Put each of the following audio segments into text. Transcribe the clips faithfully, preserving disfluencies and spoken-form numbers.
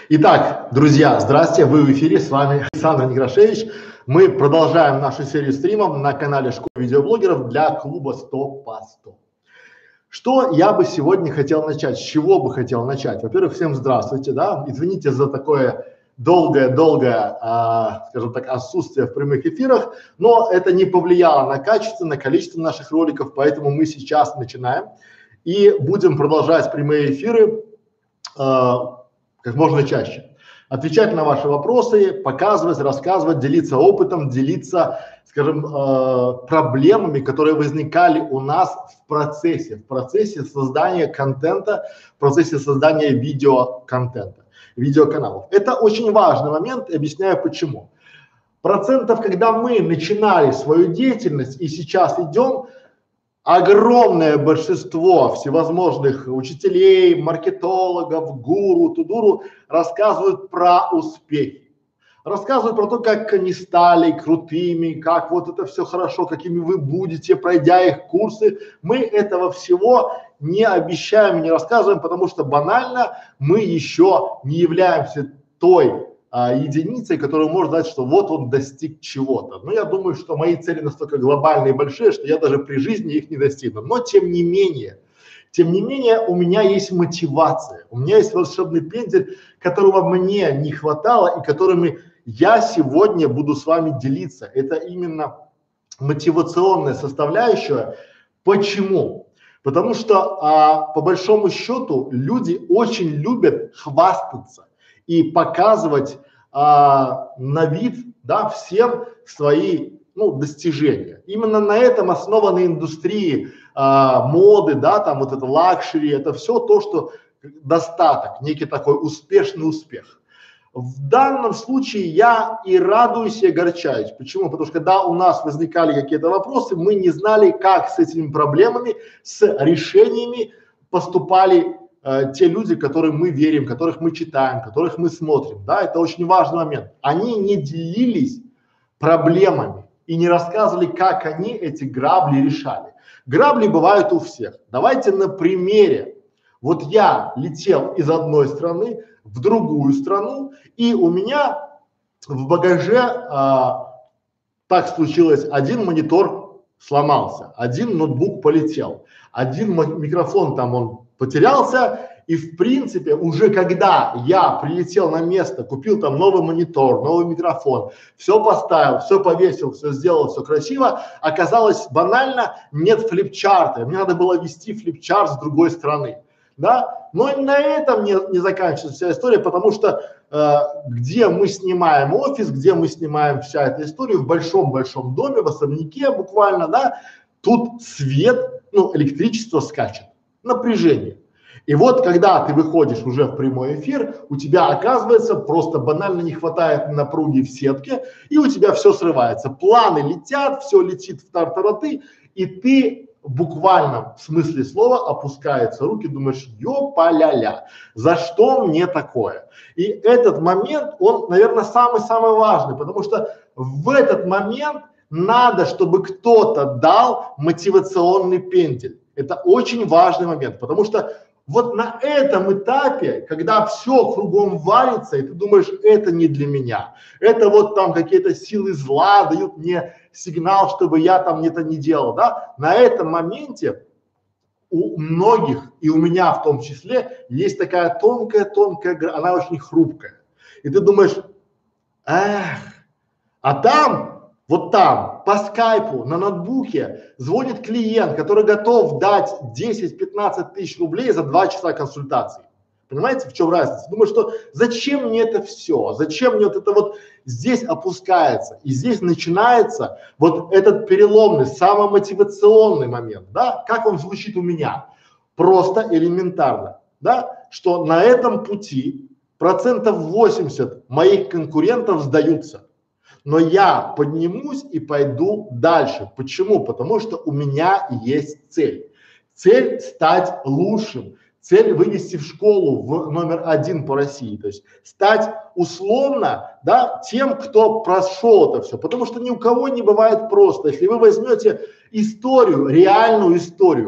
Итак, друзья, здравствуйте, вы в эфире, с вами Александр Некрашевич. Мы продолжаем нашу серию стримов на канале Школа видеоблогеров для клуба сто по сто. Что я бы сегодня хотел начать, с чего бы хотел начать? Во-первых, всем здравствуйте, да, извините за такое долгое-долгое, а, скажем так, отсутствие в прямых эфирах, но это не повлияло на качество, на количество наших роликов, поэтому мы сейчас начинаем и будем продолжать прямые эфиры а, как можно чаще. Отвечать на ваши вопросы, показывать, рассказывать, делиться опытом, делиться, скажем, э, проблемами, которые возникали у нас в процессе, в процессе создания контента, в процессе создания видеоконтента, видеоканалов. Это очень важный момент, объясняю почему. Процентов, когда мы начинали свою деятельность и сейчас идем, огромное большинство всевозможных учителей, маркетологов, гуру, тудуру рассказывают про успехи. Рассказывают про то, как они стали крутыми, как вот это все хорошо, какими вы будете, пройдя их курсы. Мы этого всего не обещаем, не рассказываем, потому что банально мы еще не являемся той а, единицей, которая может дать, что вот он достиг чего-то. Но я думаю, что мои цели настолько глобальные и большие, что я даже при жизни их не достигну. Но тем не менее, тем не менее у меня есть мотивация, у меня есть волшебный пендель, которого мне не хватало и которыми я сегодня буду с вами делиться. Это именно мотивационная составляющая. Почему? Потому что а, по большому счету люди очень любят хвастаться и показывать а, на вид, да, всем свои, ну, достижения. Именно на этом основаны индустрии а, моды, да, там вот это лакшери, это все то, что достаток, некий такой успешный успех. В данном случае я и радуюсь, и огорчаюсь. Почему? Потому что когда у нас возникали какие-то вопросы, мы не знали, как с этими проблемами, с решениями поступали э, те люди, которым мы верим, которых мы читаем, которых мы смотрим. Да, это очень важный момент. Они не делились проблемами и не рассказывали, как они эти грабли решали. Грабли бывают у всех. Давайте на примере. Вот я летел из одной страны в другую страну, и у меня в багаже а, так случилось, один монитор сломался, один ноутбук полетел, один микрофон там он потерялся, и в принципе уже когда я прилетел на место, купил там новый монитор, новый микрофон, все поставил, все повесил, все сделал, все красиво, оказалось банально нет флипчарта, мне надо было вести флипчарт с другой страны. Да, но и на этом не, не заканчивается вся история, потому что э, где мы снимаем офис, где мы снимаем вся эта история, в большом-большом доме, в особняке буквально, да, тут свет, ну, электричество скачет, напряжение. И вот когда ты выходишь уже в прямой эфир, у тебя оказывается просто банально не хватает напруги в сетке, и у тебя все срывается, планы летят, все летит в тартараты, и ты в буквальном смысле слова опускаются руки, думаешь, ё-па-ля-ля, за что мне такое? И этот момент, он, наверное, самый-самый важный, потому что в этот момент надо, чтобы кто-то дал мотивационный пендель. Это очень важный момент, потому что вот на этом этапе, когда все кругом валится, и ты думаешь, это не для меня, это вот там какие-то силы зла дают мне сигнал, чтобы я там это не делал, да, на этом моменте у многих, и у меня в том числе, есть такая тонкая-тонкая, она очень хрупкая. И ты думаешь, эх, а там, вот там, по скайпу, на ноутбуке звонит клиент, который готов дать десять-пятнадцать тысяч рублей за два часа консультации. Понимаете, в чем разница? Думаю, что зачем мне это все? Зачем мне вот это вот здесь опускается? И здесь начинается вот этот переломный, самомотивационный момент, да? Как он звучит у меня? Просто элементарно, да? Что на этом пути процентов восемьдесят моих конкурентов сдаются. Но я поднимусь и пойду дальше. Почему? Потому что у меня есть цель. Цель стать лучшим. Цель вынести в школу в номер один по России. То есть стать условно, да, тем, кто прошел это все. Потому что ни у кого не бывает просто. Если вы возьмете историю, реальную историю,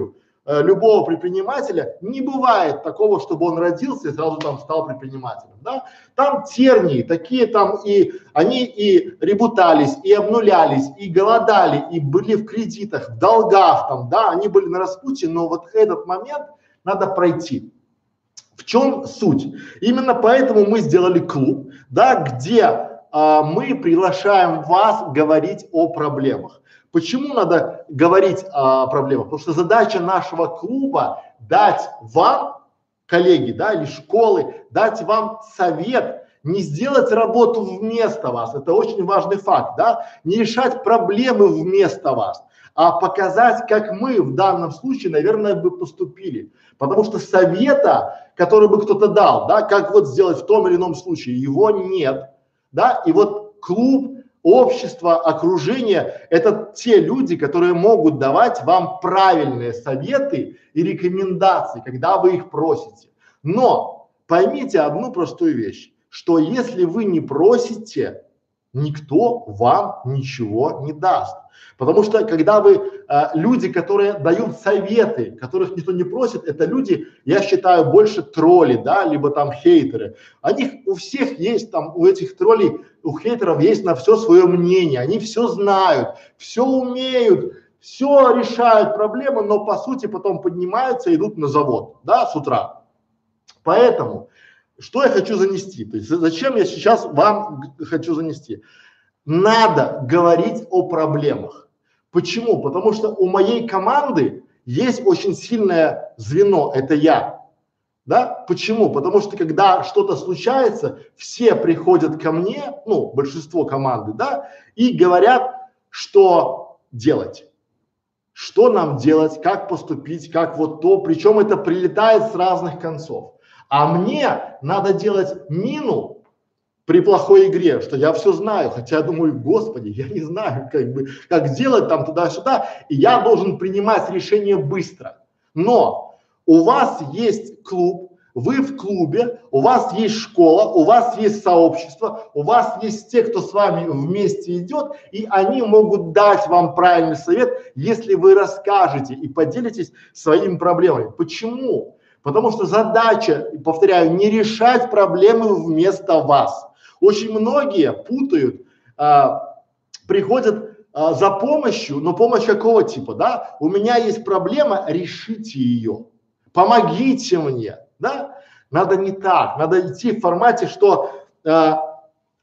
э, любого предпринимателя, не бывает такого, чтобы он родился и сразу там стал предпринимателем, да. Там тернии такие там, и они и ребутались, и обнулялись, и голодали, и были в кредитах, в долгах там, да, они были на распутье, но вот этот момент надо пройти. В чем суть? Именно поэтому мы сделали клуб, да, где а, мы приглашаем вас говорить о проблемах. Почему надо говорить о проблемах? Потому что задача нашего клуба дать вам, коллеги, да, или школы, дать вам совет, не сделать работу вместо вас. Это очень важный факт, да, не решать проблемы вместо вас, а показать, как мы в данном случае, наверное, бы поступили. Потому что совета, который бы кто-то дал, да, как вот сделать в том или ином случае, его нет, да, и вот клуб, общество, окружение – это те люди, которые могут давать вам правильные советы и рекомендации, когда вы их просите. Но поймите одну простую вещь, что если вы не просите, никто вам ничего не даст. Потому что когда вы, э, люди, которые дают советы, которых никто не просит, это люди, я считаю, больше тролли, да, либо там хейтеры. У них у всех есть там, у этих троллей, у хейтеров есть на все свое мнение, они все знают, все умеют, все решают проблемы, но по сути потом поднимаются и идут на завод, да, с утра. Поэтому, что я хочу занести, то есть зачем я сейчас вам хочу занести? Надо говорить о проблемах. Почему? Потому что у моей команды есть очень сильное звено, это я. Да? Почему? Потому что когда что-то случается, все приходят ко мне, ну, большинство команды, да, и говорят, что делать. Что нам делать, как поступить, как вот то, причем это прилетает с разных концов. А мне надо делать мину при плохой игре, что я все знаю, хотя я думаю, господи, я не знаю, как бы, как сделать там туда-сюда, и я должен принимать решение быстро. Но у вас есть клуб, вы в клубе, у вас есть школа, у вас есть сообщество, у вас есть те, кто с вами вместе идет, и они могут дать вам правильный совет, если вы расскажете и поделитесь своими проблемами. Почему? Потому что задача, повторяю, не решать проблемы вместо вас. Очень многие путают, а, приходят а, за помощью, но помощь какого типа, да? У меня есть проблема, решите ее, помогите мне, да? Надо не так, надо идти в формате, что а,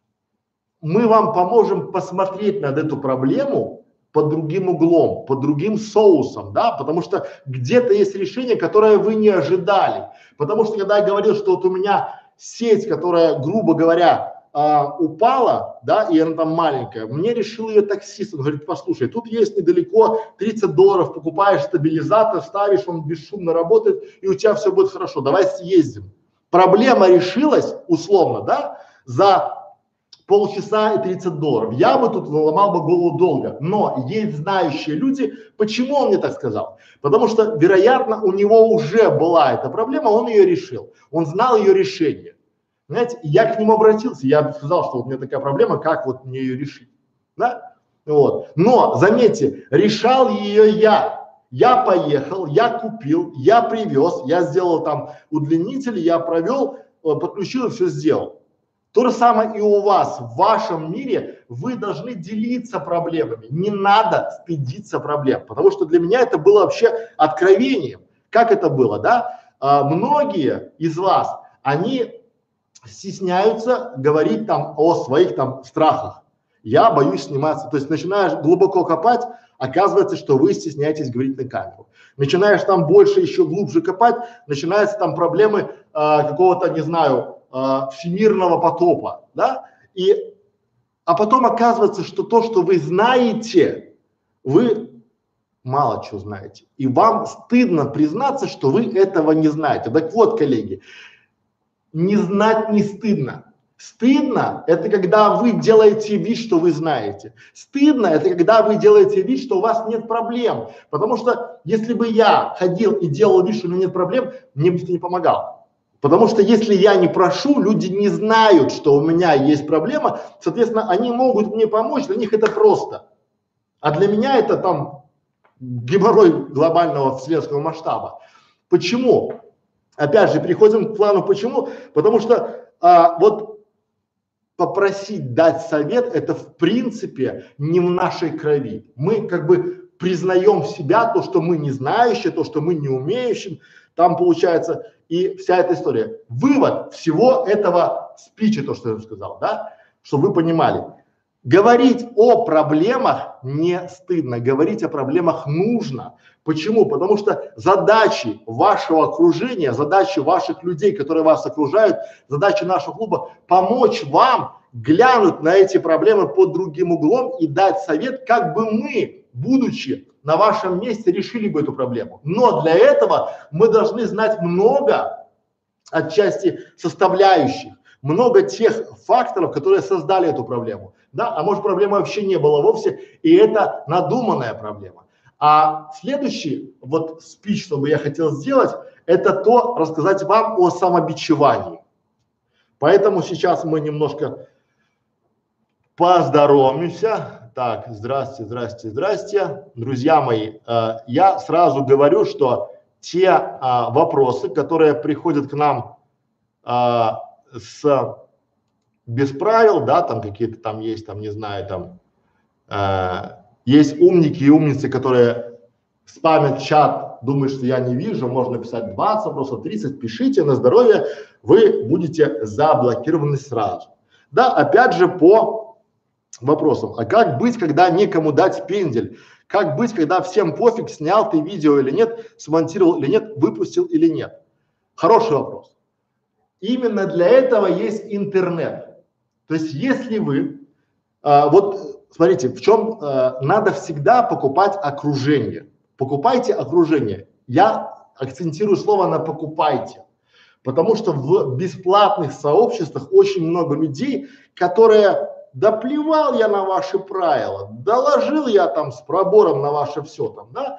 мы вам поможем посмотреть над эту проблему под другим углом, под другим соусом, да, потому что где-то есть решение, которое вы не ожидали. Потому что когда я говорил, что вот у меня сеть, которая, грубо говоря, а, упала, да, и она там маленькая, мне решил ее таксист, он говорит, послушай, тут есть недалеко тридцать долларов, покупаешь стабилизатор, ставишь, он бесшумно работает, и у тебя все будет хорошо, давай съездим. Проблема решилась, условно, да, за полчаса и тридцать долларов. Я бы тут ломал бы голову долго, но есть знающие люди. Почему он мне так сказал? Потому что, вероятно, у него уже была эта проблема, он ее решил, он знал ее решение. Знаете, я к нему обратился, я сказал, что вот у меня такая проблема, как вот мне ее решить, да? Вот. Но, заметьте, решал ее я. Я поехал, я купил, я привез, я сделал там удлинитель, я провел, подключил и все сделал. То же самое и у вас, в вашем мире вы должны делиться проблемами, не надо стыдиться проблем, потому что для меня это было вообще откровением. Как это было, да? А, многие из вас, они стесняются говорить там о своих там страхах. Я боюсь сниматься, то есть начинаешь глубоко копать, оказывается, что вы стесняетесь говорить на камеру. Начинаешь там больше, еще глубже копать, начинаются там проблемы а, какого-то, не знаю, а, всемирного потопа, да, и, а потом оказывается, что то, что вы знаете, вы мало чего знаете, и вам стыдно признаться, что вы этого не знаете. Так вот, коллеги, не знать не стыдно. Стыдно – это когда вы делаете вид, что вы знаете. Стыдно – это когда вы делаете вид, что у вас нет проблем. Потому что если бы я ходил и делал вид, что у меня нет проблем, мне бы это не помогал. Потому что если я не прошу, люди не знают, что у меня есть проблема, соответственно, они могут мне помочь, для них это просто. А для меня это там геморрой глобального вселенского масштаба. Почему? Опять же, переходим к плану почему. Потому что а, вот попросить дать совет, это в принципе не в нашей крови. Мы как бы признаем в себя то, что мы не знающие, то, что мы не умеющим. Там получается и вся эта история. Вывод всего этого спича, то, что я сказал, да, чтобы вы понимали. Говорить о проблемах не стыдно, говорить о проблемах нужно. Почему? Потому что задачи вашего окружения, задачи ваших людей, которые вас окружают, задачи нашего клуба – помочь вам глянуть на эти проблемы под другим углом и дать совет, как бы мы, будучи на вашем месте, решили бы эту проблему. Но для этого мы должны знать много отчасти составляющих, много тех факторов, которые создали эту проблему. Да, а может проблемы вообще не было вовсе, и это надуманная проблема. А следующий вот спич, что бы я хотел сделать, это то, рассказать вам о самобичевании. Поэтому сейчас мы немножко поздороваемся. Так, здрасте, здрасте, здрасте. Друзья мои, э, я сразу говорю, что те э, вопросы, которые приходят к нам э, с без правил, да, там какие-то там есть, там, не знаю, там, э, есть умники и умницы, которые спамят чат, думают, что я не вижу, можно писать двадцать вопросов, тридцать, пишите на здоровье, вы будете заблокированы сразу. Да, опять же по вопросам, а как быть, когда некому дать пендель? Как быть, когда всем пофиг, снял ты видео или нет, смонтировал или нет, выпустил или нет? Хороший вопрос. Именно для этого есть интернет. То есть, если вы, а, вот смотрите, в чем а, надо всегда покупать окружение. Покупайте окружение. Я акцентирую слово на покупайте, потому что в бесплатных сообществах очень много людей, которые, да плевал я на ваши правила, доложил я там с пробором на ваше все там, да,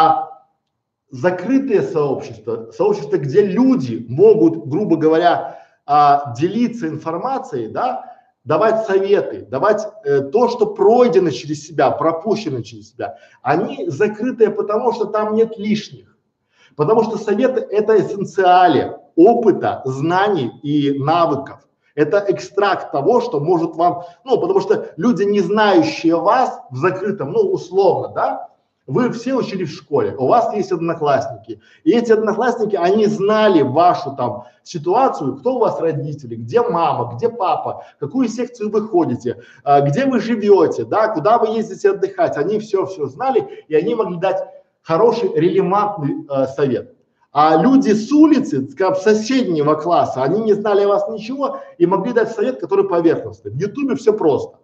а закрытые сообщества, сообщества, где люди могут, грубо говоря, а, делиться информацией, да, давать советы, давать э, то, что пройдено через себя, пропущено через себя, они закрытые, потому что там нет лишних, потому что советы – это эссенциали опыта, знаний и навыков. Это экстракт того, что может вам, ну, потому что люди, не знающие вас в закрытом, ну, условно, да, вы все учились в школе, у вас есть одноклассники, и эти одноклассники, они знали вашу там ситуацию, кто у вас родители, где мама, где папа, какую секцию вы ходите, а, где вы живете, да, куда вы ездите отдыхать, они все-все знали, и они могли дать хороший, релевантный э, совет. А люди с улицы, с соседнего класса, они не знали о вас ничего и могли дать совет, который поверхностный. В Ютубе все просто.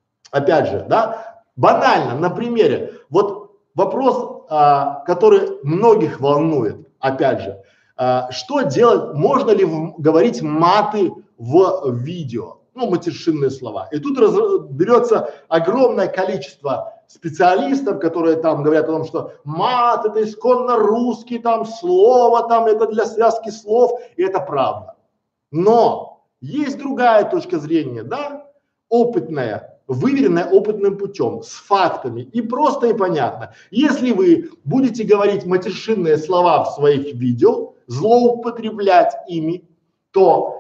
Опять же, да, банально, на примере, вот вопрос, а, который многих волнует, опять же, а, что делать, можно ли в, говорить маты в видео, ну, матершинные слова. И тут раз, берется огромное количество специалистов, которые там говорят о том, что мат это исконно русский там слово, там это для связки слов, и это правда. Но есть другая точка зрения, да, опытная, выверенная опытным путем, с фактами, и просто и понятно. Если вы будете говорить матершинные слова в своих видео, злоупотреблять ими, то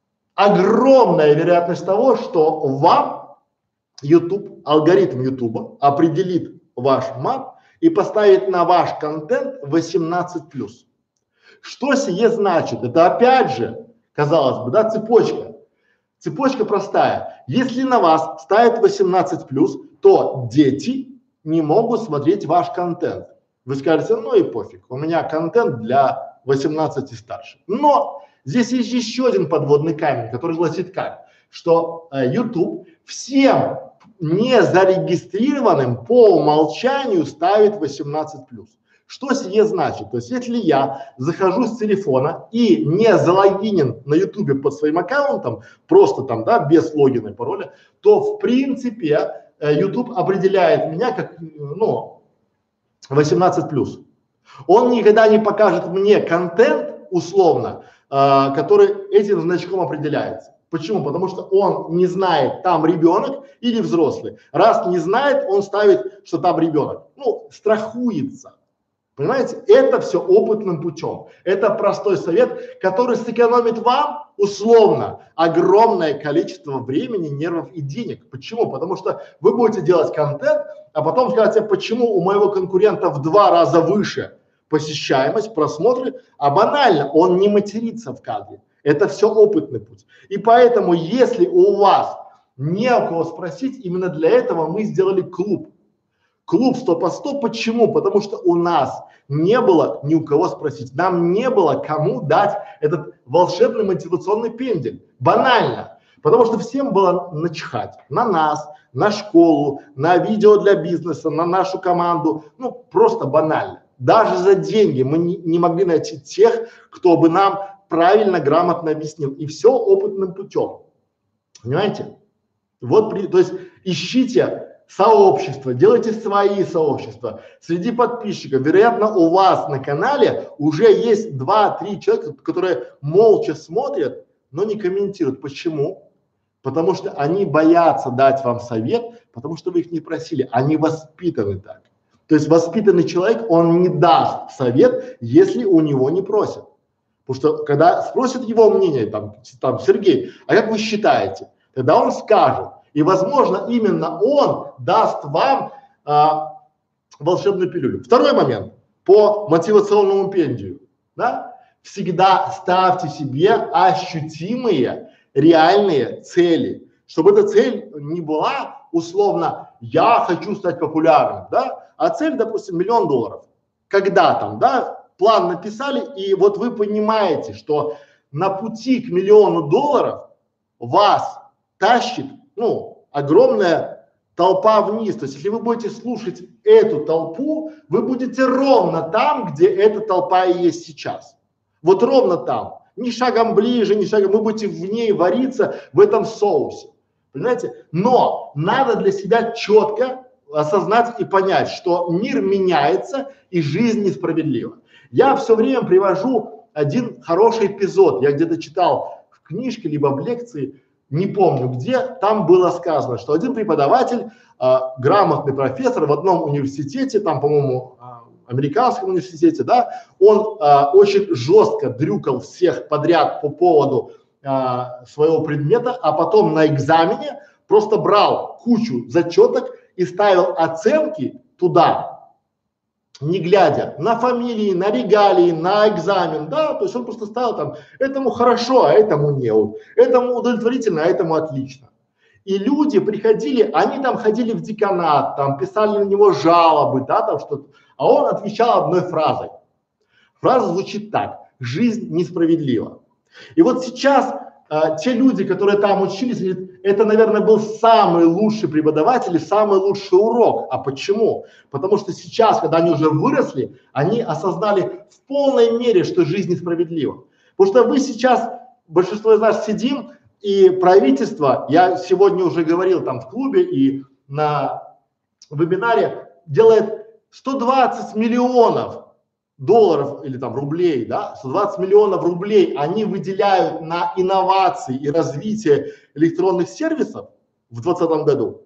огромная вероятность того, что вам YouTube, алгоритм YouTube определит ваш мат и поставит на ваш контент восемнадцать плюс. Что сие значит? Это опять же, казалось бы, да, цепочка. Цепочка простая. Если на вас ставят восемнадцать плюс, то дети не могут смотреть ваш контент. Вы скажете, ну и пофиг, у меня контент для восемнадцати и старше. Но здесь есть еще один подводный камень, который гласит как, что э, YouTube всем не зарегистрированным по умолчанию ставит восемнадцать плюс. Что сие значит? То есть, если я захожу с телефона и не залогинен на YouTube под своим аккаунтом, просто там, да, без логина и пароля, то в принципе э, YouTube определяет меня как, ну, восемнадцать плюс. Он никогда не покажет мне контент, условно, э, который этим значком определяется. Почему? Потому что он не знает, там ребенок или взрослый. Раз не знает, он ставит, что там ребенок. Ну, страхуется. Понимаете? Это все опытным путем. Это простой совет, который сэкономит вам условно огромное количество времени, нервов и денег. Почему? Потому что вы будете делать контент, а потом скажете, почему у моего конкурента в два раза выше посещаемость, просмотры, а банально он не матерится в кадре. Это все опытный путь. И поэтому, если у вас не у кого спросить, именно для этого мы сделали клуб. Клуб сто по сто. Почему? Потому что у нас не было ни у кого спросить. Нам не было кому дать этот волшебный мотивационный пендель. Банально. Потому что всем было начихать на нас, на школу, на видео для бизнеса, на нашу команду. Ну, просто банально. Даже за деньги мы не, не могли найти тех, кто бы нам правильно, грамотно объяснил. И все опытным путем. Понимаете? Вот, при, то есть ищите сообщества, делайте свои сообщества. Среди подписчиков, вероятно, у вас на канале уже есть два-три человека, которые молча смотрят, но не комментируют. Почему? Потому что они боятся дать вам совет, потому что вы их не просили. Они воспитаны так. То есть воспитанный человек, он не даст совет, если у него не просят. Потому что когда спросят его мнение, там, там Сергей, а как вы считаете? Тогда он скажет. И, возможно, именно он даст вам а, волшебную пилюлю. Второй момент по мотивационному пендию. Да? Всегда ставьте себе ощутимые, реальные цели. Чтобы эта цель не была условно «я хочу стать популярным», да? А цель, допустим, миллион долларов. Когда там, да, план написали, и вот вы понимаете, что на пути к миллиону долларов вас тащит ну, огромная толпа вниз. То есть, если вы будете слушать эту толпу, вы будете ровно там, где эта толпа и есть сейчас. Вот ровно там. Ни шагом ближе, ни шагом. Вы будете в ней вариться, в этом соусе. Понимаете? Но надо для себя четко осознать и понять, что мир меняется и жизнь несправедлива. Я все время привожу один хороший эпизод. Я где-то читал в книжке, либо в лекции, не помню где, там было сказано, что один преподаватель, э, грамотный профессор в одном университете, там, по-моему, э, американском университете, да, он э, очень жестко дрюкал всех подряд по поводу э, своего предмета, а потом на экзамене просто брал кучу зачеток и ставил оценки туда, не глядя на фамилии, на регалии, на экзамен, да, то есть он просто ставил там, этому хорошо, а этому не, этому удовлетворительно, а этому отлично. И люди приходили, они там ходили в деканат, там писали на него жалобы, да, там что-то, а он отвечал одной фразой. Фраза звучит так: жизнь несправедлива. И вот сейчас а, те люди, которые там учились, это, наверное, был самый лучший преподаватель и самый лучший урок. А почему? Потому что сейчас, когда они уже выросли, они осознали в полной мере, что жизнь несправедлива. Потому что вы сейчас, большинство из нас сидим, и правительство, я сегодня уже говорил там в клубе и на вебинаре, делает сто двадцать миллионов долларов или там рублей, да, сто двадцать миллионов рублей они выделяют на инновации и развитие электронных сервисов в двадцатом году.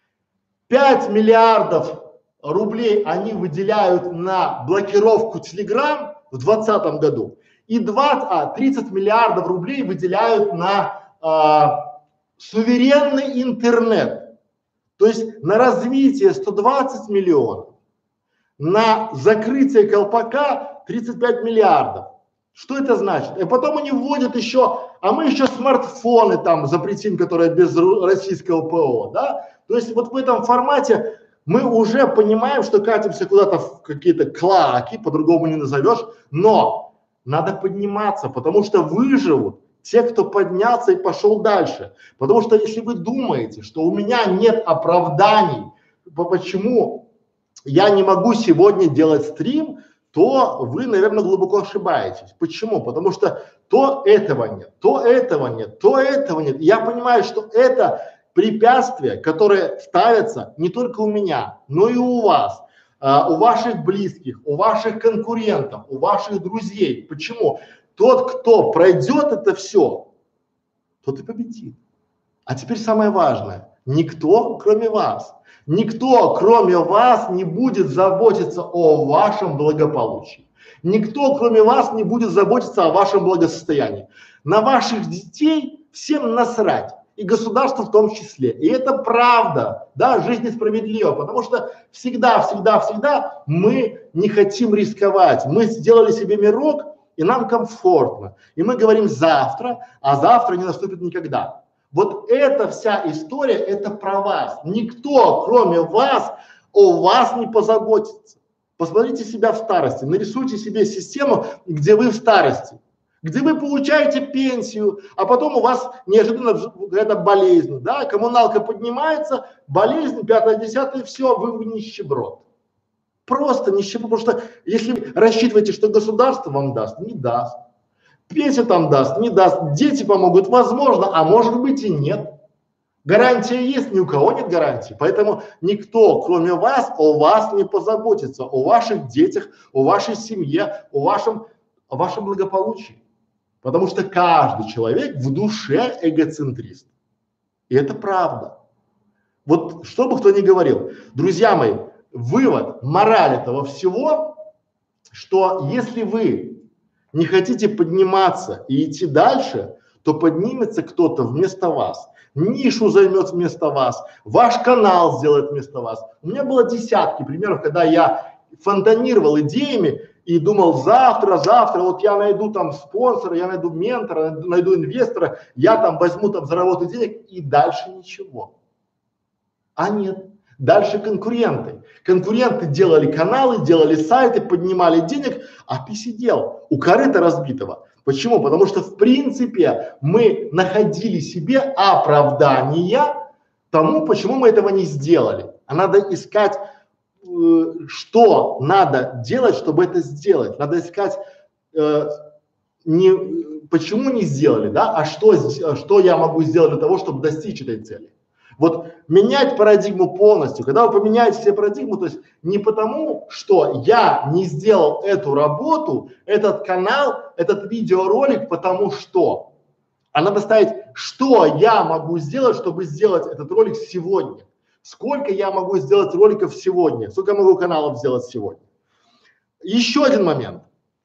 пять миллиардов рублей они выделяют на блокировку Telegram в двадцатом году. И двадцать, а, тридцать миллиардов рублей выделяют на а, суверенный интернет. То есть на развитие сто двадцать миллионов. На закрытие колпака тридцать пять миллиардов. Что это значит? И потом они вводят еще, а мы еще смартфоны там запретим, которые без российского ПО, да? То есть вот в этом формате мы уже понимаем, что катимся куда-то в какие-то клаки, по-другому не назовешь, но надо подниматься, потому что выживут те, кто поднялся и пошел дальше. Потому что если вы думаете, что у меня нет оправданий, почему я не могу сегодня делать стрим, то вы, наверное, глубоко ошибаетесь. Почему? Потому что то этого нет, то этого нет, то этого нет. Я понимаю, что это препятствия, которые ставятся не только у меня, но и у вас, а, у ваших близких, у ваших конкурентов, у ваших друзей. Почему? Тот, кто пройдет это все, тот и победит. А теперь самое важное. Никто, кроме вас, никто, кроме вас, не будет заботиться о вашем благополучии. Никто, кроме вас, не будет заботиться о вашем благосостоянии. На ваших детей всем насрать. И государство в том числе. И это правда, да, жизнь несправедлива, потому что всегда, всегда, всегда мы не хотим рисковать. Мы сделали себе мирок, и нам комфортно. И мы говорим завтра, а завтра не наступит никогда. Вот эта вся история, это про вас. Никто, кроме вас, о вас не позаботится. Посмотрите себя в старости, нарисуйте себе систему, где вы в старости, где вы получаете пенсию, а потом у вас неожиданно какая-то болезнь, да, коммуналка поднимается, болезнь, пятое, десятое, все, вы в нищеброд. Просто нищеброд, потому что если вы рассчитываете, что государство вам даст, не даст. Пенсию там даст, не даст, дети помогут, возможно, а может быть и нет. Гарантия есть, ни у кого нет гарантии, поэтому никто, кроме вас, о вас не позаботится, о ваших детях, о вашей семье, о вашем, о вашем благополучии. Потому что каждый человек в душе эгоцентрист. И это правда. Вот что бы кто ни говорил. Друзья мои, вывод, мораль этого всего, что если вы не хотите подниматься и идти дальше, то поднимется кто-то вместо вас, нишу займет вместо вас, ваш канал сделает вместо вас. У меня было десятки примеров, когда я фонтанировал идеями и думал, завтра, завтра, вот я найду там спонсора, я найду ментора, найду инвестора, я там возьму там заработаю денег, и дальше ничего. А нет. Дальше конкуренты. Конкуренты делали каналы, делали сайты, поднимали денег, а ты сидел у корыта разбитого. Почему? Потому что в принципе мы находили себе оправдания тому, почему мы этого не сделали. А надо искать, э, что надо делать, чтобы это сделать. Надо искать, э, не, почему не сделали, да, а что, что я могу сделать для того, чтобы достичь этой цели. Вот менять парадигму полностью, когда вы поменяете все парадигму, то есть не потому, что я не сделал эту работу, этот канал, этот видеоролик, потому что, а надо ставить, что я могу сделать, чтобы сделать этот ролик сегодня, сколько я могу сделать роликов сегодня, сколько я могу каналов сделать сегодня. Еще один момент.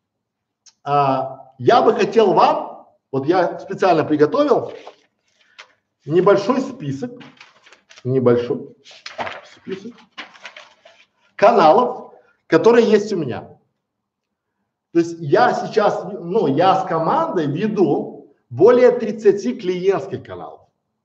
А, я бы хотел вам, вот я специально приготовил небольшой список, небольшой список каналов, которые есть у меня. То есть я сейчас, ну, я с командой веду более тридцати клиентских каналов.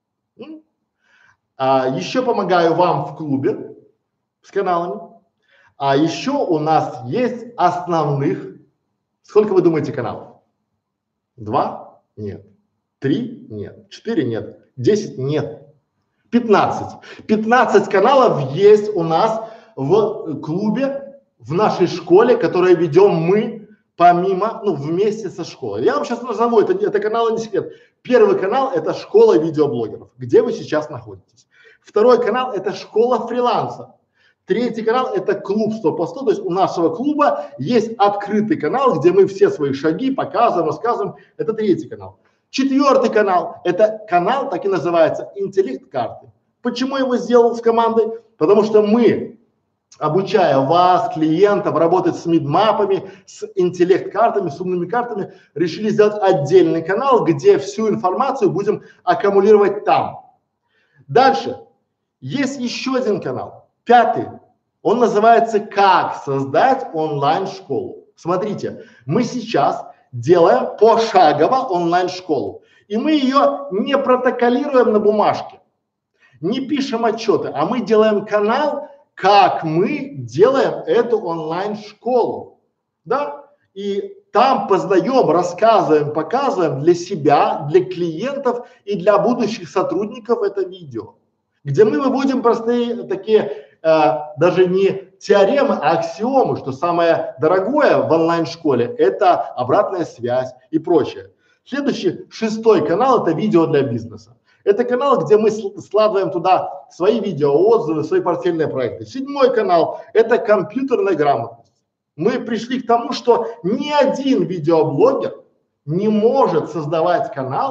А еще помогаю вам в клубе с каналами. А еще у нас есть основных, сколько вы думаете каналов? Два? Нет. Три? Нет. Четыре? Нет. Десять? Нет. Пятнадцать. Пятнадцать каналов есть у нас в клубе, в нашей школе, которую ведем мы помимо, ну, вместе со школой. Я вам сейчас назову, это, это каналы не секрет. Первый канал – это школа видеоблогеров, где вы сейчас находитесь. Второй канал – это школа фриланса. Третий канал – это клуб сто по сто, то есть у нашего клуба есть открытый канал, где мы все свои шаги показываем, рассказываем. Это третий канал. Четвертый канал – это канал, так и называется, интеллект-карты. Почему я его сделал с командой? Потому что мы, обучая вас, клиентов, работать с мидмапами, с интеллект-картами, с умными картами, решили сделать отдельный канал, где всю информацию будем аккумулировать там. Дальше. Есть еще один канал, пятый. Он называется «Как создать онлайн-школу». Смотрите, мы сейчас делаем пошагово онлайн-школу. И мы ее не протоколируем на бумажке, не пишем отчеты, а мы делаем канал, как мы делаем эту онлайн-школу. Да? И там познаем, рассказываем, показываем для себя, для клиентов и для будущих сотрудников это видео, где мы выводим простые такие, э, даже не теоремы, а аксиомы, что самое дорогое в онлайн-школе – это обратная связь и прочее. Следующий, шестой канал – это видео для бизнеса. Это канал, где мы складываем туда свои видео, отзывы, свои портфельные проекты. Седьмой канал – это компьютерная грамотность. Мы пришли к тому, что ни один видеоблогер не может создавать канал,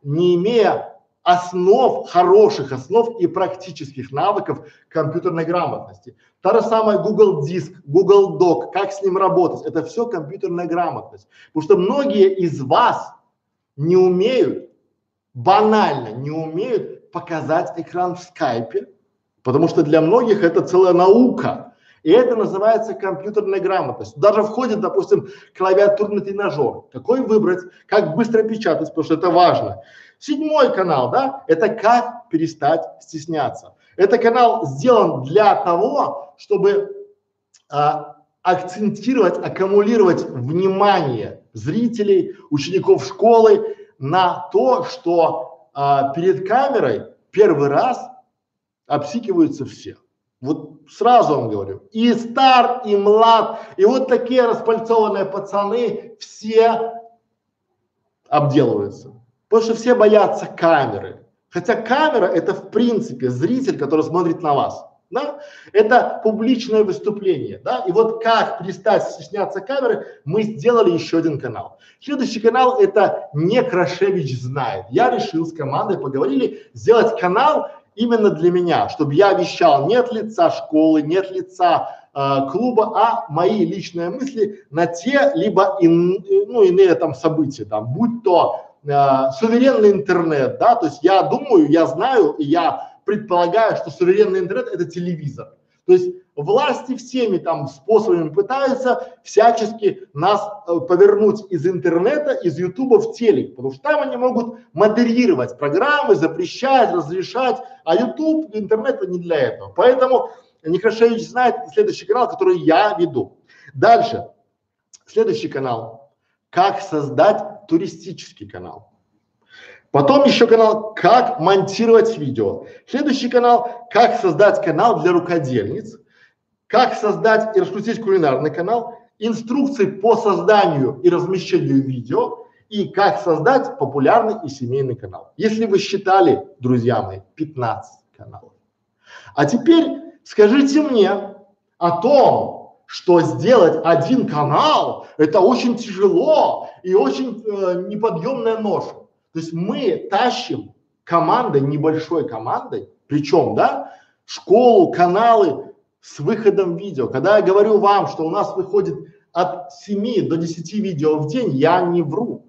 не имея основ, хороших основ и практических навыков компьютерной грамотности. Та же самая Google Диск, Google Doc, как с ним работать, это все компьютерная грамотность. Потому что многие из вас не умеют, банально не умеют показать экран в скайпе, потому что для многих это целая наука. И это называется компьютерная грамотность. Даже входит, допустим, клавиатурный тренажер. Какой выбрать, как быстро печатать, потому что это важно. Седьмой канал, да, это как перестать стесняться. Это канал сделан для того, чтобы а, акцентировать, аккумулировать внимание зрителей, учеников школы на то, что а, перед камерой первый раз обсикиваются все. Вот сразу вам говорю, и стар, и млад, и вот такие распальцованные пацаны все обделываются. Потому что все боятся камеры. Хотя камера это в принципе зритель, который смотрит на вас. Да? Это публичное выступление. Да? И вот как перестать стесняться камеры, мы сделали еще один канал. Следующий канал это Некрашевич знает. Я решил с командой, поговорили, сделать канал именно для меня, чтобы я вещал не от лица школы, не от лица э, клуба, а мои личные мысли на те либо ин, ну, иные там события, там, будь то э, суверенный интернет, да, то есть я думаю, я знаю, и я предполагаю, что суверенный интернет это телевизор. То есть власти всеми там способами пытаются всячески нас э, повернуть из интернета, из ютуба в телек, потому что там они могут модерировать программы, запрещать, разрешать, а ютуб, интернет не для этого. Поэтому Некрашевич знает следующий канал, который я веду. Дальше, следующий канал, как создать туристический канал. Потом еще канал «Как монтировать видео». Следующий канал «Как создать канал для рукодельниц». Как создать и раскрутить кулинарный канал. Инструкции по созданию и размещению видео. И как создать популярный и семейный канал. Если вы считали, друзья мои, пятнадцать каналов. А теперь скажите мне о том, что сделать один канал это очень тяжело и очень э, неподъемная ноша. То есть мы тащим командой, небольшой командой, причем, да, школу, каналы с выходом видео. Когда я говорю вам, что у нас выходит от семи до десяти видео в день, я не вру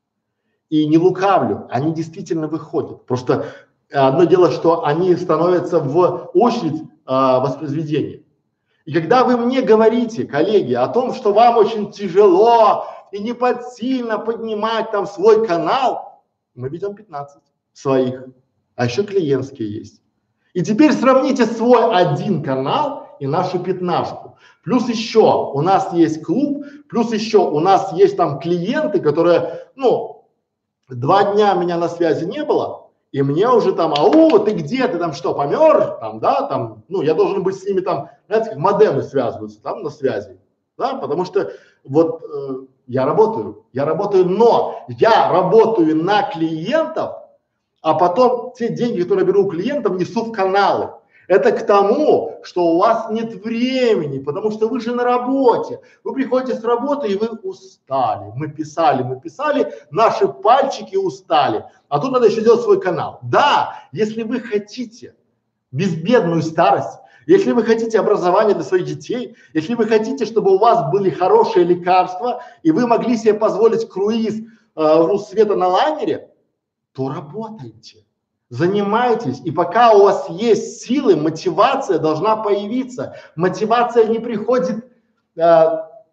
и не лукавлю, они действительно выходят. Просто одно дело, что они становятся в очередь а, воспроизведения. И когда вы мне говорите, коллеги, о том, что вам очень тяжело и не под сильно поднимать там свой канал, мы ведем пятнадцать своих, а еще клиентские есть. И теперь сравните свой один канал и нашу пятнашку. Плюс еще у нас есть клуб, плюс еще у нас есть там клиенты, которые, ну, два дня меня на связи не было, и мне уже там, ау, ты где, ты там что, помер, там, да, там, ну, я должен быть с ними там, знаете, как модемы связываются там на связи, да, потому что вот э, я работаю, я работаю, но я работаю на клиентов, а потом те деньги, которые беру у клиентов, несу в каналы. Это к тому, что у вас нет времени, потому что вы же на работе. Вы приходите с работы и вы устали. Мы писали, мы писали, наши пальчики устали. А тут надо еще делать свой канал. Да, если вы хотите безбедную старость, если вы хотите образование для своих детей, если вы хотите, чтобы у вас были хорошие лекарства и вы могли себе позволить круиз э, в Руссвета на лайнере, то работайте. Занимайтесь, и пока у вас есть силы, мотивация должна появиться. Мотивация не приходит э,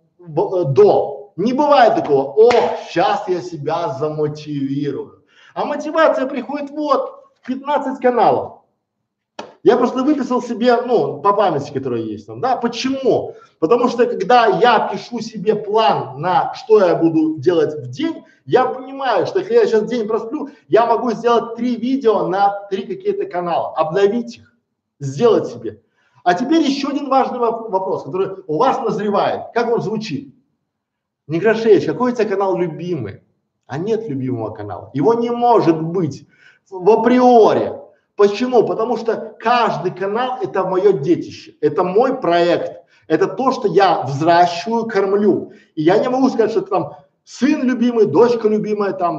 до. Не бывает такого, о, сейчас я себя замотивирую. А мотивация приходит вот, пятнадцать каналов. Я просто выписал себе, ну, по памяти, которая есть там, да. Почему? Потому что когда я пишу себе план на что я буду делать в день, я понимаю, что если я сейчас день просплю, я могу сделать три видео на три какие-то канала, обновить их, сделать себе. А теперь еще один важный вопрос, который у вас назревает. Как он звучит? Некрашевич, какой у тебя канал любимый? А нет любимого канала. Его не может быть в априори. Почему? Потому что каждый канал это мое детище, это мой проект, это то, что я взращиваю, кормлю. И я не могу сказать, что это там сын любимый, дочка любимая, там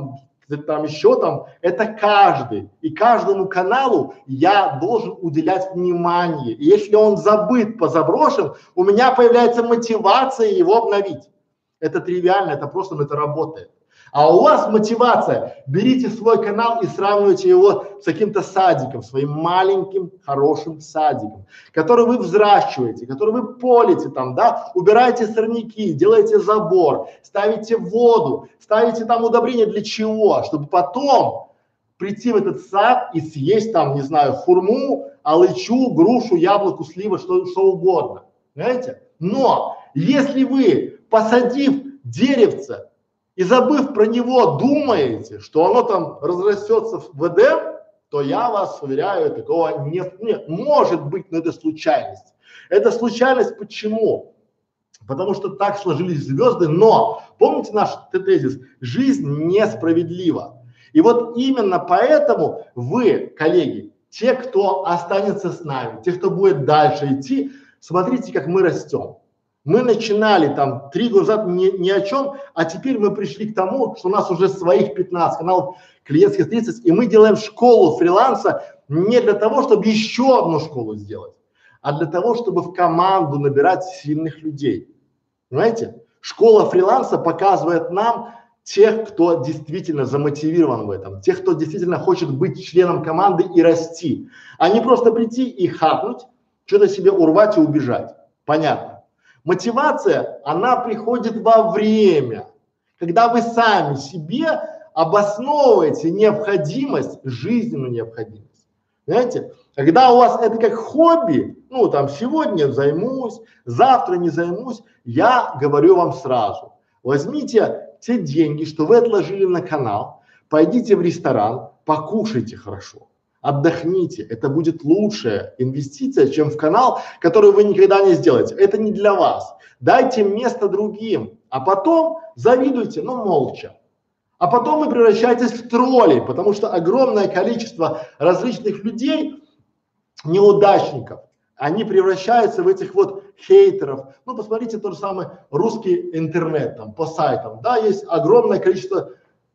там еще там, это каждый. И каждому каналу я должен уделять внимание. И если он забыт, позаброшен, у меня появляется мотивация его обновить. Это тривиально, это просто, но это работает. А у вас мотивация, берите свой канал и сравнивайте его с каким-то садиком, своим маленьким хорошим садиком, который вы взращиваете, который вы полите там, да, убираете сорняки, делаете забор, ставите воду, ставите там удобрения для чего? Чтобы потом прийти в этот сад и съесть там, не знаю, хурму, алычу, грушу, яблоку, сливу, что, что угодно, понимаете? Но если вы, посадив деревце, и забыв про него, думаете, что оно там разрастется в Эдем, то я вас уверяю, такого нет, нет, может быть, но это случайность. Это случайность почему? Потому что так сложились звезды, но помните наш тезис, жизнь несправедлива. И вот именно поэтому вы, коллеги, те, кто останется с нами, те, кто будет дальше идти, смотрите, как мы растем. Мы начинали там три года назад ни, ни о чем, а теперь мы пришли к тому, что у нас уже своих пятнадцать каналов, клиентских тридцать, и мы делаем школу фриланса не для того, чтобы еще одну школу сделать, а для того, чтобы в команду набирать сильных людей. Понимаете? Школа фриланса показывает нам тех, кто действительно замотивирован в этом, тех, кто действительно хочет быть членом команды и расти, а не просто прийти и хапнуть, что-то себе урвать и убежать. Понятно? Мотивация, она приходит во время, когда вы сами себе обосновываете необходимость, жизненную необходимость. Понимаете? Когда у вас это как хобби, ну там сегодня займусь, завтра не займусь, я говорю вам сразу, возьмите те деньги, что вы отложили на канал, пойдите в ресторан, покушайте хорошо. Отдохните, это будет лучшая инвестиция, чем в канал, который вы никогда не сделаете. Это не для вас. Дайте место другим, а потом завидуйте, но молча. А потом вы превращаетесь в троллей, потому что огромное количество различных людей, неудачников, они превращаются в этих вот хейтеров. Ну, посмотрите тот же самый русский интернет там по сайтам, да, есть огромное количество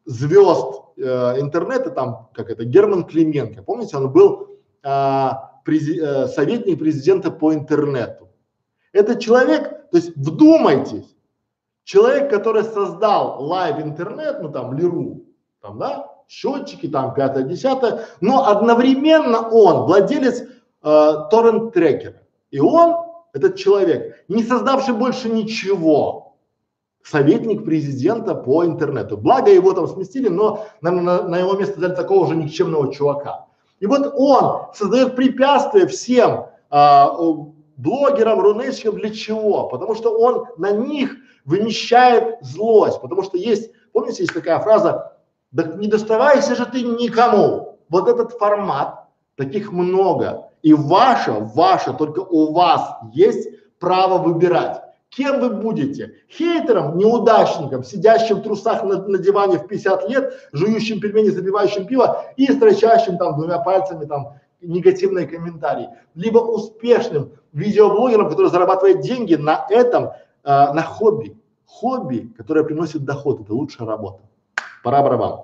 звезд э, интернета, там, как это, Герман Клименко, помните, он был э, прези, э, советник президента по интернету. Этот человек, то есть вдумайтесь, человек, который создал лайв интернет, ну там Леру, там, да, счетчики, там, пятое, десятое, но одновременно он владелец э, торрент-трекера. И он, этот человек, не создавший больше ничего, советник президента по интернету. Благо его там сместили, но на, на, на его место взяли такого же никчемного чувака. И вот он создает препятствия всем а, блогерам, рунетчикам для чего? Потому что он на них вымещает злость. Потому что есть, помните, есть такая фраза, да не доставайся же ты никому. Вот этот формат, таких много. И ваше, ваше, только у вас есть право выбирать. Кем вы будете? Хейтером, неудачником, сидящим в трусах на, на диване в пятьдесят лет, жующим пельмени, запивающим пиво и строчащим там двумя пальцами там негативные комментарии. Либо успешным видеоблогером, который зарабатывает деньги на этом, э, на хобби. Хобби, которое приносит доход, это лучшая работа. Пора барабан.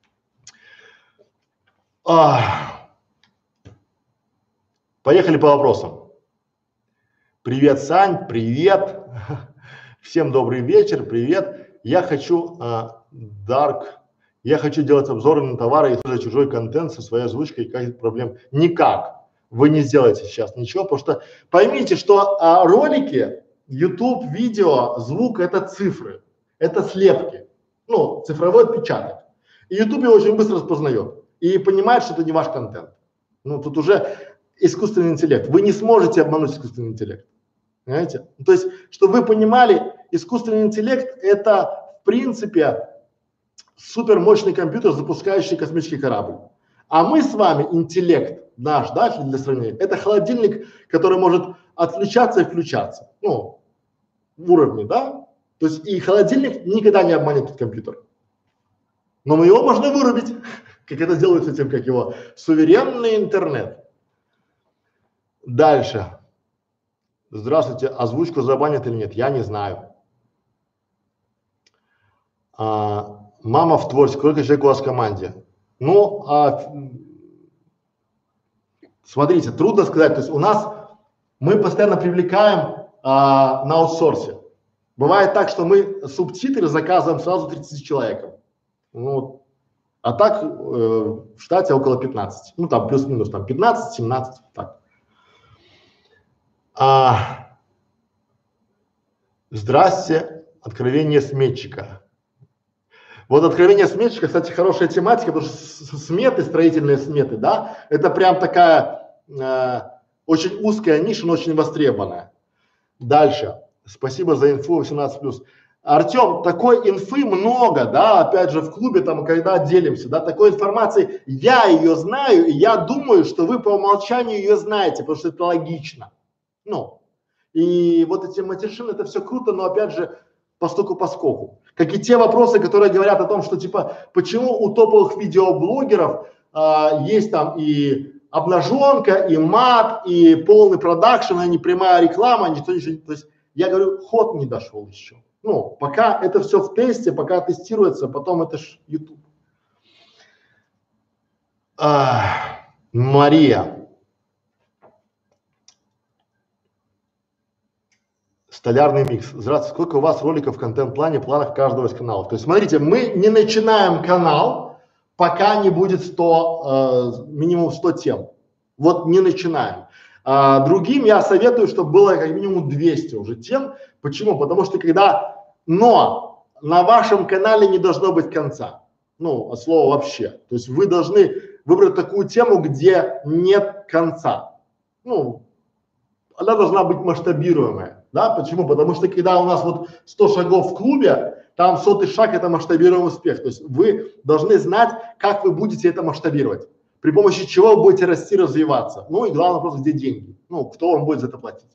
А, поехали по вопросам. Привет, Сань, привет. Всем добрый вечер, привет. Я хочу, Дарк, uh, я хочу делать обзоры на товары и использовать чужой контент со своей озвучкой. Каких проблем? Никак. Вы не сделаете сейчас ничего, потому что поймите, что а, ролики, YouTube, видео, звук – это цифры, это слепки, ну, цифровой отпечаток. И YouTube его очень быстро распознает и понимает, что это не ваш контент. Ну, тут уже искусственный интеллект. Вы не сможете обмануть искусственный интеллект. Понимаете? То есть, чтобы вы понимали, искусственный интеллект – это, в принципе, супермощный компьютер, запускающий космический корабль. А мы с вами, интеллект наш, да, для сравнения, это холодильник, который может отключаться и включаться. Ну, в уровне, да? То есть, и холодильник никогда не обманет этот компьютер. Но его можно вырубить, как это делают с этим, как его, суверенный интернет. Дальше. Здравствуйте, озвучку забанят или нет? Я не знаю. А, Мама в творчестве, сколько человек у вас в команде? Ну, а, смотрите, трудно сказать, то есть у нас, мы постоянно привлекаем а, на аутсорсе. Бывает так, что мы субтитры заказываем сразу тридцати человеком. Ну, а так э, в штате около пятнадцати. Ну, там плюс-минус, там пятнадцать-семнадцать, так. А, здрасте, откровение сметчика. Вот откровение сметчика, кстати, хорошая тематика, потому что сметы, строительные сметы, да, это прям такая э, очень узкая ниша, но очень востребованная. Дальше. Спасибо за инфу восемнадцать плюс. Артем, такой инфы много, да, опять же в клубе там, когда делимся, да, такой информации, я ее знаю, и я думаю, что вы по умолчанию ее знаете, потому что это логично. Ну, и вот эти матершины, это все круто, но опять же, постуку поскоку. Как и те вопросы, которые говорят о том, что типа, почему у топовых видеоблогеров а, есть там и обнаженка, и мат, и полный продакшн, а не прямая реклама, никто ничего, то есть я говорю, ход не дошел еще. Ну, пока это все в тесте, пока тестируется, потом это ж YouTube. А, Мария. Столярный микс. Здравствуйте. Сколько у вас роликов в контент-плане, планах каждого из каналов? То есть, смотрите, мы не начинаем канал, пока не будет сто, э, минимум сто тем. Вот не начинаем. А другим я советую, чтобы было как минимум двести уже тем. Почему? Потому что когда, но на вашем канале не должно быть конца. Ну, от слова вообще. То есть вы должны выбрать такую тему, где нет конца. Ну, она должна быть масштабируемая. Да, почему? Потому что когда у нас вот сто шагов в клубе, там сотый шаг это масштабируемый успех. То есть вы должны знать, как вы будете это масштабировать, при помощи чего вы будете расти, развиваться. Ну и главный вопрос, где деньги? Ну, кто вам будет за это платить?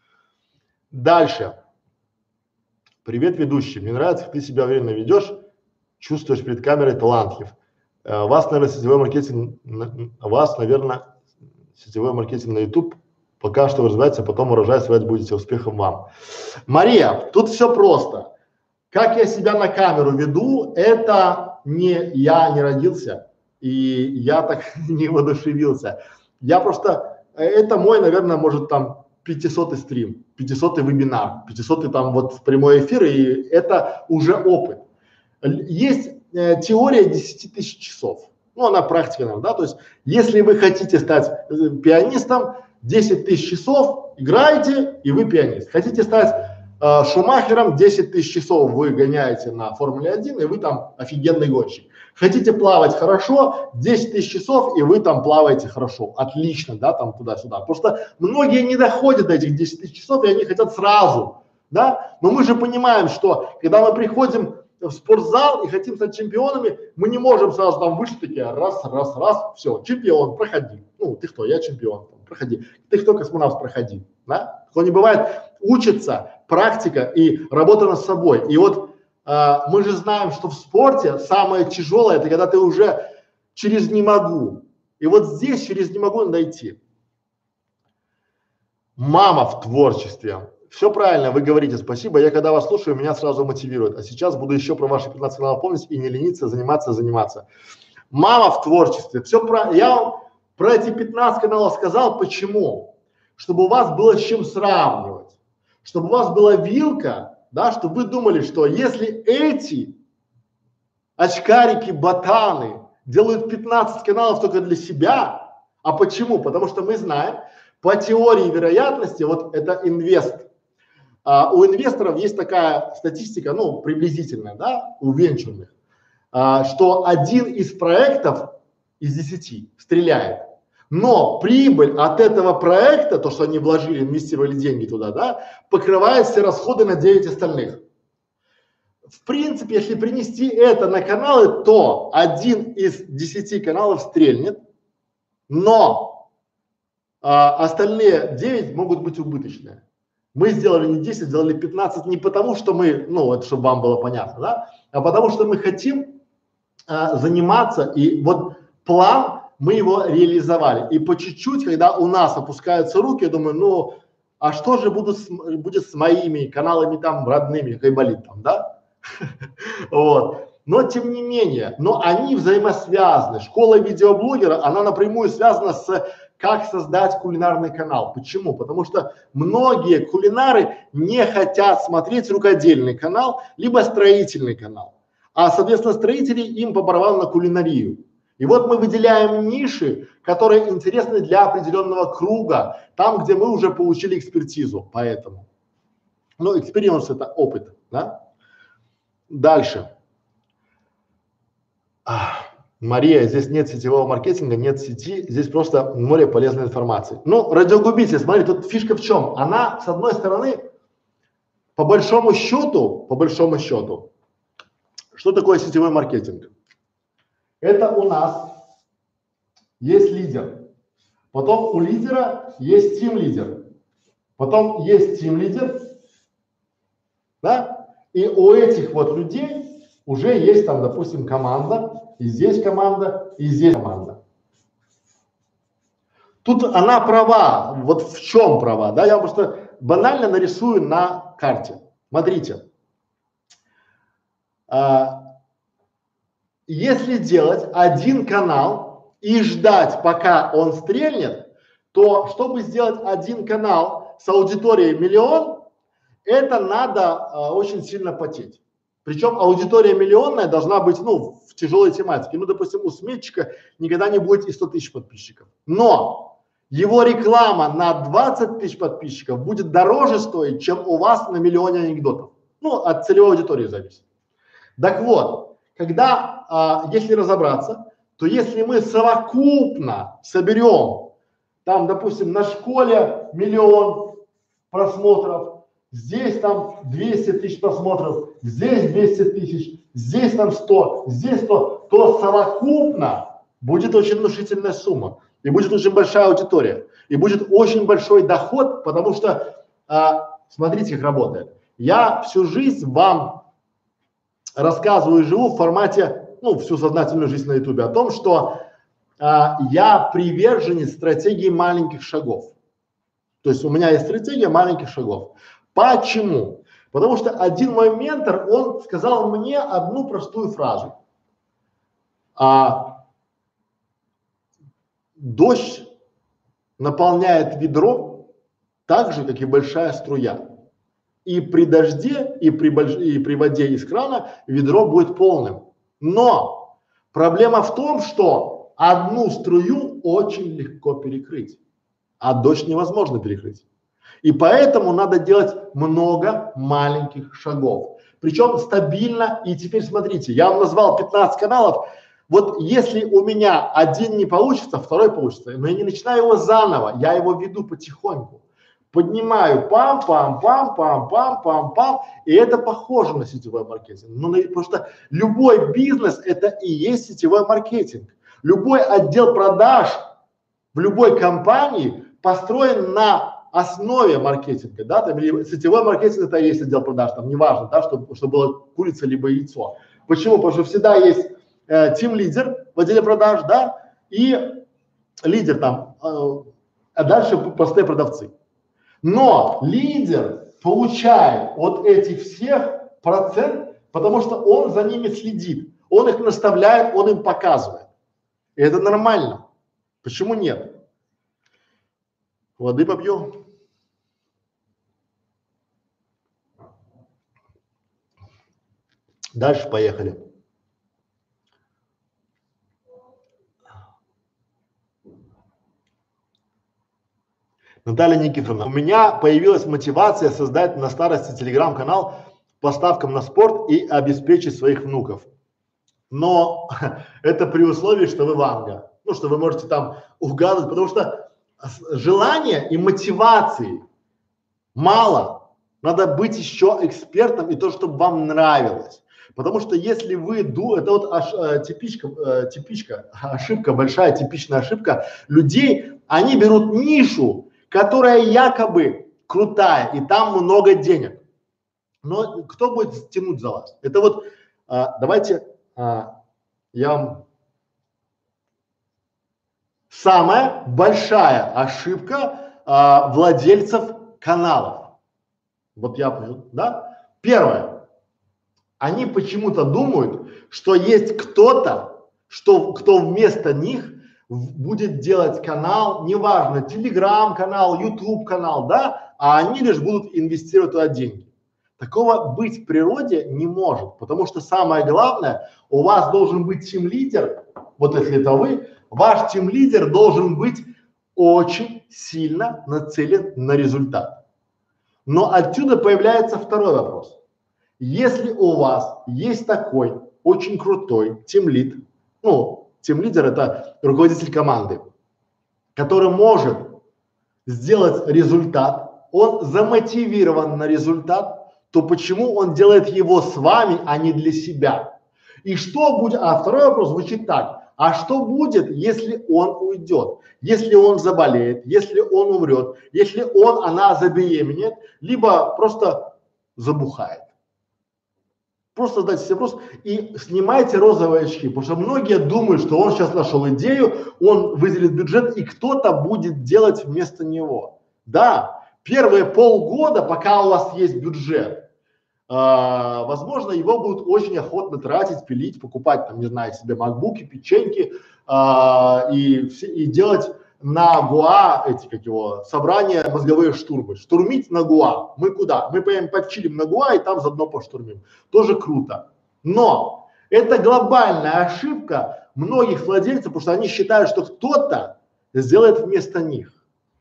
Дальше. Привет, ведущий. Мне нравится, как ты себя уверенно ведешь, чувствуешь перед камерой талантлив. Uh, вас, наверное, сетевой маркетинг, вас, наверное, сетевой маркетинг на YouTube пока что развивается, потом урожай связать будете, успехом вам. Мария, тут все просто. Как я себя на камеру веду, это не я не родился, и я так не воодушевился. Я просто, это мой, наверное, может там пятисотый стрим, пятисотый вебинар, пятисотый там вот прямой эфир, и это уже опыт. Есть э, теория десяти тысяч часов, ну она практика, наверное, да, то есть если вы хотите стать э, пианистом, десять тысяч часов играете, и вы пианист. Хотите стать э, Шумахером, десять тысяч часов вы гоняете на Формуле один, и вы там офигенный гонщик. Хотите плавать хорошо, десять тысяч часов, и вы там плаваете хорошо, отлично, да, там туда-сюда. Потому что многие не доходят до этих десяти тысяч часов, и они хотят сразу, да. Но мы же понимаем, что когда мы приходим в спортзал и хотим стать чемпионами, мы не можем сразу там вышли такие, раз, раз, раз, все, чемпион, проходи. Ну, ты кто? Я чемпион, проходи. Ты кто, космонавт, проходи, да? Кто не бывает, учится, практика и работа над собой. И вот э, мы же знаем, что в спорте самое тяжелое, это когда ты уже через не могу. И вот здесь через не могу надо идти. Мама в творчестве. Все правильно, вы говорите, спасибо. Я когда вас слушаю, меня сразу мотивирует. А сейчас буду еще про ваши пятнадцать каналов помнить и не лениться, заниматься, заниматься. Мама в творчестве. Все правильно. Я вам про эти пятнадцать каналов сказал, почему? Чтобы у вас было с чем сравнивать. Чтобы у вас была вилка, да, чтобы вы думали, что если эти очкарики, ботаны делают пятнадцать каналов только для себя, а почему? Потому что мы знаем, по теории вероятности, вот это инвест. А, у инвесторов есть такая статистика, ну, приблизительная, да, у венчурных, а, что один из проектов из десяти стреляет. Но прибыль от этого проекта, то, что они вложили, инвестировали деньги туда, да, покрывает все расходы на девять остальных. В принципе, если принести это на каналы, то один из десяти каналов стрельнет, но а, остальные девять могут быть убыточные. Мы сделали не десять, сделали пятнадцать не потому, что мы, ну, это чтобы вам было понятно, да, а потому что мы хотим а, заниматься, и вот план, мы его реализовали. И по чуть-чуть, когда у нас опускаются руки, я думаю, ну, а что же будут с, будет с моими каналами там родными, как болит там, да? Вот. Но тем не менее, но они взаимосвязаны. Школа видеоблогера, она напрямую связана с как создать кулинарный канал. Почему? Потому что многие кулинары не хотят смотреть рукодельный канал, либо строительный канал. А, соответственно, строители им по барабану на кулинарию. И вот мы выделяем ниши, которые интересны для определенного круга, там, где мы уже получили экспертизу. Поэтому, ну, экспириенс – это опыт, да? Дальше. Ах, Мария, здесь нет сетевого маркетинга, нет сети, здесь просто море полезной информации. Ну, радиогубитель, смотри, тут фишка в чем? Она, с одной стороны, по большому счету, по большому счету, что такое сетевой маркетинг? Это у нас есть лидер, потом у лидера есть тим-лидер, потом есть тим-лидер, да, и у этих вот людей уже есть там, допустим, команда, и здесь команда, и здесь команда. Тут она права, вот в чем права, да, я вам просто банально нарисую на карте. Смотрите, а, если делать один канал и ждать, пока он стрельнет, то чтобы сделать один канал с аудиторией миллион, это надо а, очень сильно потеть. Причем аудитория миллионная должна быть, ну, в тяжелой тематике. Ну, допустим, у Сметчика никогда не будет и сто тысяч подписчиков. Но его реклама на двадцать тысяч подписчиков будет дороже стоить, чем у вас на миллионе анекдотов. Ну, от целевой аудитории зависит. Так вот, когда, а, если разобраться, то если мы совокупно соберем, там, допустим, на школе миллион просмотров, здесь там двести тысяч просмотров, здесь двести тысяч, здесь там сто, здесь сто, то совокупно будет очень внушительная сумма и будет очень большая аудитория и будет очень большой доход, потому что а, смотрите, как работает. Я всю жизнь вам рассказываю и живу в формате, ну, всю сознательную жизнь на ютубе о том, что а, я приверженец стратегии маленьких шагов. То есть у меня есть стратегия маленьких шагов. Почему? Потому что один мой ментор, он сказал мне одну простую фразу. А, дождь наполняет ведро так же, как и большая струя. И при дожде, и при, больш... и при воде из крана ведро будет полным. Но проблема в том, что одну струю очень легко перекрыть, а дождь невозможно перекрыть. И поэтому надо делать много маленьких шагов. Причем стабильно. И теперь смотрите, я вам назвал пятнадцать каналов. Вот если у меня один не получится, второй получится, но я не начинаю его заново, я его веду потихоньку. Поднимаю пам-пам-пам-пам-пам-пам-пам, и это похоже на сетевой маркетинг. Ну, потому что любой бизнес – это и есть сетевой маркетинг. Любой отдел продаж в любой компании построен на основе маркетинга, да, там, или сетевой маркетинг – это и есть отдел продаж, там неважно, да, чтобы, чтобы было курица либо яйцо. Почему? Потому что всегда есть э, тим-лидер в отделе продаж, да, и лидер там, э, а дальше простые продавцы. Но лидер получает от этих всех процент, потому что он за ними следит, он их наставляет, он им показывает. И это нормально. Почему нет? Воды попью. Дальше поехали. Наталья Никифоровна, у меня появилась мотивация создать на старости телеграм-канал по ставкам на спорт и обеспечить своих внуков. Но это при условии, что вы ванга. Ну, что вы можете там угадывать, потому что желания и мотивации мало. Надо быть еще экспертом и то, чтобы вам нравилось. Потому что если вы, ду, это вот аж, э, типичка, э, типичка, ошибка, большая типичная ошибка людей, они берут нишу, которая якобы крутая, и там много денег. Но кто будет тянуть за вас? Это вот, а, давайте а, я вам… Самая большая ошибка а, владельцев каналов. Вот я понял, да? Первое. Они почему-то думают, что есть кто-то, что, кто вместо них будет делать канал, неважно, телеграм-канал, ютуб-канал, да, а они лишь будут инвестировать туда деньги. Такого быть в природе не может, потому что самое главное, у вас должен быть тим-лидер, вот если это вы, ваш тим-лидер должен быть очень сильно нацелен на результат. Но отсюда появляется второй вопрос. Если у вас есть такой очень крутой тим-лид, ну, тим-лидер – это руководитель команды, который может сделать результат, он замотивирован на результат, то почему он делает его с вами, а не для себя? И что будет, а второй вопрос звучит так, а что будет, если он уйдет, если он заболеет, если он умрет, если он, она забеременеет, либо просто забухает? Просто задайте себе вопрос и снимайте розовые очки, потому что многие думают, что он сейчас нашел идею, он выделит бюджет и кто-то будет делать вместо него. Да, первые полгода, пока у вас есть бюджет, э, возможно, его будут очень охотно тратить, пилить, покупать, там, не знаю, себе макбуки, печеньки э, и, и делать на Гоа эти, как его, собрания, мозговые штурмы. Штурмить на Гоа. Мы куда? Мы поедем почилим на Гоа и там заодно поштурмим. Тоже круто. Но это глобальная ошибка многих владельцев, потому что они считают, что кто-то сделает вместо них.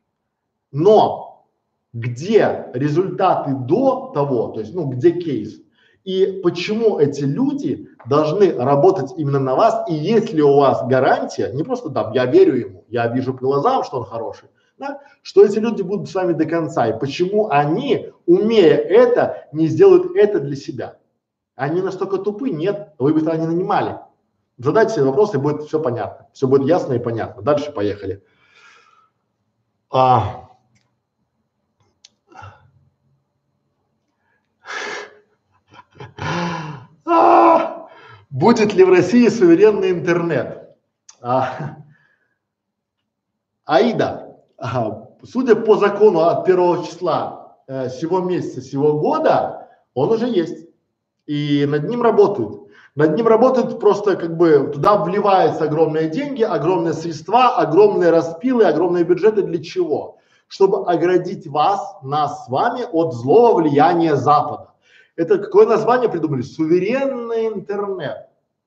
Но где результаты до того, то есть, ну, где кейс, и почему эти люди должны работать именно на вас, и если у вас гарантия, не просто там, я верю ему, я вижу по глазам, что он хороший, да, что эти люди будут с вами до конца, и почему они, умея это, не сделают это для себя. Они настолько тупы? Нет, вы бы тогда не нанимали. Задайте себе вопросы, и будет все понятно, все будет ясно и понятно. Дальше поехали. А, А, будет ли в России суверенный интернет? А, Аида, а, судя по закону от первого числа э, сего месяца, сего года, он уже есть. И над ним работают. Над ним работают просто как бы туда вливаются огромные деньги, огромные средства, огромные распилы, огромные бюджеты. Для чего? Чтобы оградить вас, нас с вами от злого влияния Запада. Это какое название придумали? Суверенный интернет.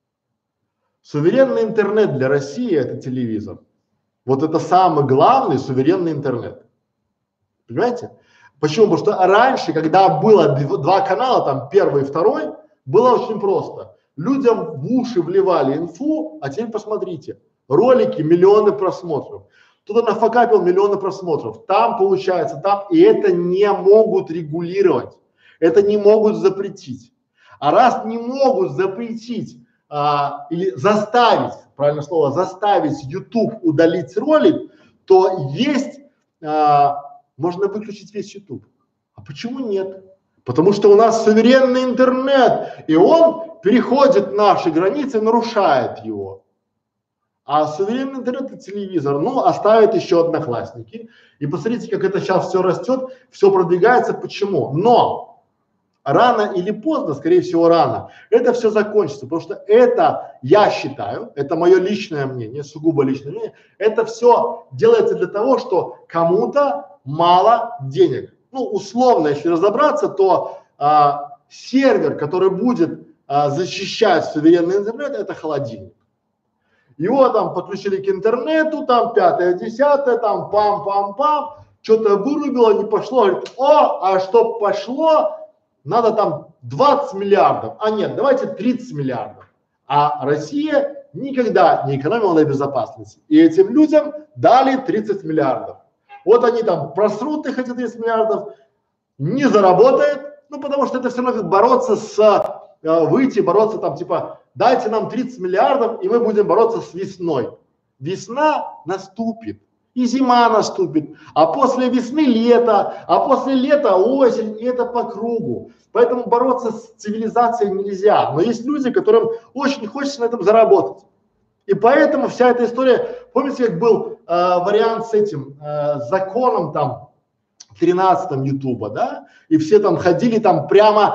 Суверенный интернет для России – это телевизор. Вот это самый главный суверенный интернет. Понимаете? Почему? Потому что раньше, когда было два канала, там первый и второй, было очень просто. Людям в уши вливали инфу, а теперь посмотрите. Ролики, миллионы просмотров. Кто-то нафакапил миллионы просмотров. Там получается, там, и это не могут регулировать. Это не могут запретить. А раз не могут запретить а, или заставить, правильное слово, заставить YouTube удалить ролик, то есть, а, можно выключить весь YouTube. А почему нет? Потому что у нас суверенный интернет, и он переходит наши границы, нарушает его. А суверенный интернет и телевизор, ну, оставят еще одноклассники. И посмотрите, как это сейчас все растет, все продвигается. Почему? Но рано или поздно, скорее всего рано, это все закончится, потому что это, я считаю, это мое личное мнение, сугубо личное мнение, это все делается для того, что кому-то мало денег. Ну, условно, если разобраться, то а, сервер, который будет а, защищать суверенный интернет, это холодильник. Его там подключили к интернету, там пятое, десятое, там пам-пам-пам, что-то вырубило, не пошло, говорит, о, а чтоб пошло, надо там двадцать миллиардов, а нет, давайте тридцать миллиардов. А Россия никогда не экономила на безопасности. И этим людям дали тридцать миллиардов. Вот они там просрут их эти тридцать миллиардов, не заработает, ну потому что это все равно как бороться с, э, выйти, бороться там типа, дайте нам тридцать миллиардов и мы будем бороться с весной. Весна наступит. И зима наступит, а после весны лето, а после лета осень, и это по кругу. Поэтому бороться с цивилизацией нельзя. Но есть люди, которым очень хочется на этом заработать. И поэтому вся эта история, помните, как был э, вариант с этим э, законом там тринадцатым Ютуба, да? И все там ходили там прямо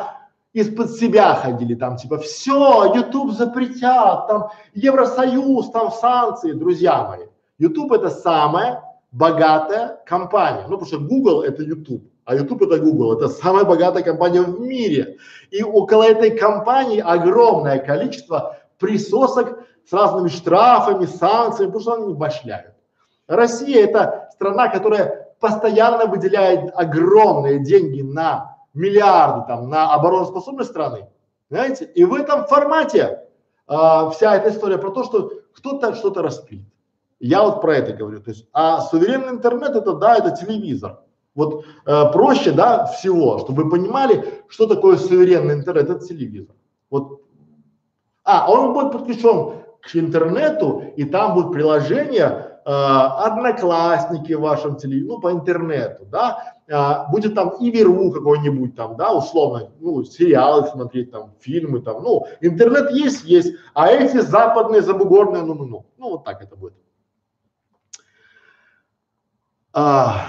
из-под себя ходили, там типа все, YouTube запретят, там Евросоюз, там санкции. Друзья мои, YouTube это самая богатая компания, ну потому что Google это YouTube, а YouTube это Google, это самая богатая компания в мире. И около этой компании огромное количество присосок с разными штрафами, санкциями, потому что они не башляют. Россия это страна, которая постоянно выделяет огромные деньги на миллиарды там на обороноспособность страны, знаете, и в этом формате а, вся эта история про то, что кто-то что-то распилит. Я вот про это говорю, то есть, а суверенный интернет это да, это телевизор. Вот э, проще, да, всего, чтобы вы понимали, что такое суверенный интернет, это телевизор. Вот, а он будет подключен к интернету, и там будут приложения. Одноклассники в вашем телевизоре, ну по интернету, да, а, будет там и Веру какой-нибудь там, да, условно, ну сериалы смотреть, там фильмы, там, ну интернет есть, есть, а эти западные забугорные, ну, ну, ну, ну вот так это будет. А...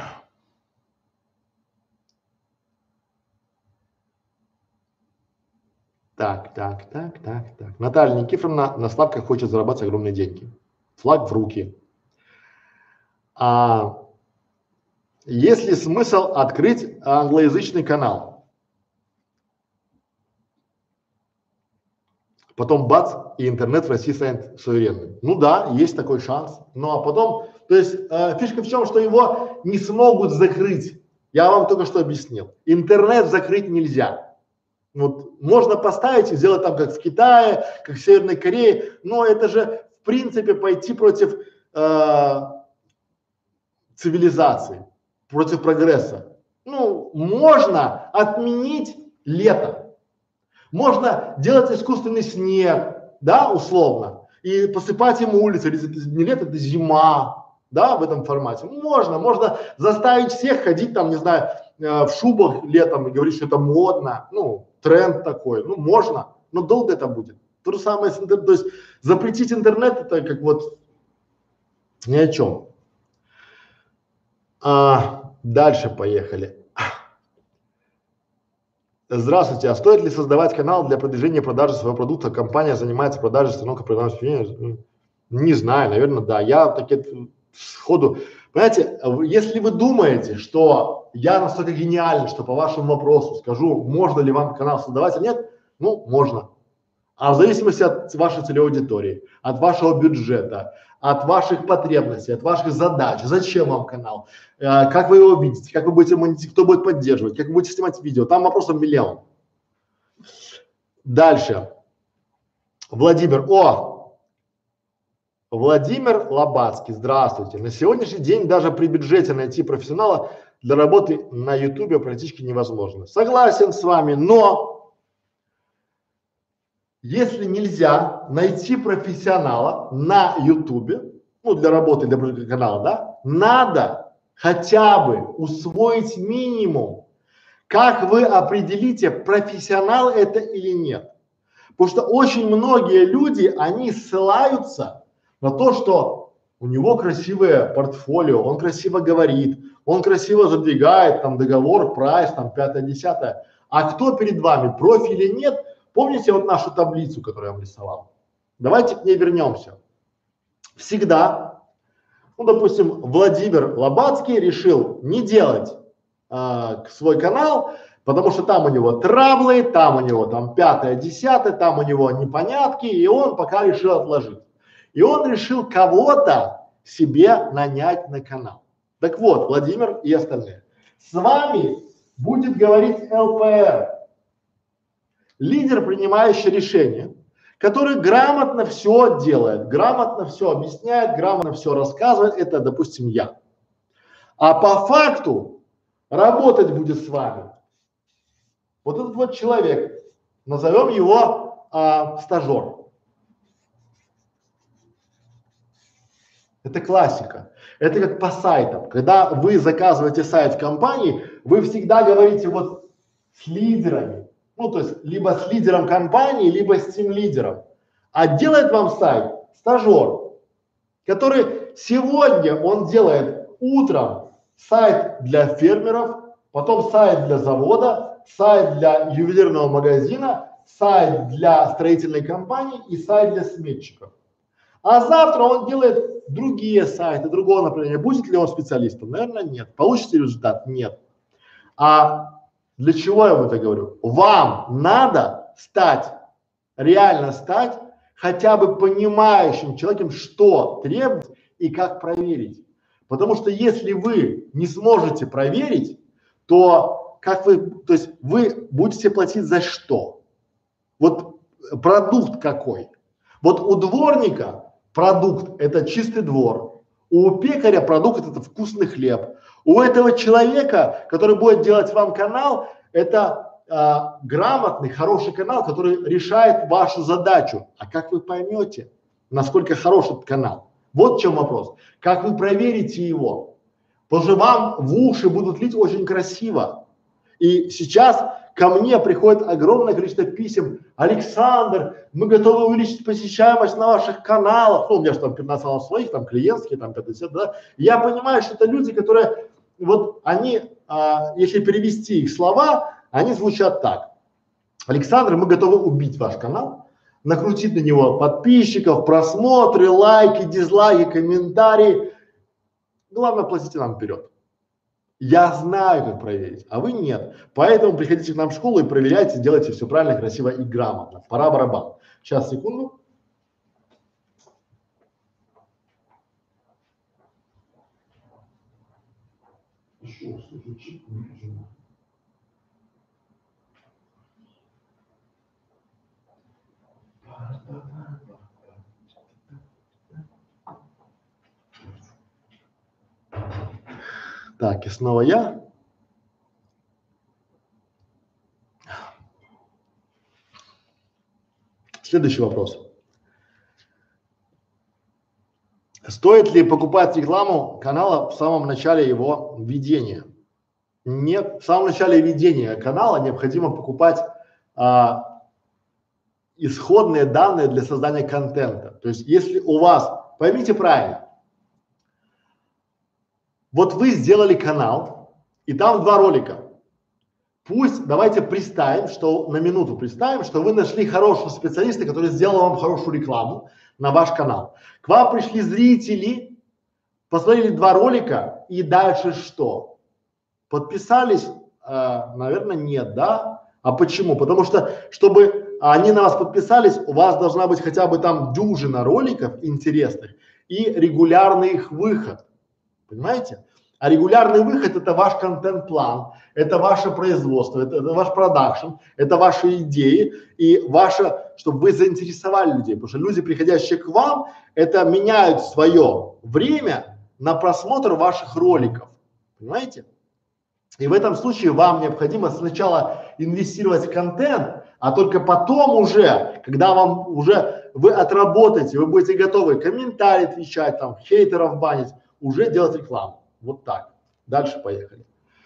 Так, так, так, так, так. Наталья Никифоровна на ставках хочет зарабатывать огромные деньги. Флаг в руки. А, есть ли смысл открыть англоязычный канал? Потом бац, и интернет в России станет суверенным. Ну да, есть такой шанс. Ну а потом, то есть э, фишка в чем, что его не смогут закрыть. Я вам только что объяснил. Интернет закрыть нельзя. Вот можно поставить и сделать там, как в Китае, как в Северной Корее, но это же в принципе пойти против э, цивилизации, против прогресса. Ну, можно отменить лето, можно делать искусственный снег, да, условно, и посыпать ему улицы, это не лето, это зима, да, в этом формате. Можно, можно заставить всех ходить там, не знаю, э, в шубах летом и говорить, что это модно, ну, тренд такой, ну, можно, но долго это будет. То же самое с интернетом, то есть запретить интернет это как вот ни о чем. А, дальше поехали. Здравствуйте, а стоит ли создавать канал для продвижения и продажи своего продукта? Компания занимается продажей станка программного. Не знаю, наверное, да. Я таки сходу, понимаете, если вы думаете, что я настолько гениальный, что по вашему вопросу скажу, можно ли вам канал создавать или нет, ну, можно. А в зависимости от вашей целевой аудитории, от вашего бюджета, от ваших потребностей, от ваших задач, зачем вам канал, э, как вы его видите, как вы будете монетизировать, кто будет поддерживать, как вы будете снимать видео, там вопросов миллион. Дальше. Владимир, о, Владимир Лобацкий, здравствуйте. На сегодняшний день даже при бюджете найти профессионала для работы на ютубе практически невозможно. Согласен с вами, но если нельзя найти профессионала на ютубе, ну для работы, для канала, да, надо хотя бы усвоить минимум, как вы определите, профессионал это или нет. Потому что очень многие люди, они ссылаются на то, что у него красивое портфолио, он красиво говорит, он красиво задвигает там договор, прайс, там пятое-десятое. А кто перед вами, профи или нет? Помните вот нашу таблицу, которую я вам рисовал? Давайте к ней вернемся. Всегда, ну, допустим, Владимир Лобацкий решил не делать э, свой канал, потому что там у него траблы, там у него там пятое, десятое, там у него непонятки, и он пока решил отложить. И он решил кого-то себе нанять на канал. Так вот, Владимир и остальные. С вами будет говорить эл пэ эр. Лидер, принимающий решения, который грамотно все делает, грамотно все объясняет, грамотно все рассказывает, это, допустим, я. А по факту работать будет с вами вот этот вот человек, назовем его а, стажер. Это классика. Это как по сайтам. Когда вы заказываете сайт в компании, вы всегда говорите вот с лидерами. Ну, то есть, либо с лидером компании, либо с тим-лидером. А делает вам сайт стажер, который сегодня он делает утром сайт для фермеров, потом сайт для завода, сайт для ювелирного магазина, сайт для строительной компании и сайт для сметчиков. А завтра он делает другие сайты, другого направления. Будет ли он специалистом? Наверное, нет. Получите результат? Нет. А для чего я вам это говорю? Вам надо стать, реально стать хотя бы понимающим человеком, что требовать и как проверить. Потому что если вы не сможете проверить, то как вы, то есть вы будете платить за что? Вот продукт какой? Вот у дворника продукт – это чистый двор, у пекаря продукт – это вкусный хлеб, у этого человека, который будет делать вам канал, это а, грамотный, хороший канал, который решает вашу задачу. А как вы поймете, насколько хорош этот канал? Вот в чем вопрос. Как вы проверите его? Потому что вам в уши будут лить очень красиво. И сейчас ко мне приходит огромное количество писем: Александр, мы готовы увеличить посещаемость на ваших каналах. Ну, у меня же там пятнадцать своих, там клиентские, там пятьдесят, да. Я понимаю, что это люди, которые, вот они, а, если перевести их слова, они звучат так: Александр, мы готовы убить ваш канал, накрутить на него подписчиков, просмотры, лайки, дизлайки, комментарии. Главное, платите нам вперед. Я знаю, как проверить, а вы нет. Поэтому приходите к нам в школу и проверяйте, делайте все правильно, красиво и грамотно. Пора барабан. Сейчас, секунду. Так, и снова я. Следующий вопрос. Стоит ли покупать рекламу канала в самом начале его ведения? Нет, в самом начале ведения канала необходимо покупать а, исходные данные для создания контента. То есть, если у вас, поймите правильно, вот вы сделали канал, и там два ролика. Пусть, давайте представим, что на минуту представим, что вы нашли хорошего специалиста, который сделал вам хорошую рекламу на ваш канал. К вам пришли зрители, посмотрели два ролика, и дальше что? Подписались? Э, наверное, нет, да? А почему? Потому что, чтобы они на вас подписались, у вас должна быть хотя бы там дюжина роликов интересных и регулярный их выход. Понимаете? А регулярный выход – это ваш контент-план, это ваше производство, это, это ваш продакшн, это ваши идеи и ваше, чтобы вы заинтересовали людей. Потому что люди, приходящие к вам, это меняют свое время на просмотр ваших роликов. Понимаете? И в этом случае вам необходимо сначала инвестировать в контент, а только потом уже, когда вам уже вы отработаете, вы будете готовы комментарии отвечать, там, хейтеров банить, уже делать рекламу. Вот так. Дальше поехали.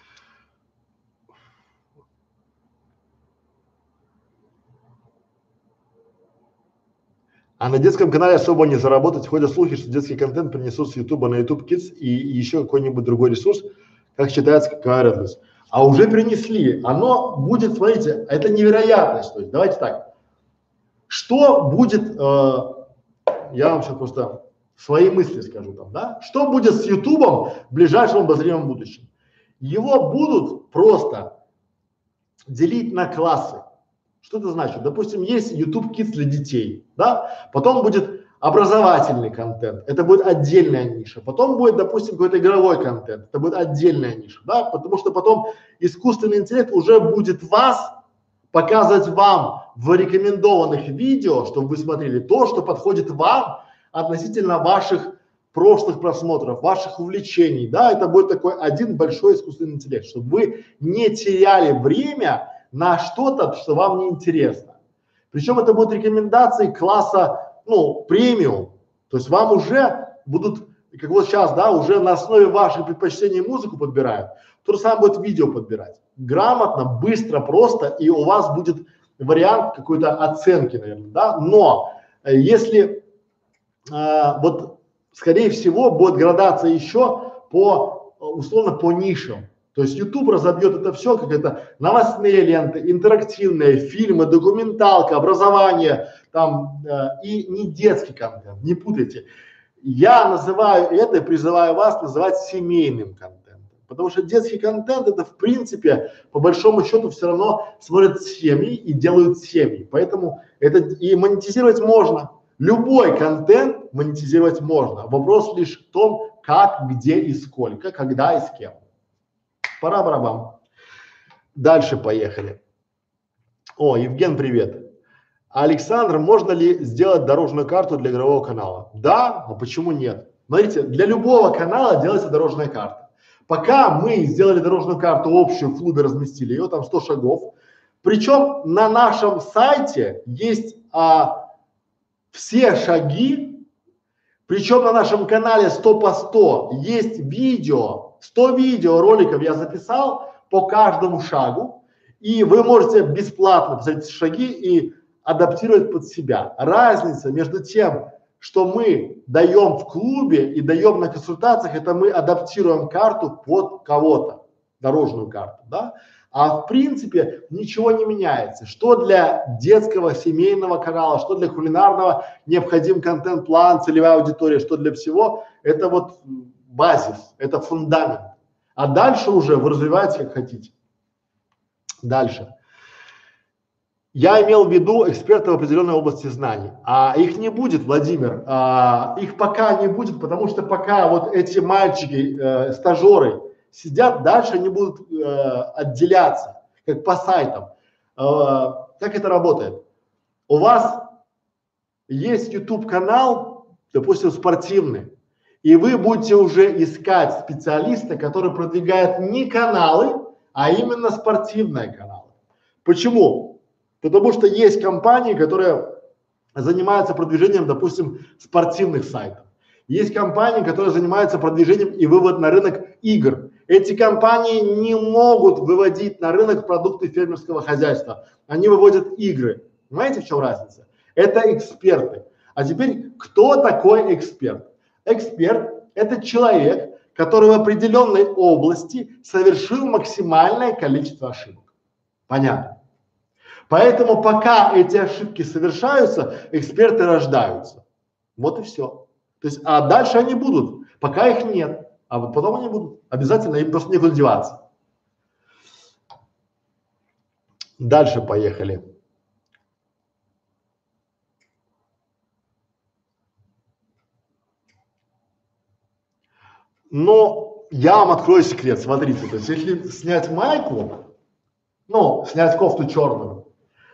А на детском канале особо не заработать. Ходят слухи, что детский контент принесут с Ютуба на YouTube Kids и, и еще какой-нибудь другой ресурс, как считается, как wireless. А уже принесли. Оно будет, смотрите, это невероятность. То есть, давайте так. Что будет, э, я вам сейчас просто свои мысли скажу там, да? Что будет с Ютубом в ближайшем обозримом будущем? Его будут просто делить на классы. Что это значит? Допустим, есть YouTube Kids для детей, да? Потом будет образовательный контент, это будет отдельная ниша. Потом будет, допустим, какой-то игровой контент, это будет отдельная ниша, да? Потому что потом искусственный интеллект уже будет вас показывать вам в рекомендованных видео, чтобы вы смотрели то, что подходит вам относительно ваших прошлых просмотров, ваших увлечений, да, это будет такой один большой искусственный интеллект, чтобы вы не теряли время на что-то, что вам не интересно. Причем это будут рекомендации класса, ну, премиум, то есть вам уже будут, как вот сейчас, да, уже на основе ваших предпочтений музыку подбирают, то же самое будет видео подбирать. Грамотно, быстро, просто, и у вас будет вариант какой-то оценки, наверное, да, но э, если А, вот, скорее всего, будет градация еще по, условно, по нишам. То есть YouTube разобьет это все, как это новостные ленты, интерактивные фильмы, документалка, образование, там э, и не детский контент, не путайте. Я называю это и призываю вас называть семейным контентом, потому что детский контент это в принципе по большому счету все равно смотрят семьи и делают семьи, поэтому это и монетизировать можно. Любой контент монетизировать можно. Вопрос лишь в том, как, где и сколько, когда и с кем. Пора барабан. Дальше поехали. О, Евген, привет. Александр, можно ли сделать дорожную карту для игрового канала? Да, а почему нет? Смотрите, для любого канала делается дорожная карта. Пока мы сделали дорожную карту общую, в клубе разместили ее, там сто шагов. Причем на нашем сайте есть а, все шаги, причем на нашем канале сто по сто есть видео, сто видеороликов я записал по каждому шагу, и вы можете бесплатно посмотреть шаги и адаптировать под себя. Разница между тем, что мы даем в клубе и даем на консультациях, это мы адаптируем карту под кого-то, дорожную карту, да? А в принципе ничего не меняется. Что для детского семейного канала, что для кулинарного необходим контент-план, целевая аудитория, что для всего, это вот базис, это фундамент. А дальше уже вы развиваете как хотите. Дальше. Я имел в виду экспертов в определенной области знаний, а их не будет, Владимир, а, их пока не будет, потому что пока вот эти мальчики, э, стажеры сидят, дальше они будут э, отделяться, как по сайтам. Э, как это работает? У вас есть YouTube канал, допустим, спортивный, и вы будете уже искать специалиста, который продвигает не каналы, а именно спортивные каналы. Почему? Потому что есть компании, которые занимаются продвижением, допустим, спортивных сайтов. Есть компании, которые занимаются продвижением и вывод на рынок игр. Эти компании не могут выводить на рынок продукты фермерского хозяйства. Они выводят игры. Понимаете, в чем разница? Это эксперты. А теперь, кто такой эксперт? Эксперт – это человек, который в определенной области совершил максимальное количество ошибок. Понятно? Поэтому пока эти ошибки совершаются, эксперты рождаются. Вот и все. То есть, а дальше они будут, пока их нет, а вот потом они будут. Обязательно, им просто некуда деваться. Дальше поехали. Но я вам открою секрет, смотрите, то есть если снять майку, ну, снять кофту черную,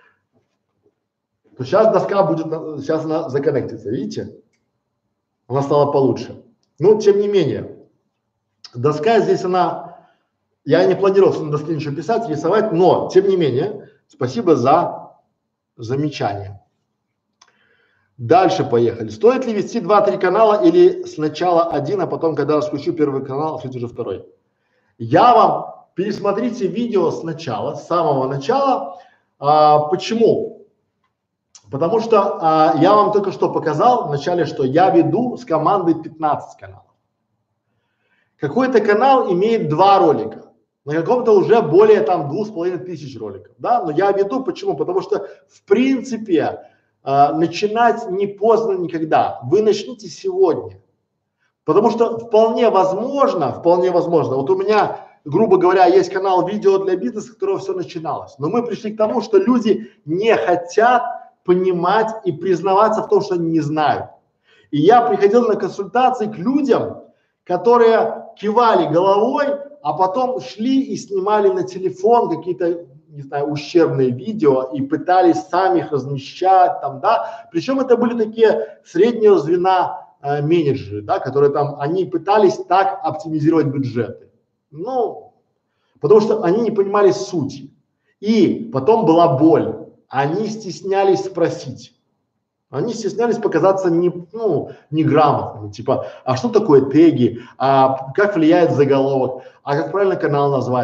то сейчас доска будет, сейчас она законнектится, видите? Она стала получше. Но тем не менее, доска здесь она, я не планировал на доске ничего писать, рисовать, но тем не менее, спасибо за замечание. Дальше поехали. Стоит ли вести два-три канала или сначала один, а потом, когда раскручу первый канал, открыть уже второй? Я вам, пересмотрите видео сначала, с самого начала. А, почему? Потому что а, я вам только что показал вначале, что я веду с командой пятнадцать каналов. Какой-то канал имеет два ролика, на каком-то уже более там двух с половиной тысяч роликов, да, но я веду, почему? Потому что в принципе э, начинать не поздно никогда, вы начните сегодня, потому что вполне возможно, вполне возможно, вот у меня, грубо говоря, есть канал видео для бизнеса, с которого все начиналось, но мы пришли к тому, что люди не хотят понимать и признаваться в том, что они не знают. И я приходил на консультации к людям, которые кивали головой, а потом шли и снимали на телефон какие-то, не знаю, ущербные видео и пытались сами их размещать там, да. Причем это были такие среднего звена э, менеджеры, да, которые там, они пытались так оптимизировать бюджеты. Ну, потому что они не понимали сути. И потом была боль. Они стеснялись спросить. Они стеснялись показаться не, ну, неграмотными, типа, а что такое теги, а как влияет заголовок, а как правильно канал назвать,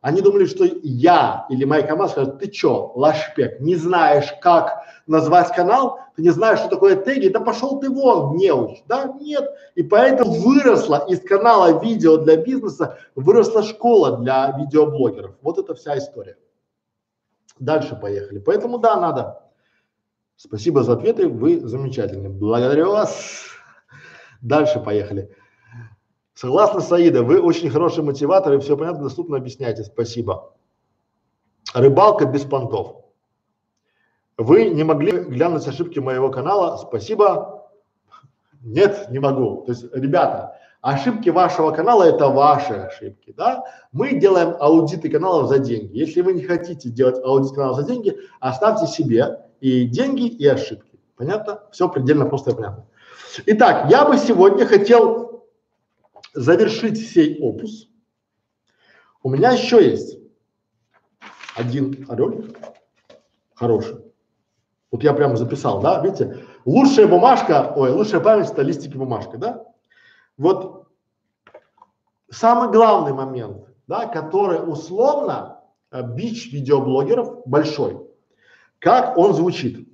Они думали, что я или моя команда скажут: ты чё, лашпек, не знаешь, как назвать канал, ты не знаешь, что такое теги, да пошел ты вон, неуч, да? Нет. И поэтому выросла из канала видео для бизнеса, выросла школа для видеоблогеров. Вот это вся история. Дальше поехали. Поэтому да, надо. Спасибо за ответы, вы замечательны. Благодарю вас. Дальше поехали. Согласна, Саида, вы очень хороший мотиватор и все понятно, доступно объясняете. Спасибо. Рыбалка без понтов. Вы не могли глянуть ошибки моего канала? Спасибо. Нет, не могу. То есть, ребята, ошибки вашего канала – это ваши ошибки, да? Мы делаем аудиты каналов за деньги. Если вы не хотите делать аудит каналов за деньги, оставьте себе и деньги, и ошибки. Понятно? Все предельно просто и понятно. Итак, я бы сегодня хотел завершить сей опус. У меня еще есть один ролик хороший. Вот я прямо записал, да, видите, лучшая бумажка, ой, лучшая память – это листики бумажка, да. Вот самый главный момент, да, который условно э, бич видеоблогеров большой. Как он звучит?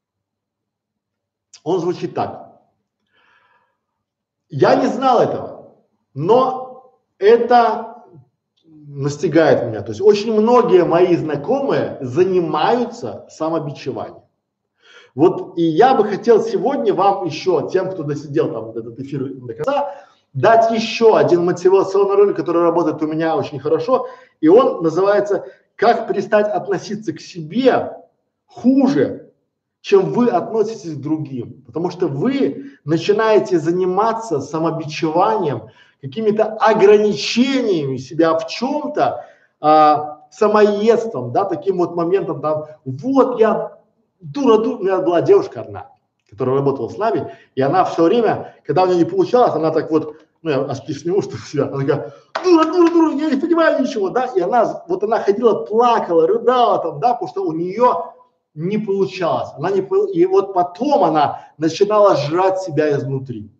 Он звучит так. Я не знал этого, но это настигает меня. То есть очень многие мои знакомые занимаются самобичеванием. Вот и я бы хотел сегодня вам еще, тем, кто досидел там этот эфир до конца, дать еще один мотивационный ролик, который работает у меня очень хорошо, и он называется «Как перестать относиться к себе хуже, чем вы относитесь к другим». Потому что вы начинаете заниматься самобичеванием, какими-то ограничениями себя в чем-то, а, самоедством, да, таким вот моментом там, вот я дура, дура, у меня была девушка одна, которая работала с нами, и она все время, когда у нее не получалось, она так вот, ну я аж сниму, что себя, она такая, дура, дура, дура, я не понимаю ничего, да, и она, вот она ходила, плакала, рыдала там, да, потому что у нее не получалось, она не, и вот потом она начинала жрать себя изнутри.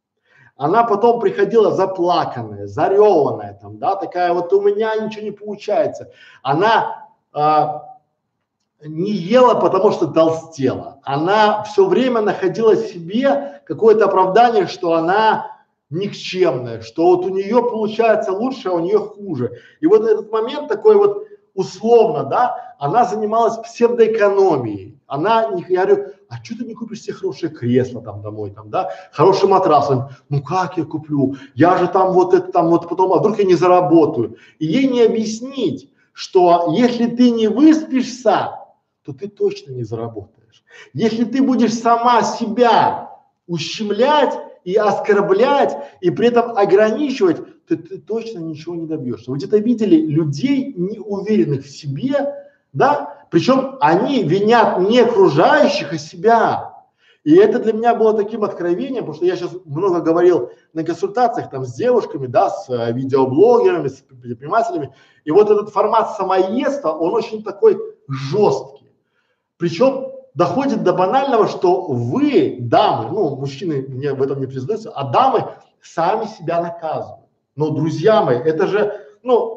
Она потом приходила заплаканная, зареванная там, да, такая вот у меня ничего не получается. Она а, не ела, потому что толстела. Она все время находила себе какое-то оправдание, что она никчемная, что вот у нее получается лучше, а у нее хуже. И вот этот момент такой вот условно, да, она занималась псевдоэкономией. Она, не, я говорю, а что ты не купишь себе хорошее кресло там домой, там, да, хороший матрас? Он, ну как я куплю? Я же там вот это там вот потом, а вдруг я не заработаю? И ей не объяснить, что если ты не выспишься, то ты точно не заработаешь. Если ты будешь сама себя ущемлять и оскорблять, и при этом ограничивать, то ты точно ничего не добьешься. Вы где-то видели людей, неуверенных в себе, да? Причем они винят не окружающих, а себя. И это для меня было таким откровением, потому что я сейчас много говорил на консультациях там с девушками, да, с э, видеоблогерами, с предпринимателями. И вот этот формат самоедства, он очень такой жесткий. Причем доходит до банального, что вы, дамы, ну, мужчины мне в этом не признаются, а дамы сами себя наказывают. Но, друзья мои, это же, ну,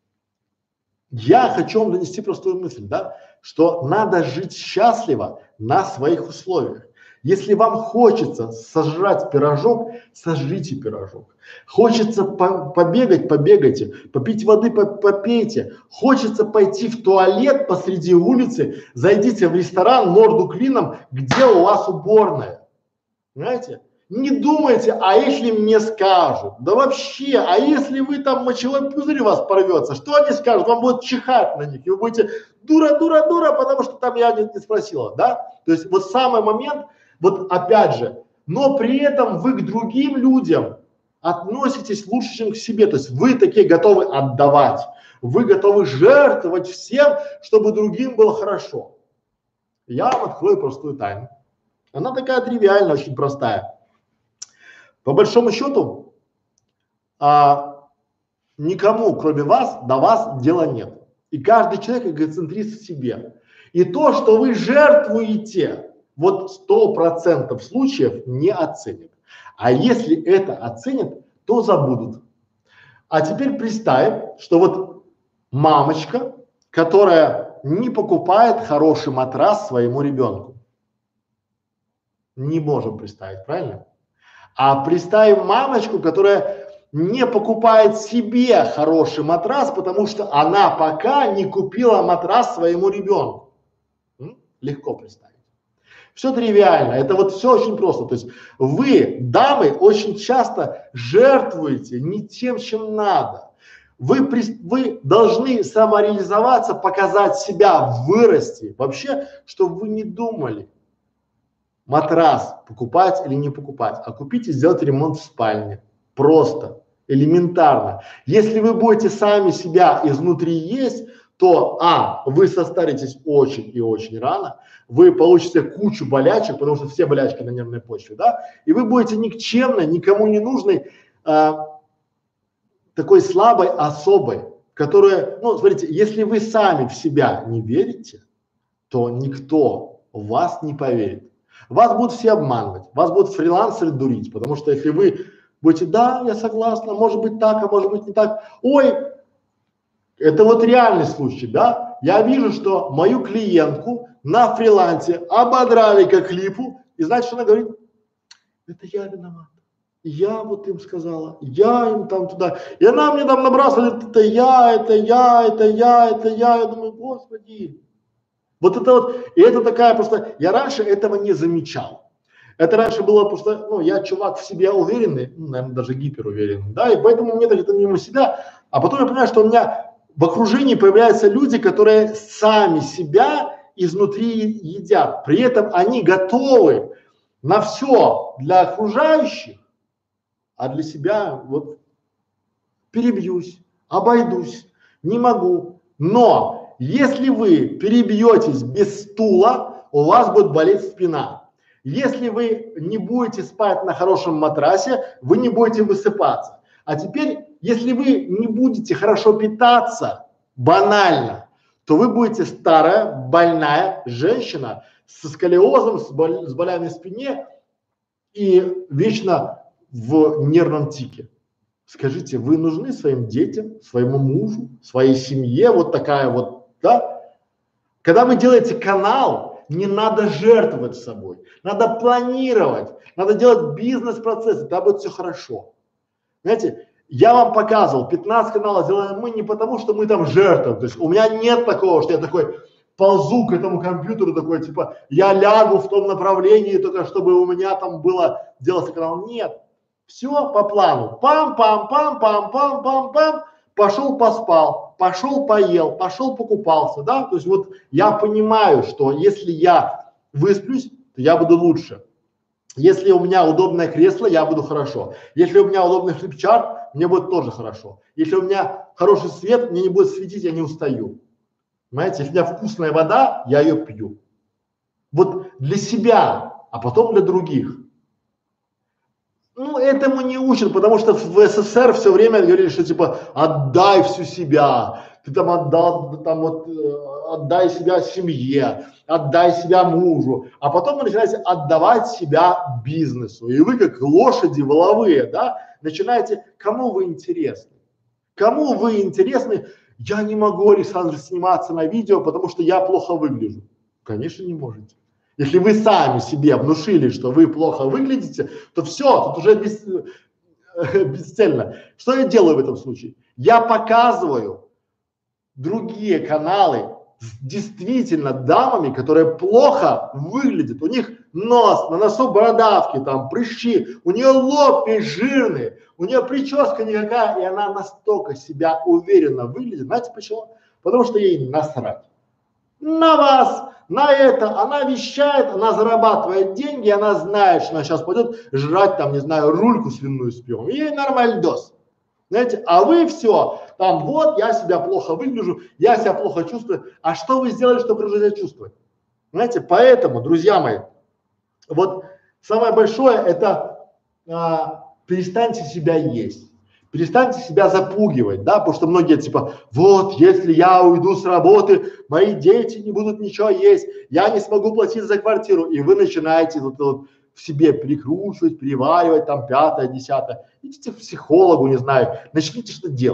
я хочу вам донести простую мысль, да, что надо жить счастливо на своих условиях. Если вам хочется сожрать пирожок, сожрите пирожок. Хочется по побегать, побегайте, попить воды, попейте. Хочется пойти в туалет посреди улицы, зайдите в ресторан, морду клином, где у вас уборная. Понимаете? Не думайте, а если мне скажут? Да вообще, а если вы там мочевой пузырь у вас порвется, что они скажут? Вам будут чихать на них, и вы будете дура, дура, дура, потому что там я не, не спросила, да? То есть вот самый момент, вот опять же, но при этом вы к другим людям относитесь лучше, чем к себе. То есть вы такие готовы отдавать, вы готовы жертвовать всем, чтобы другим было хорошо. Я вам открою простую тайну. Она такая тривиальная, очень простая. По большому счету, а, никому, кроме вас, до вас дела нет. И каждый человек эгоцентрист в себе. И то, что вы жертвуете, вот сто процентов случаев не оценят. А если это оценят, то забудут. А теперь представим, что вот мамочка, которая не покупает хороший матрас своему ребенку. Не можем представить, правильно? А представим мамочку, которая не покупает себе хороший матрас, потому что она пока не купила матрас своему ребенку. М? Легко представить. Все тривиально, это вот все очень просто. То есть вы, дамы, очень часто жертвуете не тем, чем надо. Вы, при, вы должны самореализоваться, показать себя, вырасти. Вообще, чтобы вы не думали, матрас покупать или не покупать, а купить и сделать ремонт в спальне. Просто, элементарно. Если вы будете сами себя изнутри есть, то а, вы состаритесь очень и очень рано, вы получите кучу болячек, потому что все болячки на нервной почве, да, и вы будете никчемной, никому не нужной, а, такой слабой особой, которая, ну, смотрите, если вы сами в себя не верите, то никто в вас не поверит. Вас будут все обманывать, вас будут фрилансеры дурить, потому что если вы будете, да, я согласна, может быть так, а может быть не так, ой, это вот реальный случай, да, я вижу, что мою клиентку на фрилансе ободрали как липу, и знаете, что она говорит? Это я виновата. Я вот им сказала, я им там туда, и она мне там набрасывает, это я, это я, это я, это я, я думаю, господи. Вот это вот, и это такая просто, я раньше этого не замечал. Это раньше было просто, ну, я чувак в себе уверенный, ну, наверное, даже гиперуверенный, да, и поэтому мне так это мимо себя, а потом я понимаю, что у меня в окружении появляются люди, которые сами себя изнутри едят, при этом они готовы на все для окружающих, а для себя вот перебьюсь, обойдусь, не могу, но если вы перебьетесь без стула, у вас будет болеть спина. Если вы не будете спать на хорошем матрасе, вы не будете высыпаться. А теперь, если вы не будете хорошо питаться, банально, то вы будете старая, больная женщина со сколиозом, с, боль, с болями в спине и вечно в нервном тике. Скажите, вы нужны своим детям, своему мужу, своей семье, вот такая вот, да? Когда вы делаете канал, не надо жертвовать собой, надо планировать, надо делать бизнес-процесс, тогда будет все хорошо. Знаете, я вам показывал, пятнадцать каналов делаем мы не потому, что мы там жертвуем, то есть у меня нет такого, что я такой ползу к этому компьютеру, такой типа, я лягу в том направлении, только чтобы у меня там было делаться канал, нет. Все по плану, пам-пам-пам-пам-пам-пам-пам, пошел поспал, пошел поел, пошел покупался, да, то есть вот я понимаю, что если я высплюсь, то я буду лучше. Если у меня удобное кресло, я буду хорошо. Если у меня удобный флипчарт, мне будет тоже хорошо. Если у меня хороший свет, мне не будет светить, я не устаю. Понимаете, если у меня вкусная вода, я ее пью. Вот для себя, а потом для других. Ну, этому не учат, потому что в СССР все время говорили, что типа отдай всю себя, ты там отдал, там вот отдай себя семье, отдай себя мужу, а потом вы начинаете отдавать себя бизнесу, и вы как лошади воловые, да, начинаете, кому вы интересны, кому вы интересны, я не могу, Александр, сниматься на видео, потому что я плохо выгляжу. Конечно, не можете. Если вы сами себе внушили, что вы плохо выглядите, то все, тут уже без, э, бесцельно. Что я делаю в этом случае? Я показываю другие каналы с действительно дамами, которые плохо выглядят. У них нос, на носу бородавки, там прыщи, у нее лоб весь жирный, у нее прическа никакая, и она настолько себя уверенно выглядит. Знаете почему? Потому что ей насрать на вас, на это, она вещает, она зарабатывает деньги, она знает, что она сейчас пойдет жрать там, не знаю, рульку свиную с пивом, ей нормальдос, знаете, а вы все, там вот, я себя плохо выгляжу, я себя плохо чувствую, а что вы сделали, чтобы себя чувствовать? Знаете, поэтому, друзья мои, вот самое большое это а, перестаньте себя есть. Перестаньте себя запугивать, да, потому что многие типа, вот, если я уйду с работы, мои дети не будут ничего есть, я не смогу платить за квартиру, и вы начинаете вот, вот в себе перекручивать, переваривать, там, пятое, десятое, идите к психологу, не знаю, начните что делать.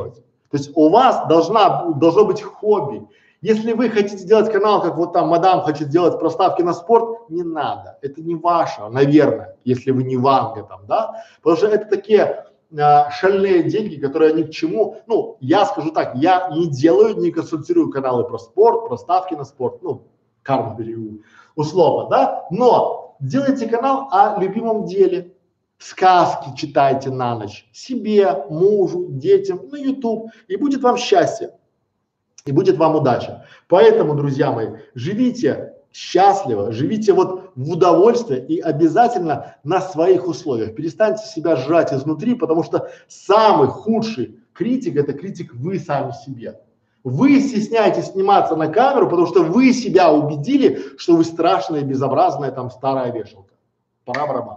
То есть у вас должна, должно быть хобби. Если вы хотите сделать канал, как вот там мадам хочет делать проставки на спорт, не надо. Это не ваше, наверное, если вы не Ванга там, да? Потому что это такие а, шальные деньги, которые ни к чему. Ну, я скажу так, я не делаю, не консультирую каналы про спорт, про ставки на спорт, ну, карму беру условно, да? Но делайте канал о любимом деле. Сказки читайте на ночь себе, мужу, детям, на YouTube, и будет вам счастье, и будет вам удача. Поэтому, друзья мои, живите счастливо, живите вот в удовольствии и обязательно на своих условиях. Перестаньте себя жрать изнутри, потому что самый худший критик – это критик вы сами себе. Вы стесняетесь сниматься на камеру, потому что вы себя убедили, что вы страшная, безобразная там старая вешалка. Пора барабан.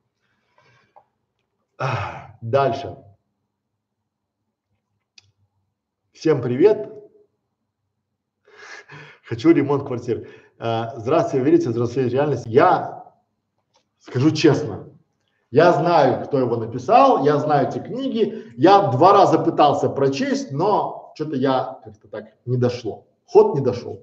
Дальше. Всем привет. Хочу ремонт квартиры. А, здравствуйте, верите в взрослую реальность? Я скажу честно, я знаю, кто его написал, я знаю эти книги, я два раза пытался прочесть, но что-то я как-то так не дошло. Ход не дошел.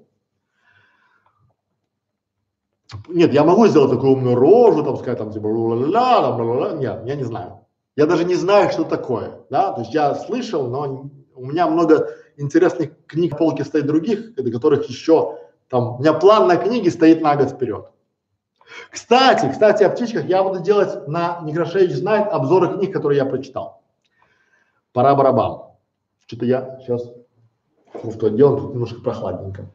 Нет, я могу сделать такую умную рожу, там сказать там типа ла-ла-ла, ла-ла-ла. Нет, я не знаю. Я даже не знаю, что такое, да, то есть я слышал, но у меня много интересных книг на полке стоит других, до которых еще там, у меня план на книги стоит на год вперед. Кстати, кстати, о птичках я буду делать на Некрашевич знает обзоры книг, которые я прочитал. Пора барабан. Что-то я сейчас кофту одел, тут немножко прохладненько.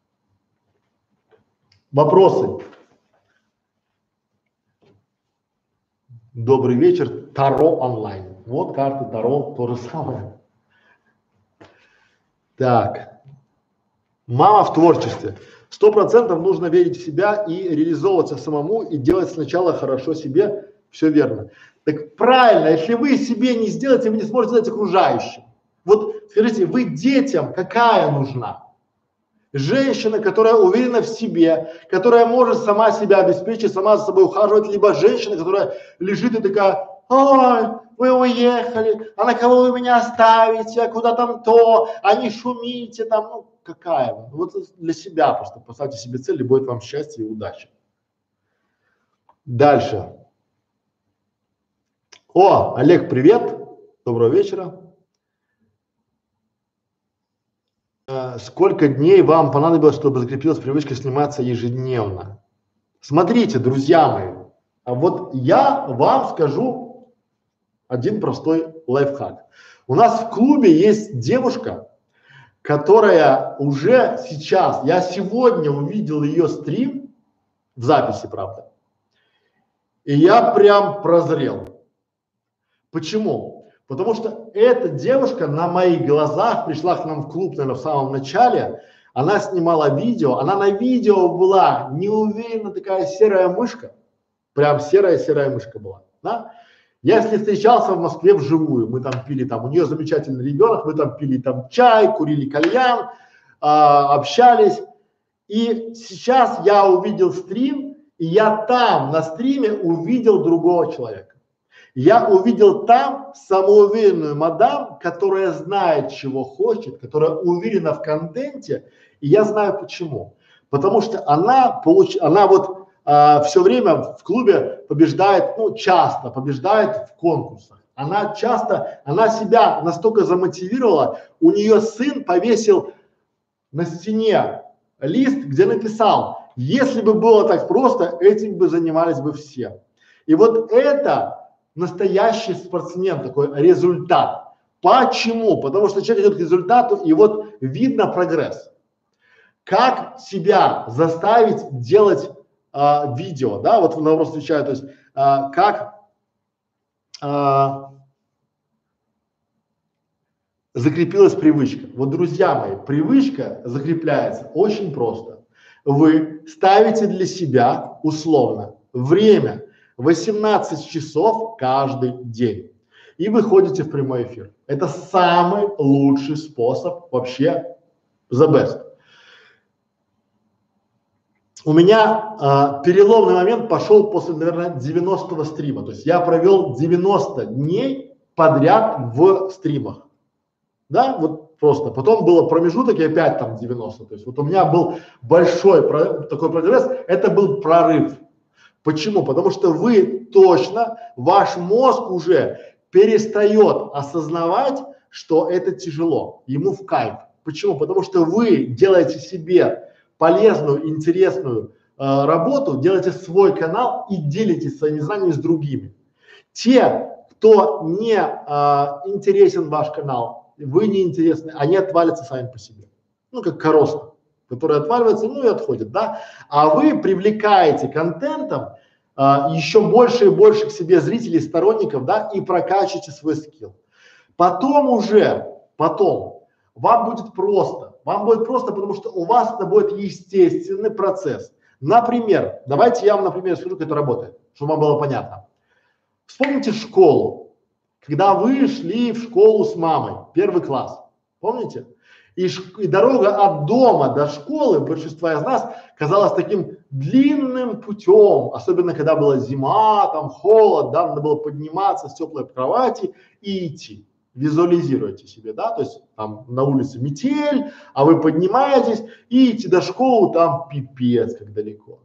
Вопросы? Добрый вечер, Таро онлайн. Вот карты Таро, то же самое. Так, мама в творчестве. Сто процентов нужно верить в себя и реализовываться самому и делать сначала хорошо себе, все верно. Так правильно, если вы себе не сделаете, вы не сможете сделать окружающим. Вот скажите, вы детям какая нужна? Женщина, которая уверена в себе, которая может сама себя обеспечить, сама за собой ухаживать, либо женщина, которая лежит и такая: ой, вы уехали, а на кого вы меня оставите, а куда там то, а не шумите там, ну какая вы? Вот для себя просто поставьте себе цель, и будет вам счастье и удача. Дальше. О, Олег, привет, доброго вечера. Сколько дней вам понадобилось, чтобы закрепилась привычка сниматься ежедневно? Смотрите, друзья мои, а вот я вам скажу один простой лайфхак. У нас в клубе есть девушка, которая уже сейчас, я сегодня увидел ее стрим, в записи, правда, и я прям прозрел. Почему? Потому что эта девушка на моих глазах пришла к нам в клуб, наверное, в самом начале, она снимала видео, она на видео была неуверенно такая серая мышка, прям серая-серая мышка была, да? Я с ней встречался в Москве вживую, мы там пили, там у нее замечательный ребенок, мы там пили там чай, курили кальян, а, общались, и сейчас я увидел стрим, и я там на стриме увидел другого человека. Я увидел там самоуверенную мадам, которая знает, чего хочет, которая уверена в контенте, и я знаю почему. Потому что она получ... она вот а, все время в клубе побеждает, ну часто побеждает в конкурсах. Она часто, она себя настолько замотивировала, у нее сын повесил на стене лист, где написал: если бы было так просто, этим бы занимались бы все. И вот это настоящий спортсмен, такой результат. Почему? Потому что человек идет к результату, и вот видно прогресс. Как себя заставить делать а, видео, да, вот на вопрос отвечаю, то есть а, как а, закрепилась привычка. Вот, друзья мои, привычка закрепляется очень просто. Вы ставите для себя условно время восемнадцать часов каждый день и выходите в прямой эфир. Это самый лучший способ, вообще the best. У меня а, переломный момент пошел после, наверное, девяностого стрима. То есть я провел девяносто дней подряд в стримах. да, вот просто. Потом был промежуток и опять там девяносто. То есть вот у меня был большой про, такой прогресс, это был прорыв. Почему? Потому что вы точно, ваш мозг уже перестает осознавать, что это тяжело, ему в кайф. Почему? Потому что вы делаете себе полезную, интересную э, работу, делаете свой канал и делитесь своими знаниями с другими. Те, кто не э, интересен ваш канал, вы не интересны, они отвалятся сами по себе. Ну, как короста, которая отваливается, ну и отходит, да. А вы привлекаете контентом а, еще больше и больше к себе зрителей, сторонников, да, и прокачиваете свой скилл. Потом уже, потом, вам будет просто, вам будет просто, потому что у вас это будет естественный процесс. Например, давайте я вам, например, скажу, как это работает, чтобы вам было понятно. Вспомните школу, когда вы шли в школу с мамой, первый класс, помните? И, и дорога от дома до школы большинства из нас казалась таким длинным путем, особенно когда была зима, там холод, да, надо было подниматься с теплой кровати и идти. Визуализируйте себе, да, то есть там на улице метель, а вы поднимаетесь и идти до школы, там пипец как далеко.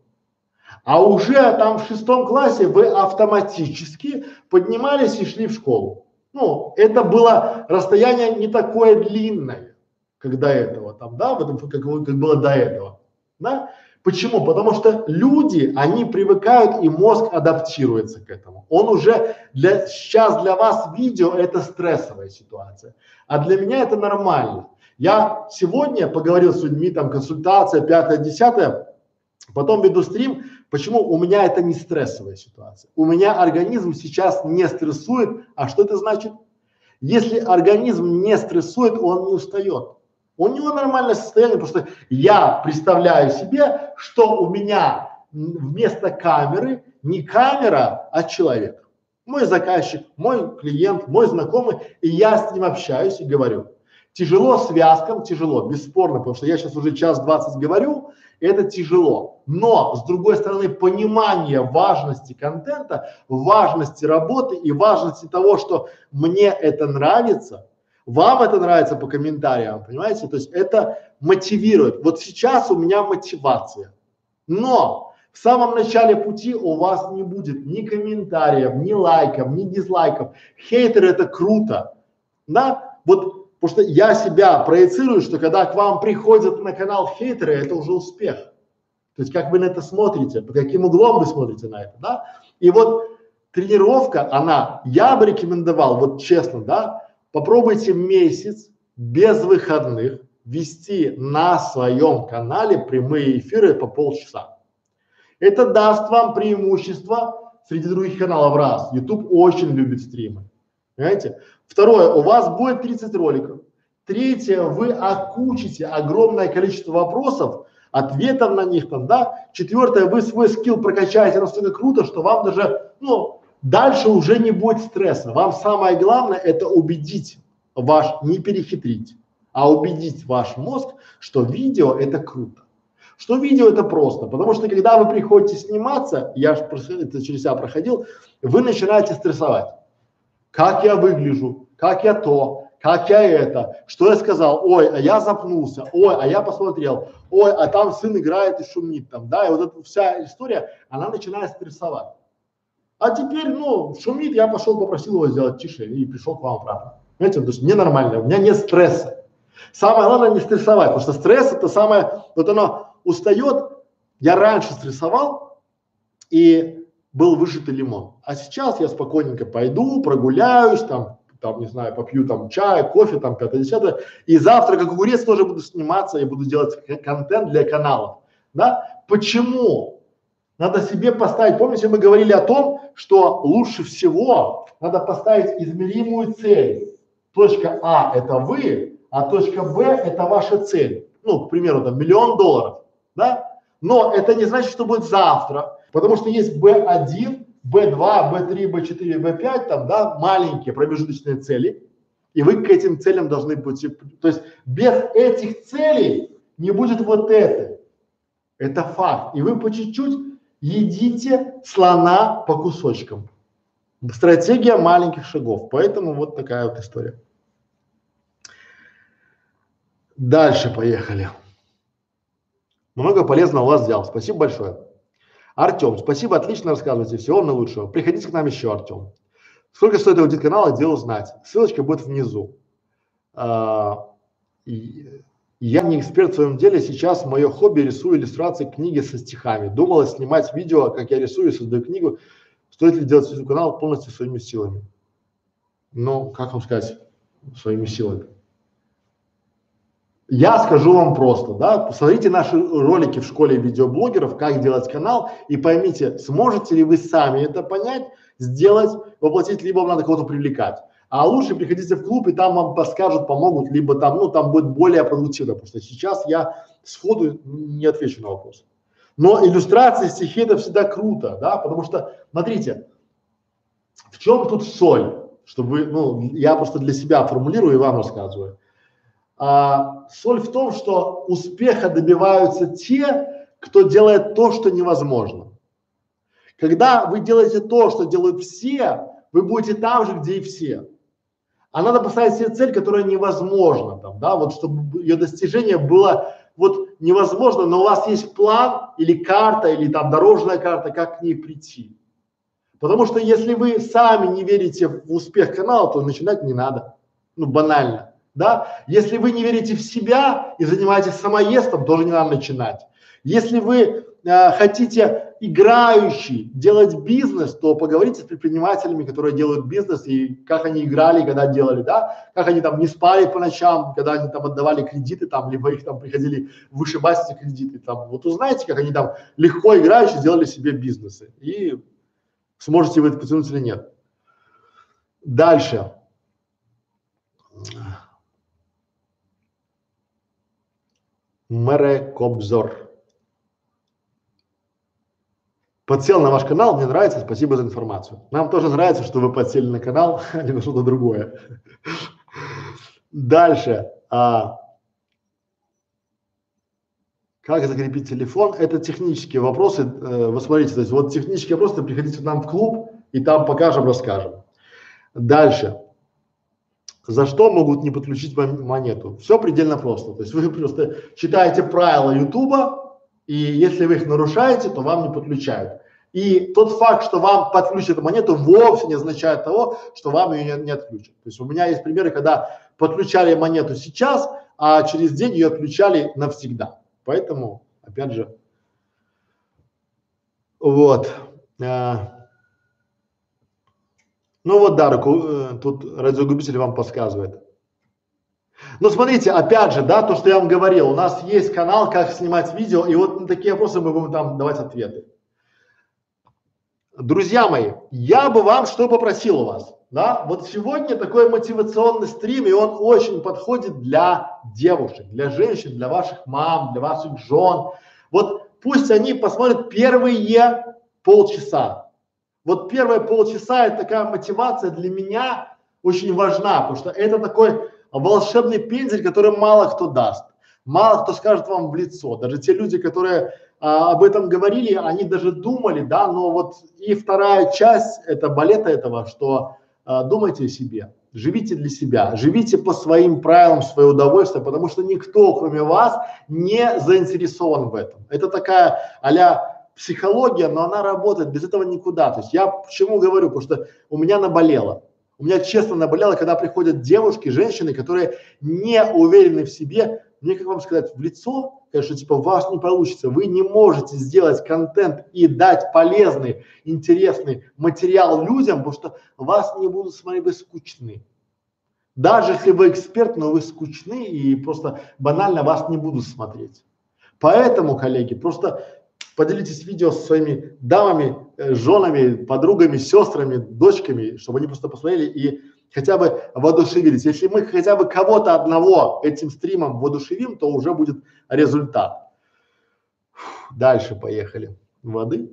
А уже там в шестом классе вы автоматически поднимались и шли в школу. Ну, это было расстояние не такое длинное, как до этого, там, да, в этом, как, как было до этого, да. Почему? Потому что люди, они привыкают, и мозг адаптируется к этому. Он уже для, сейчас для вас видео это стрессовая ситуация, а для меня это нормально. Я сегодня поговорил с людьми, там консультация, пятое, десятое, потом веду стрим. Почему? У меня это не стрессовая ситуация. У меня организм сейчас не стрессует. А что это значит? Если организм не стрессует, он не устает. У него нормальное состояние, потому что я представляю себе, что у меня вместо камеры не камера, а человек. Мой заказчик, мой клиент, мой знакомый, и я с ним общаюсь и говорю. Тяжело связкам, тяжело, бесспорно, потому что я сейчас уже час двадцать говорю, это тяжело. Но, с другой стороны, понимание важности контента, важности работы и важности того, что мне это нравится, вам это нравится по комментариям, понимаете? То есть это мотивирует. Вот сейчас у меня мотивация, но в самом начале пути у вас не будет ни комментариев, ни лайков, ни дизлайков. Хейтеры это круто, да? Вот, потому что я себя проецирую, что когда к вам приходят на канал хейтеры, это уже успех. То есть как вы на это смотрите, под каким углом вы смотрите на это, да? И вот тренировка, она, я бы рекомендовал, вот честно, да, попробуйте месяц без выходных вести на своем канале прямые эфиры по полчаса. Это даст вам преимущество среди других каналов. Раз, YouTube очень любит стримы, понимаете? Второе, у вас будет тридцать роликов. Третье, вы окучите огромное количество вопросов, ответов на них там, да. Четвертое, вы свой скилл прокачаете настолько круто, что вам даже, ну, дальше уже не будет стресса. Вам самое главное это убедить ваш, не перехитрить, а убедить ваш мозг, что видео это круто. Что видео это просто, потому что когда вы приходите сниматься, я же это через себя проходил, вы начинаете стрессовать. Как я выгляжу, как я то, как я это, что я сказал, ой, а я запнулся, ой, а я посмотрел, ой, а там сын играет и шумит там, да, и вот эта вся история, она начинает стрессовать. А теперь, ну, шумит, я пошел, попросил его сделать тише и пришел к вам обратно. Понимаете, то есть мне нормально, у меня нет стресса. Самое главное не стрессовать, потому что стресс это самое, вот оно устает. Я раньше стрессовал и был выжатый лимон, а сейчас я спокойненько пойду, прогуляюсь, там, там, не знаю, попью там чай, кофе, там, пятое, десятое, и завтра, как огурец, тоже буду сниматься и буду делать контент для каналов, да? Почему? Надо себе поставить, помните, мы говорили о том, что лучше всего надо поставить измеримую цель. Точка А это вы, а точка Б это ваша цель. Ну, к примеру, там миллион долларов, да? Но это не значит, что будет завтра, потому что есть Б один, Б два, Б три, Б четыре, Б пять, там, да, маленькие промежуточные цели, и вы к этим целям должны быть, то есть без этих целей не будет вот это. Это факт. И вы по чуть-чуть едите слона по кусочкам. Стратегия маленьких шагов. Поэтому вот такая вот история. Дальше поехали. Много полезного у вас взял. Спасибо большое. Артем, спасибо, отлично рассказываете. Всего наилучшего. Приходите к нам еще, Артем. Сколько стоит аудит канала, где узнать? Ссылочка будет внизу. А, и, я не эксперт в своем деле. Сейчас мое хобби — рисую иллюстрации книги со стихами. Думала снимать видео, как я рисую и создаю книгу. Стоит ли делать YouTube канал полностью своими силами? Ну, как вам сказать, своими силами? Я скажу вам просто, да, посмотрите наши ролики в школе видеоблогеров, как делать канал, и поймите, сможете ли вы сами это понять, сделать, воплотить, либо вам надо кого-то привлекать. А лучше приходите в клуб, и там вам подскажут, помогут, либо там, ну, там будет более продуктивно, потому что сейчас я сходу не отвечу на вопрос. Но иллюстрации, стихи — это всегда круто, да, потому что, смотрите, в чем тут соль, чтобы вы, ну, я просто для себя формулирую и вам рассказываю. А, соль в том, что успеха добиваются те, кто делает то, что невозможно. Когда вы делаете то, что делают все, вы будете там же, где и все. А надо поставить себе цель, которая невозможна, там, да, вот чтобы ее достижение было вот невозможно, но у вас есть план или карта, или там дорожная карта, как к ней прийти. Потому что если вы сами не верите в успех канала, то начинать не надо, ну банально. Да? Если вы не верите в себя и занимаетесь самоедством, тоже не надо начинать. Если вы э, хотите играющий делать бизнес, то поговорите с предпринимателями, которые делают бизнес, и как они играли, когда делали, да, как они там не спали по ночам, когда они там отдавали кредиты, там, либо их там приходили вышибать эти кредиты, там, вот узнаете, как они там легко играюще делали себе бизнесы, и сможете вы это потянуть или нет. Дальше. Мэре Кобзор. Подсел на ваш канал, мне нравится, спасибо за информацию. Нам тоже нравится, что вы подсели на канал, а не на что-то другое. Дальше. А, как закрепить телефон? Это технические вопросы. Э, вы смотрите, то есть вот технические вопросы, приходите к нам в клуб, и там покажем, расскажем. Дальше. За что могут не подключить монету? Все предельно просто. То есть вы просто читаете правила Ютуба, и если вы их нарушаете, то вам не подключают. И тот факт, что вам подключат монету, вовсе не означает того, что вам ее не, не отключат. То есть у меня есть примеры, когда подключали монету сейчас, а через день ее отключали навсегда. Поэтому, опять же, вот. Ну вот, да, руку, э, тут радиогубитель вам подсказывает. Ну смотрите, опять же, да, то, что я вам говорил, у нас есть канал, как снимать видео, и вот на такие вопросы мы будем там давать ответы. Друзья мои, я бы вам что попросил у вас, да, вот сегодня такой мотивационный стрим, и он очень подходит для девушек, для женщин, для ваших мам, для ваших жен. Вот пусть они посмотрят первые полчаса. Вот первые полчаса — это такая мотивация для меня очень важна, потому что это такой волшебный пендель, который мало кто даст, мало кто скажет вам в лицо. Даже те люди, которые а, об этом говорили, они даже думали, да, но вот и вторая часть это балета этого, что а, думайте о себе, живите для себя, живите по своим правилам, в свое удовольствие, потому что никто, кроме вас, не заинтересован в этом. Это такая а-ля психология, но она работает, без этого никуда. То есть я почему говорю, потому что у меня наболело. У меня честно наболело, когда приходят девушки, женщины, которые не уверены в себе. Мне, как вам сказать, в лицо, конечно, типа, у вас не получится. Вы не можете сделать контент и дать полезный, интересный материал людям, потому что вас не будут смотреть, вы скучны. Даже если вы эксперт, но вы скучны и просто банально вас не будут смотреть. Поэтому, коллеги, просто поделитесь видео со своими дамами, э, женами, подругами, сестрами, дочками, чтобы они просто посмотрели и хотя бы воодушевились. Если мы хотя бы кого-то одного этим стримом воодушевим, то уже будет результат. Фух, дальше поехали. Воды.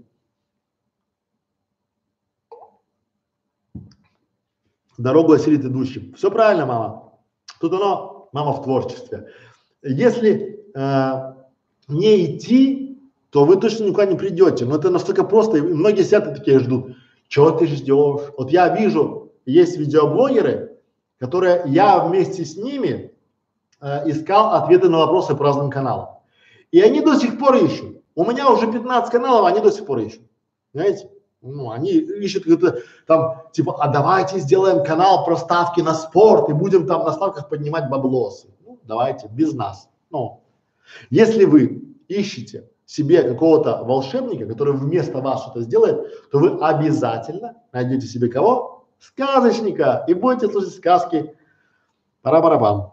Дорогу осилит идущим. Все правильно, мама. Тут оно, мама в творчестве. Если э, не идти, то вы точно никуда не придете. Но это настолько просто, и многие сидят и такие ждут. Чего ты ждешь? Вот я вижу, есть видеоблогеры, которые я вместе с ними э, искал ответы на вопросы по разным каналам. И они до сих пор ищут. У меня уже пятнадцать каналов, они до сих пор ищут. Знаете? Ну, они ищут какие-то там, типа, а давайте сделаем канал про ставки на спорт и будем там на ставках поднимать баблосы. Ну, давайте, без нас. Ну, если вы ищете себе какого-то волшебника, который вместо вас что-то сделает, то вы обязательно найдете себе кого? Сказочника, и будете слушать сказки. Пара-пара-пам.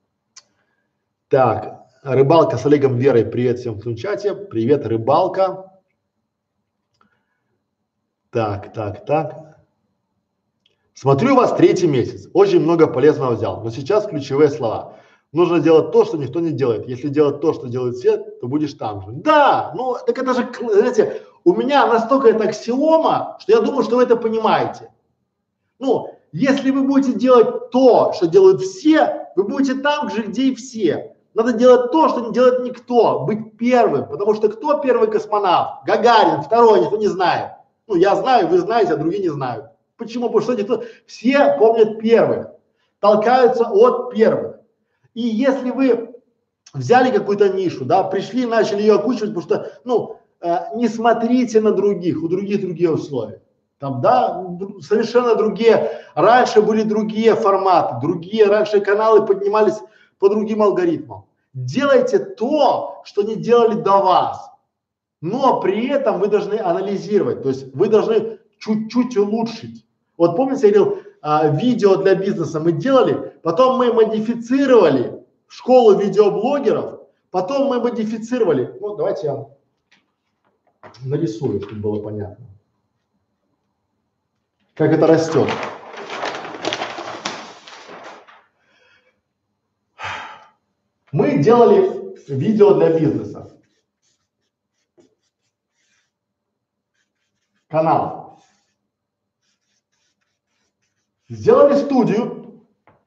Так, рыбалка с Олегом Верой. Привет всем в том чате. Привет, рыбалка. Так, так, так. Смотрю вас третий месяц. Очень много полезного взял. Но сейчас ключевые слова. Нужно делать то, что никто не делает. Если делать то, что делают все, то будешь там же. Да, ну так это же, знаете, у меня настолько это аксиома, что я думаю, что вы это понимаете. Ну, если вы будете делать то, что делают все, вы будете там же, где и все. Надо делать то, что не делает никто, быть первым, потому что кто первый космонавт? Гагарин, второй, никто не знает. Ну, я знаю, вы знаете, а другие не знают. Почему? Потому что никто, все помнят первых, толкаются от первых. И если вы взяли какую-то нишу, да, пришли, начали ее окучивать, потому что, ну, э, не смотрите на других, у других другие условия. Там, да, совершенно другие, раньше были другие форматы, другие, раньше каналы поднимались по другим алгоритмам. Делайте то, что не делали до вас. Но при этом вы должны анализировать, то есть вы должны чуть-чуть улучшить. Вот помните, я говорил, а, видео для бизнеса мы делали, потом мы модифицировали школу видеоблогеров, потом мы модифицировали. Ну, давайте я нарисую, чтобы было понятно, как это растет. Мы делали видео для бизнеса. Канал. Сделали студию,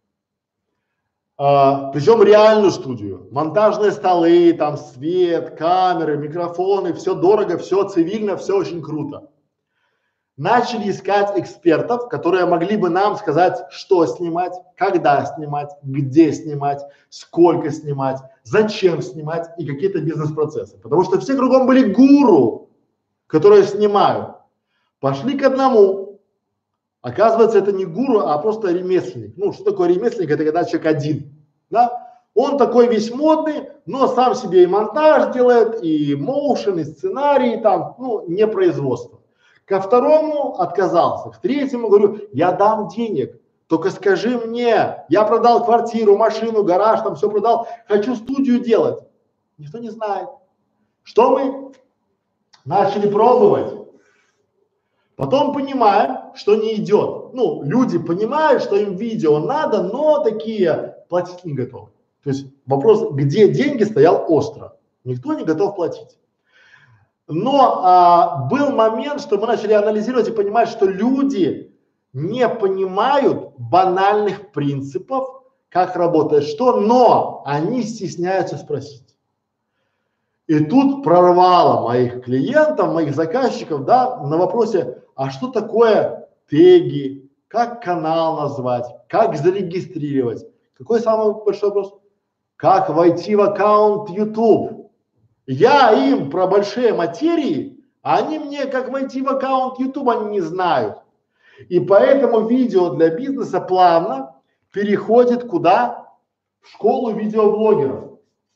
а, причем реальную студию. Монтажные столы, там свет, камеры, микрофоны, все дорого, все цивильно, все очень круто. Начали искать экспертов, которые могли бы нам сказать, что снимать, когда снимать, где снимать, сколько снимать, зачем снимать и какие-то бизнес-процессы. Потому что все кругом были гуру, которые снимают. Пошли к одному. Оказывается, это не гуру, а просто ремесленник. Ну, что такое ремесленник? Это когда человек один, да? Он такой весь модный, но сам себе и монтаж делает, и моушен, и сценарий там, ну, не производство. Ко второму отказался, к третьему говорю, я дам денег, только скажи мне, я продал квартиру, машину, гараж, там все продал, хочу студию делать. Никто не знает. Что мы начали пробовать? Потом понимаем, что не идет. Ну, люди понимают, что им видео надо, но такие платить не готовы. То есть вопрос, где деньги, стоял остро. Никто не готов платить. Но а, был момент, что мы начали анализировать и понимать, что люди не понимают банальных принципов, как работает что, но они стесняются спросить. И тут прорвало моих клиентов, моих заказчиков, да, на вопросе, а что такое теги, как канал назвать, как зарегистрировать. Какой самый большой вопрос? Как войти в аккаунт YouTube? Я им про большие материи, а они мне, как войти в аккаунт YouTube, они не знают. И поэтому видео для бизнеса плавно переходит куда? В школу видеоблогеров.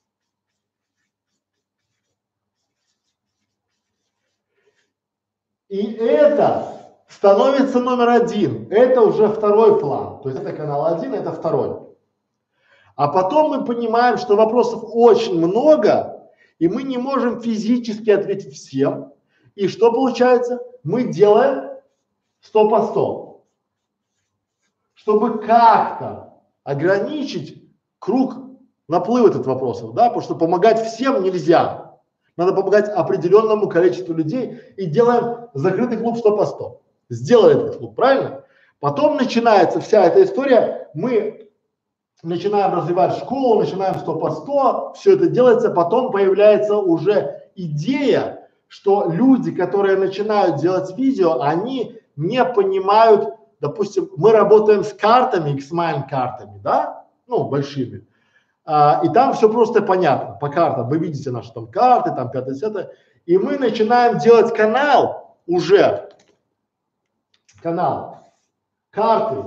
И это становится номер один. Это уже второй план. То есть это канал один, это второй. А потом мы понимаем, что вопросов очень много, и мы не можем физически ответить всем. И что получается? Мы делаем сто по сто. Чтобы как-то ограничить круг наплыва этих вопросов, да, потому что помогать всем нельзя. Надо помогать определенному количеству людей и делаем закрытый клуб сто по сто. Сделали этот клуб, правильно? Потом начинается вся эта история, мы начинаем развивать школу, начинаем сто по сто, все это делается, потом появляется уже идея, что люди, которые начинают делать видео, они не понимают, допустим, мы работаем с картами, X-Mine картами, да, ну, большими. А, и там все просто понятно, по картам. Вы видите наши там карты, там пятое-десятое. И мы начинаем делать канал уже, канал, карты,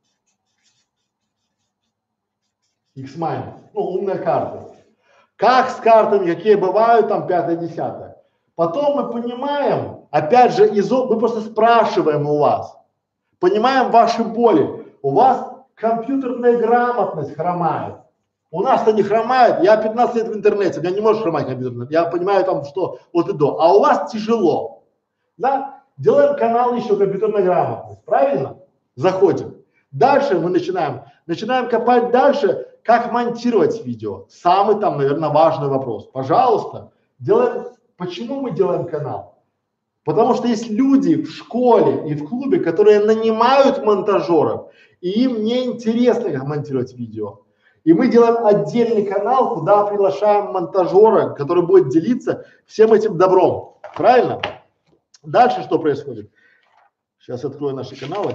X-Mind, ну, умные карты. Как с картами, какие бывают, там пятое-десятое. Потом мы понимаем, опять же, из, мы просто спрашиваем у вас, понимаем ваши боли. У вас компьютерная грамотность хромает. У нас-то не хромает. Я пятнадцать лет в интернете, у меня не может хромать компьютерная. Я понимаю там, что от и до. А у вас тяжело. Да? Делаем канал еще компьютерная грамотность. Правильно? Заходим. Дальше мы начинаем. Начинаем копать дальше, как монтировать видео. Самый там, наверное, важный вопрос. Пожалуйста, делаем. Почему мы делаем канал? Потому что есть люди в школе и в клубе, которые нанимают монтажеров, и им не интересно, как монтировать видео. И мы делаем отдельный канал, куда приглашаем монтажера, который будет делиться всем этим добром. Правильно? Дальше что происходит? Сейчас открою наши каналы.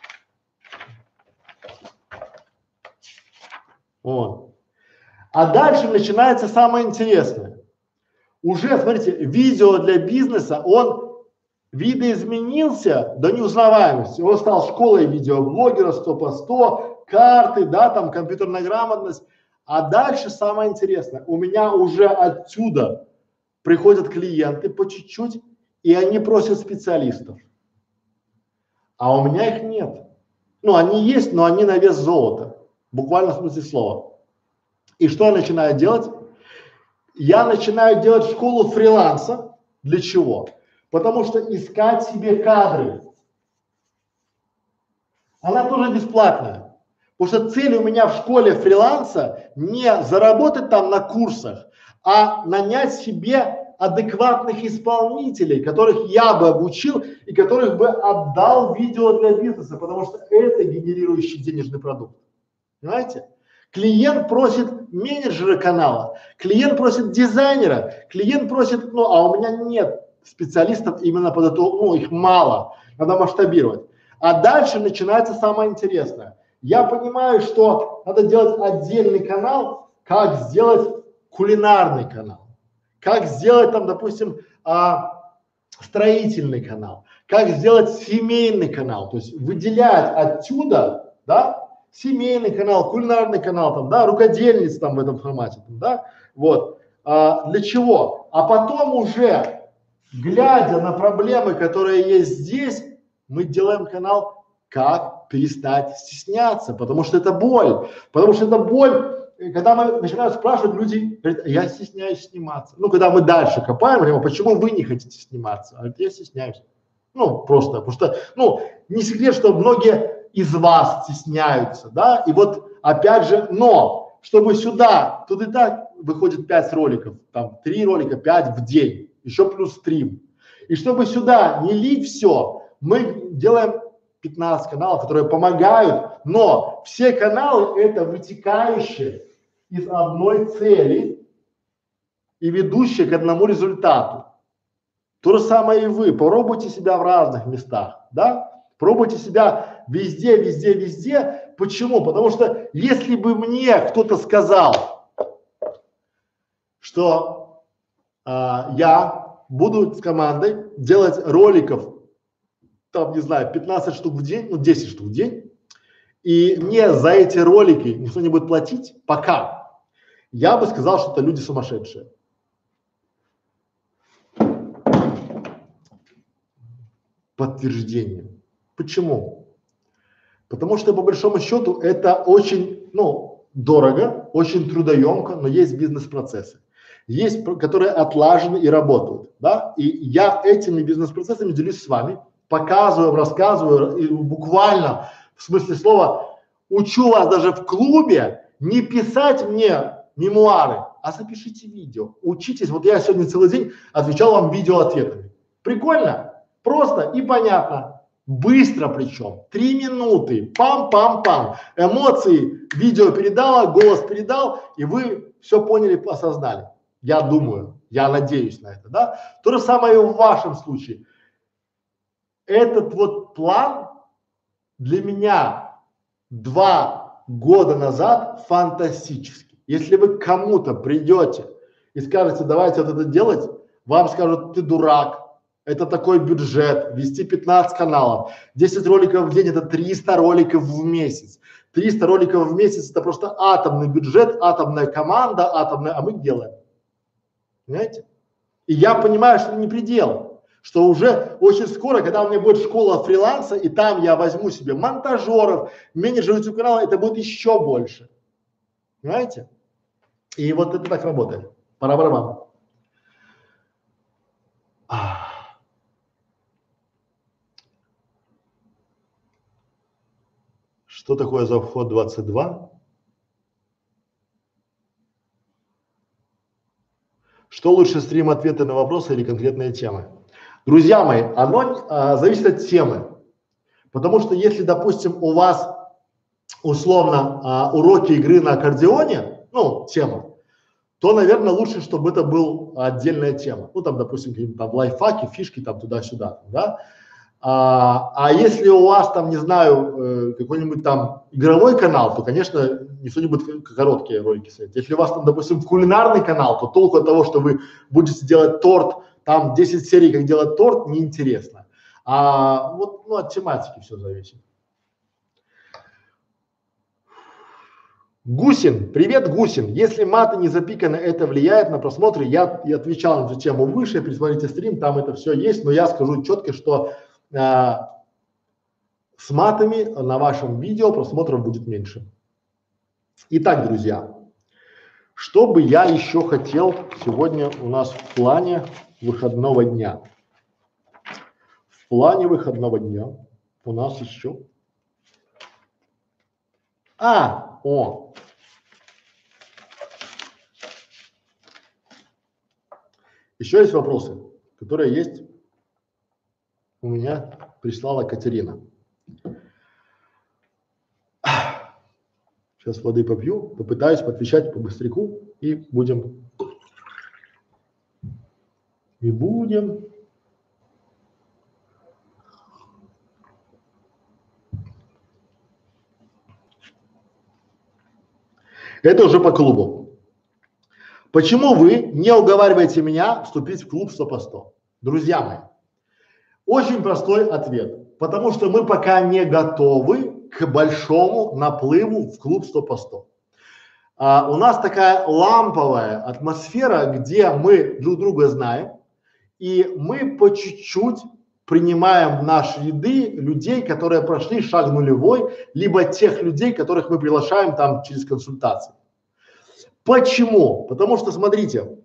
Вот. А дальше начинается самое интересное. Уже, смотрите, видео для бизнеса, он видоизменился до неузнаваемости. Он стал школой видеоблогера сто по сто, карты, да, там компьютерная грамотность. А дальше самое интересное. У меня уже отсюда приходят клиенты по чуть-чуть, и они просят специалистов. А у меня их нет. Ну, они есть, но они на вес золота. Буквально в смысле слова. И что я начинаю делать? Я начинаю делать школу фриланса. Для чего? Потому что искать себе кадры, она тоже бесплатная. Потому что цель у меня в школе фриланса не заработать там на курсах, а нанять себе адекватных исполнителей, которых я бы обучил и которых бы отдал видео для бизнеса, потому что это генерирующий денежный продукт. Понимаете? Клиент просит менеджера канала, клиент просит дизайнера, клиент просит, ну, а у меня нет специалистов именно под это, ну, их мало, надо масштабировать. А дальше начинается самое интересное. Я понимаю, что надо делать отдельный канал, как сделать кулинарный канал, как сделать там, допустим, а, строительный канал, как сделать семейный канал, то есть выделять отсюда, да, семейный канал, кулинарный канал, там, да, рукодельниц там в этом формате, там, да, вот. А, для чего? А потом уже, глядя на проблемы, которые есть здесь, мы делаем канал, как перестать стесняться, потому что это боль, потому что это боль, когда мы начинаем спрашивать, люди говорят, я стесняюсь сниматься. Ну, когда мы дальше копаем, говорим, почему вы не хотите сниматься? А говорят, я стесняюсь. Ну, просто, потому что, ну, не секрет, что многие из вас стесняются, да, и вот опять же, но, чтобы сюда, тут и так выходит пять роликов, там три ролика, пять в день, еще плюс стрим, и чтобы сюда не лить все, мы делаем пятнадцать каналов, которые помогают, но все каналы это вытекающие из одной цели и ведущие к одному результату. То же самое и вы, попробуйте себя в разных местах, да, пробуйте себя везде, везде, везде. Почему? Потому что если бы мне кто-то сказал, что а, я буду с командой делать роликов, там, не знаю, пятнадцать штук в день, ну десять штук в день, и мне за эти ролики никто не будет платить, пока, я бы сказал, что это люди сумасшедшие. Подтверждение. Почему? Потому что по большому счету это очень, ну, дорого, очень трудоемко, но есть бизнес-процессы. Есть, которые отлажены и работают, да, и я этими бизнес-процессами делюсь с вами, показываю, рассказываю, и буквально, в смысле слова, учу вас даже в клубе не писать мне мемуары, а запишите видео, учитесь. Вот я сегодня целый день отвечал вам видео-ответами. Прикольно? Просто и понятно. Быстро причем. Три минуты. Пам-пам-пам. Эмоции видео передало, голос передал, и вы все поняли, осознали. Я думаю, я надеюсь на это, да? То же самое и в вашем случае. Этот вот план для меня два года назад фантастический. Если вы к кому-то придете и скажете, давайте вот это делать, вам скажут, ты дурак, это такой бюджет, вести пятнадцать каналов, десять роликов в день, это триста роликов в месяц. триста роликов в месяц это просто атомный бюджет, атомная команда, атомная, а мы делаем. Понимаете? И я понимаю, что это не предел, что уже очень скоро, когда у меня будет школа фриланса, и там я возьму себе монтажеров, менеджеров YouTube канала, это будет еще больше. Понимаете? И вот это так работает. Пора барабан. Что такое за вход двадцать два? Что лучше, стрим, ответы на вопросы или конкретные темы? Друзья мои, оно а, зависит от темы. Потому что если, допустим, у вас условно а, уроки игры на аккордеоне, ну, тема, то, наверное, лучше, чтобы это была отдельная тема. Ну, там, допустим, какие-то там лайфхаки, фишки там туда-сюда, да. А, а если у вас там, не знаю, э, какой-нибудь там игровой канал, то, конечно, никто не будет короткие ролики смотреть. Если у вас там, допустим, кулинарный канал, то толку от того, что вы будете делать торт, там десять серий, как делать торт, неинтересно. А вот, ну, от тематики все зависит. Гусин, привет, Гусин. Если маты не запиканы, это влияет на просмотры. Я, я отвечал на эту тему выше, присмотрите стрим, там это все есть, но я скажу четко, что а, с матами на вашем видео просмотров будет меньше. Итак, друзья, что бы я еще хотел сегодня у нас в плане выходного дня? В плане выходного дня у нас еще… А, о! Еще есть вопросы, которые есть у меня, прислала Катерина. Сейчас воды попью, попытаюсь поотвечать по быстряку и будем, и будем. Это уже по клубу. Почему вы не уговариваете меня вступить в клуб сто по сто? Друзья мои, очень простой ответ. Потому что мы пока не готовы к большому наплыву в клуб сто по сто. А, у нас такая ламповая атмосфера, где мы друг друга знаем, и мы по чуть-чуть принимаем в наши ряды людей, которые прошли шаг нулевой, либо тех людей, которых мы приглашаем там через консультации. Почему? Потому что, смотрите,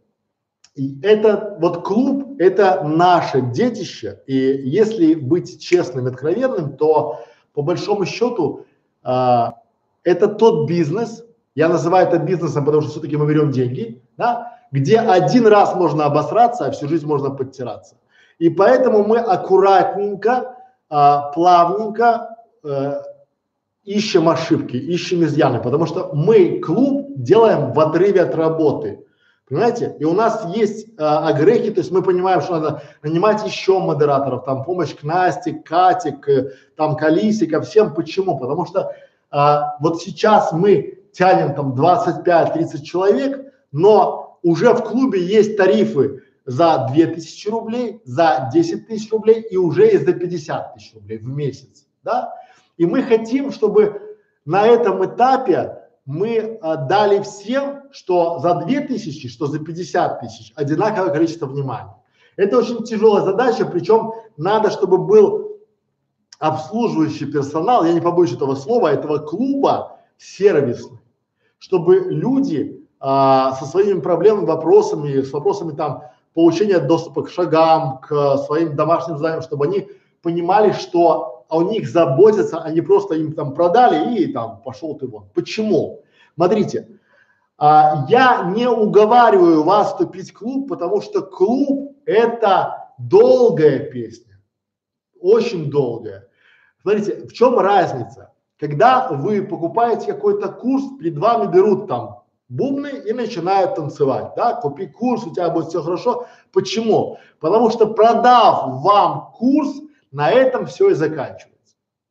это вот клуб, это наше детище, и если быть честным и откровенным, то по большому счету а, это тот бизнес, я называю это бизнесом, потому что все-таки мы берем деньги, да, где один раз можно обосраться, а всю жизнь можно подтираться. И поэтому мы аккуратненько, а, плавненько а, ищем ошибки, ищем изъяны, потому что мы клуб делаем в отрыве от работы, понимаете? И у нас есть а, огрехи, то есть мы понимаем, что надо нанимать еще модераторов, там помощь к Насте, к Кате, к, там, к Алисе, ко всем. Почему? Потому что а, вот сейчас мы тянем там двадцать пять тридцать человек, но уже в клубе есть тарифы за две тысячи рублей, за десять тысяч рублей и уже есть за пятьдесят тысяч рублей в месяц, да? И мы хотим, чтобы на этом этапе мы а, дали всем, что за две тысячи, что за пятьдесят тысяч одинаковое количество внимания. Это очень тяжелая задача, причем надо, чтобы был обслуживающий персонал, я не побоюсь этого слова, этого клуба сервисный, чтобы люди а, со своими проблемами, вопросами, с вопросами там получения доступа к шагам, к своим домашним заданиям, чтобы они понимали, что о них заботятся, а не просто им там продали и там пошел ты вон. Почему? Смотрите, а, я не уговариваю вас вступить в клуб, потому что клуб это долгая песня, очень долгая. Смотрите, в чем разница? Когда вы покупаете какой-то курс, перед вами берут там бубны и начинают танцевать, да, купи курс, у тебя будет все хорошо. Почему? Потому что продав вам курс, на этом все и заканчивается.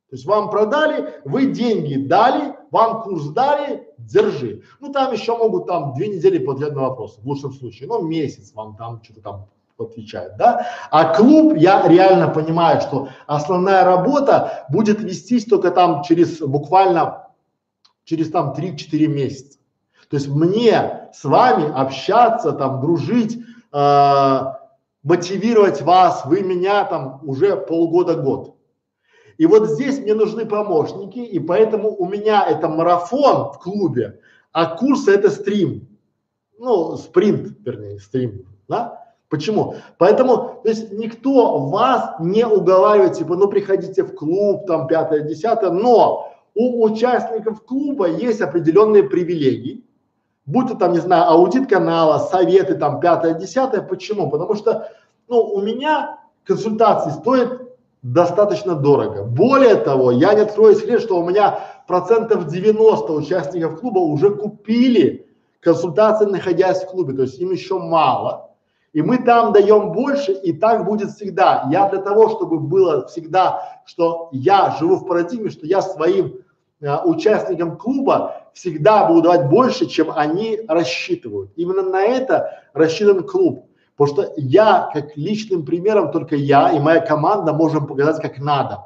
То есть вам продали, вы деньги дали, вам курс дали, держи. Ну там еще могут там две недели по ответ на вопросы, в лучшем случае, ну месяц вам там что-то там отвечают, да. А клуб, я реально понимаю, что основная работа будет вестись только там через буквально через там три-четыре месяца. То есть мне с вами общаться, там дружить, э, мотивировать вас, вы меня там уже полгода-год. И вот здесь мне нужны помощники, и поэтому у меня это марафон в клубе, а курсы это стрим, ну спринт, вернее, стрим, да? Почему? Поэтому, то есть никто вас не уговаривает, типа, ну приходите в клуб, там пятое, десятое, но у участников клуба есть определенные привилегии, будь то там, не знаю, аудит канала, советы, там пятое, десятое. Почему? Потому что, ну, у меня консультации стоят достаточно дорого. Более того, я не открою секрет, что у меня процентов девяносто участников клуба уже купили консультации, находясь в клубе, то есть им еще мало. И мы там даем больше, и так будет всегда. Я для того, чтобы было всегда, что я живу в парадигме, что я своим а, участникам клуба всегда буду давать больше, чем они рассчитывают. Именно на это рассчитан клуб. Потому что я, как личным примером, только я и моя команда можем показать, как надо.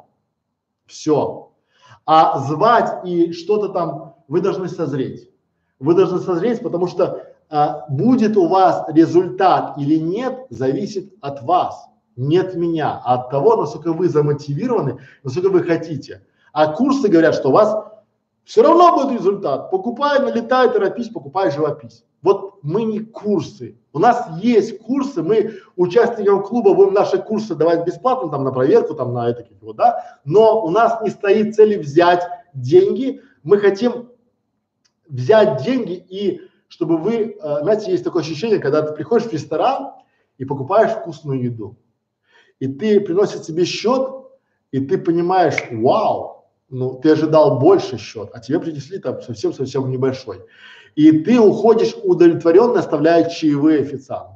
Все. А звать и что-то там, вы должны созреть. Вы должны созреть, потому что а, будет у вас результат или нет, зависит от вас, не от меня, а от того, насколько вы замотивированы, насколько вы хотите. А курсы говорят, что у вас все равно будет результат. Покупай, налетай, торопись, покупай, живопись. Вот мы не курсы. У нас есть курсы, мы участникам клуба будем наши курсы давать бесплатно, там на проверку, там на это, вот, да. Но у нас не стоит цели взять деньги. Мы хотим взять деньги и чтобы вы, э, знаете, есть такое ощущение, когда ты приходишь в ресторан и покупаешь вкусную еду, и ты приносишь себе счет, и ты понимаешь, вау, ну ты ожидал больше счет, а тебе принесли там совсем-совсем небольшой. И ты уходишь удовлетворенно, оставляя чаевые официанту.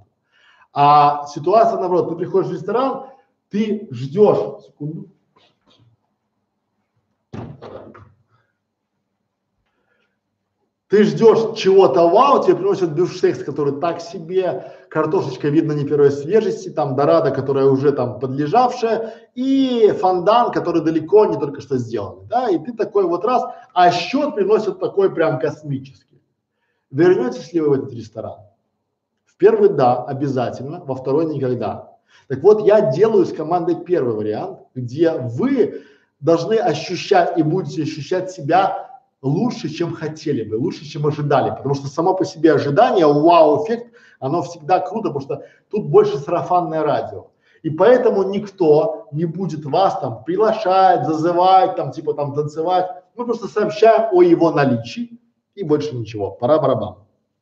А ситуация наоборот, ты приходишь в ресторан, ты ждешь, секунду, ты ждешь чего-то вау, тебе приносят бифштекс, который так себе, картошечка видно не первой свежести, там дорада, которая уже там подлежавшая, и фондан, который далеко не только что сделанный, да, и ты такой вот раз, а счет приносит такой прям космический. Вернетесь ли вы в этот ресторан? В первый да, обязательно, во второй никогда. Так вот, я делаю с командой первый вариант, где вы должны ощущать и будете ощущать себя лучше, чем хотели бы, лучше, чем ожидали, потому что само по себе ожидание, вау-эффект, оно всегда круто, потому что тут больше сарафанное радио. И поэтому никто не будет вас там приглашать, зазывать, там типа там танцевать. Мы просто сообщаем о его наличии и больше ничего. Пора барабан.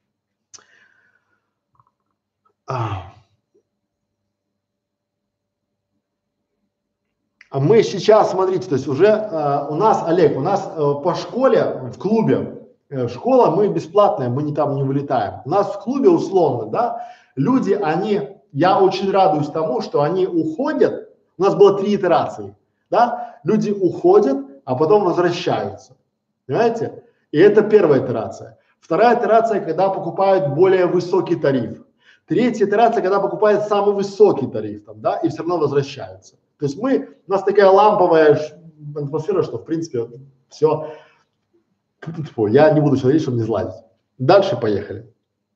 А мы сейчас, смотрите, то есть уже э, у нас, Олег, у нас э, по школе, в клубе, э, школа, мы бесплатная, мы не там не вылетаем. У нас в клубе условно, да, люди, они, я очень радуюсь тому, что они уходят, у нас было три итерации, да, люди уходят, а потом возвращаются, понимаете? И это первая итерация. Вторая итерация, когда покупают более высокий тариф. Третья итерация, когда покупают самый высокий тариф, там, да, и все равно возвращаются. То есть мы, у нас такая ламповая атмосфера, что в принципе все, я не буду говорить, чтобы не злазить. Дальше поехали.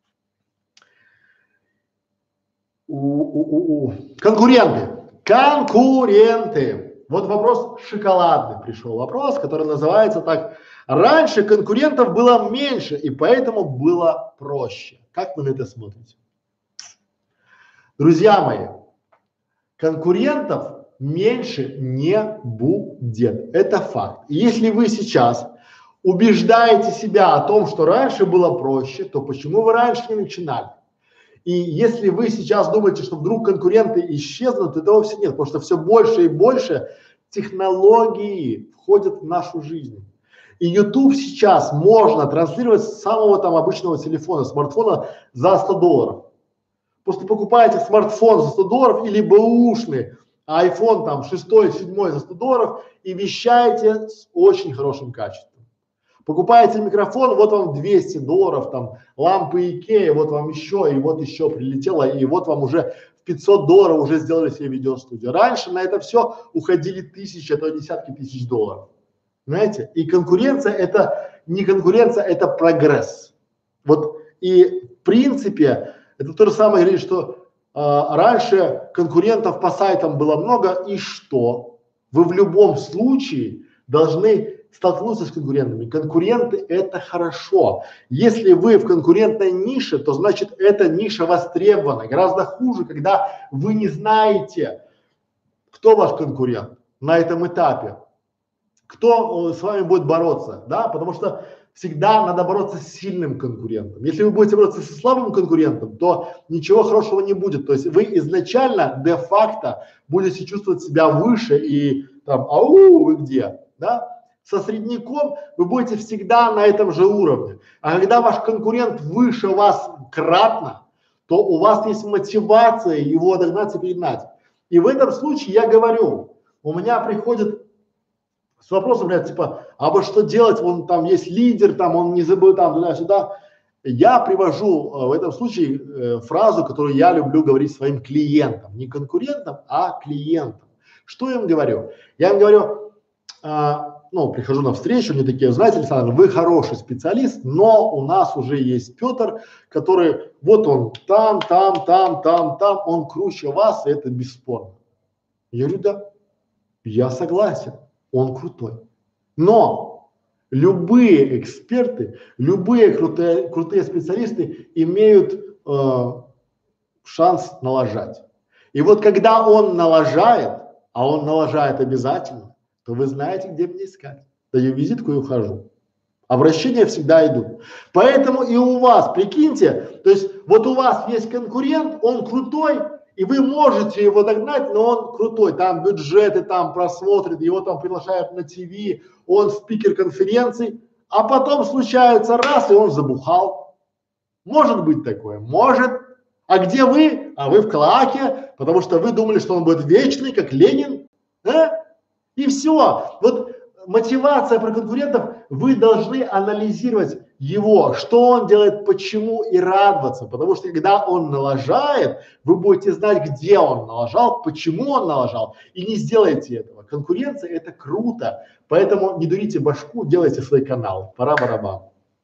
У-у-у-у. Конкуренты. Конкуренты. Вот вопрос шоколадный пришел вопрос, который называется так. Раньше конкурентов было меньше, и поэтому было проще. Как вы на это смотрите? Друзья мои, конкурентов меньше не будет. Это факт. И если вы сейчас убеждаете себя о том, что раньше было проще, то почему вы раньше не начинали? И если вы сейчас думаете, что вдруг конкуренты исчезнут, то этого вовсе нет, потому что все больше и больше технологий входят в нашу жизнь. И YouTube сейчас можно транслировать с самого там обычного телефона, смартфона за сто долларов. Просто покупаете смартфон за сто долларов или бэушный, iPhone там шестой, седьмой за сто долларов и вещаете с очень хорошим качеством. Покупаете микрофон, вот вам двести долларов, там лампы Икея, вот вам еще, и вот еще прилетело, и вот вам уже в пятьсот долларов уже сделали себе видеостудию. Раньше на это все уходили тысячи, а то десятки тысяч долларов. Знаете? И конкуренция это не конкуренция, это прогресс. Вот и в принципе это то же самое говорит, что а, раньше конкурентов по сайтам было много, и что? Вы в любом случае должны столкнуться с конкурентами. Конкуренты это хорошо. Если вы в конкурентной нише, то значит эта ниша востребована. Гораздо хуже, когда вы не знаете, кто ваш конкурент на этом этапе, кто с вами будет бороться, да, потому что всегда надо бороться с сильным конкурентом. Если вы будете бороться со слабым конкурентом, то ничего хорошего не будет. То есть вы изначально де-факто будете чувствовать себя выше и там, ау, вы где, да? Со средняком вы будете всегда на этом же уровне. А когда ваш конкурент выше вас кратно, то у вас есть мотивация его догнать и перегнать. И в этом случае я говорю, у меня приходит с вопросом, говорят, типа, а вот что делать, он там есть лидер, там он не забыл там туда-сюда. Я привожу э, в этом случае э, фразу, которую я люблю говорить своим клиентам, не конкурентам, а клиентам. Что я им говорю? Я им говорю, а, ну, прихожу на встречу, они такие, знаете, Александр, вы хороший специалист, но у нас уже есть Петр, который, вот он там, там, там, там, там, он круче вас, и это бесспорно. Я говорю, да, я согласен, он крутой. Но любые эксперты, любые крутые, крутые специалисты имеют э, шанс налажать. И вот когда он налажает, а он налажает обязательно, то вы знаете, где мне искать. Даю визитку и ухожу. Обращения всегда идут. Поэтому и у вас, прикиньте, то есть вот у вас есть конкурент, он крутой, и вы можете его догнать, но он крутой. Там бюджеты, там просмотры, его там приглашают на ТВ, он спикер конференций, а потом случается раз, и он забухал. Может быть такое? Может. А где вы? А вы в клоаке, потому что вы думали, что он будет вечный, как Ленин. Да? И все. Вот мотивация про конкурентов, вы должны анализировать его, что он делает, почему и радоваться. Потому что когда он налажает, вы будете знать, где он налажал, почему он налажал, и не сделайте этого. Конкуренция это круто. Поэтому не дурите башку, делайте свой канал. Пора барабан.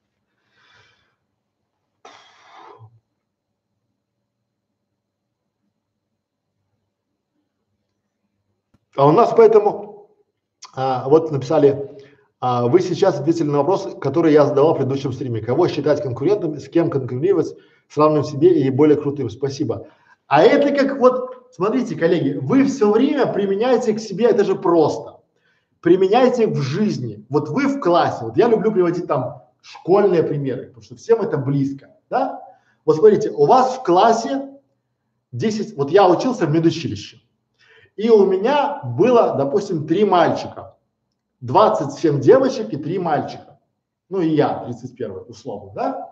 А у нас поэтому а, вот написали, а, вы сейчас ответили на вопрос, который я задавал в предыдущем стриме. Кого считать конкурентом, с кем конкурировать, сравнивать себе и более крутым. Спасибо. А это как вот, смотрите, коллеги, вы все время применяете к себе, это же просто. Применяйте в жизни. Вот вы в классе, вот я люблю приводить там школьные примеры, потому что всем это близко, да? Вот смотрите, у вас в классе десять, вот я учился в медучилище. И у меня было, допустим, три мальчика, двадцать семь девочек и три мальчика. Ну и я, тридцать первый, условно, да?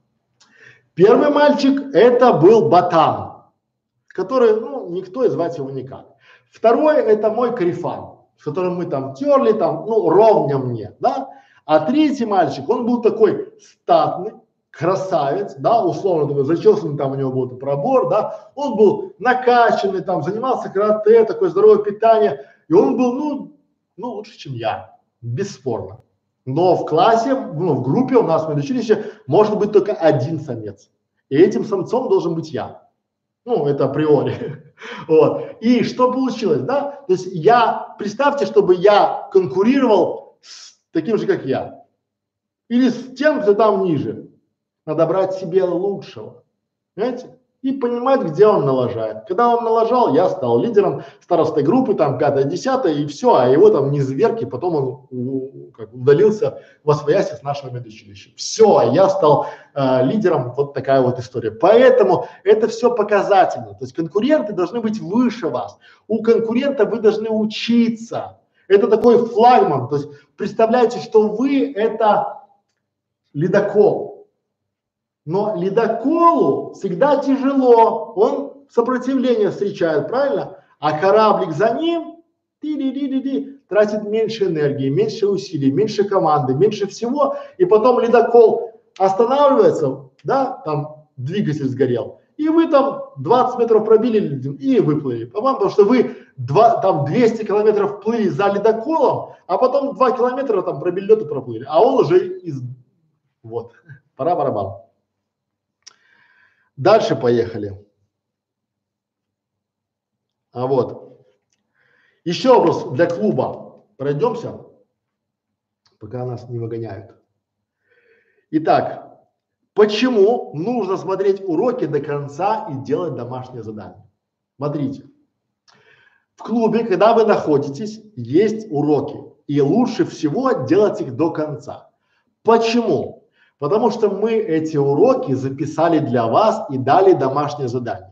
Первый мальчик это был ботан, который, ну, никто и звать его никак. Второй это мой корефан, с которым мы там терли, там, ну, ровня мне, да? А третий мальчик, он был такой статный, красавец, да, условно такой, зачесанный там у него был пробор, да, он был накачанный, там, занимался карате, такое здоровое питание, и он был, ну, ну, лучше, чем я, бесспорно. Но в классе, ну, в группе у нас в медучилище может быть только один самец, и этим самцом должен быть я. Ну, это априори. Вот. И что получилось, да? То есть я, представьте, чтобы я конкурировал с таким же, как я, или с тем, кто там ниже. Надо брать себе лучшего, понимаете? И понимать, где он налажает. Когда он налажал, я стал лидером старостой группы, там, пятое, десятое, и все, а его там не зверки, потом он у, как, удалился восвояси с нашего медучилища. Все, я стал э, лидером, вот такая вот история. Поэтому это все показательно. То есть конкуренты должны быть выше вас. У конкурента вы должны учиться. Это такой флагман. То есть представляете, что вы это ледокол. Но ледоколу всегда тяжело, он сопротивление встречает, правильно? а кораблик за ним ти-ди-ди-ди-ди, тратит меньше энергии, меньше усилий, меньше команды, меньше всего, и потом ледокол останавливается, да, там двигатель сгорел, и вы там двадцать метров пробили и выплыли, потому что вы два, там двести километров плыли за ледоколом, а потом два километра там пробили лед и проплыли, а он уже из, вот, пора барабан. Дальше поехали. А вот. Еще вопрос для клуба. Пройдемся, пока нас не выгоняют. Итак, почему нужно смотреть уроки до конца и делать домашнее задание? Смотрите, в клубе, когда вы находитесь, есть уроки, и лучше всего делать их до конца. Почему? Потому что мы эти уроки записали для вас и дали домашнее задание.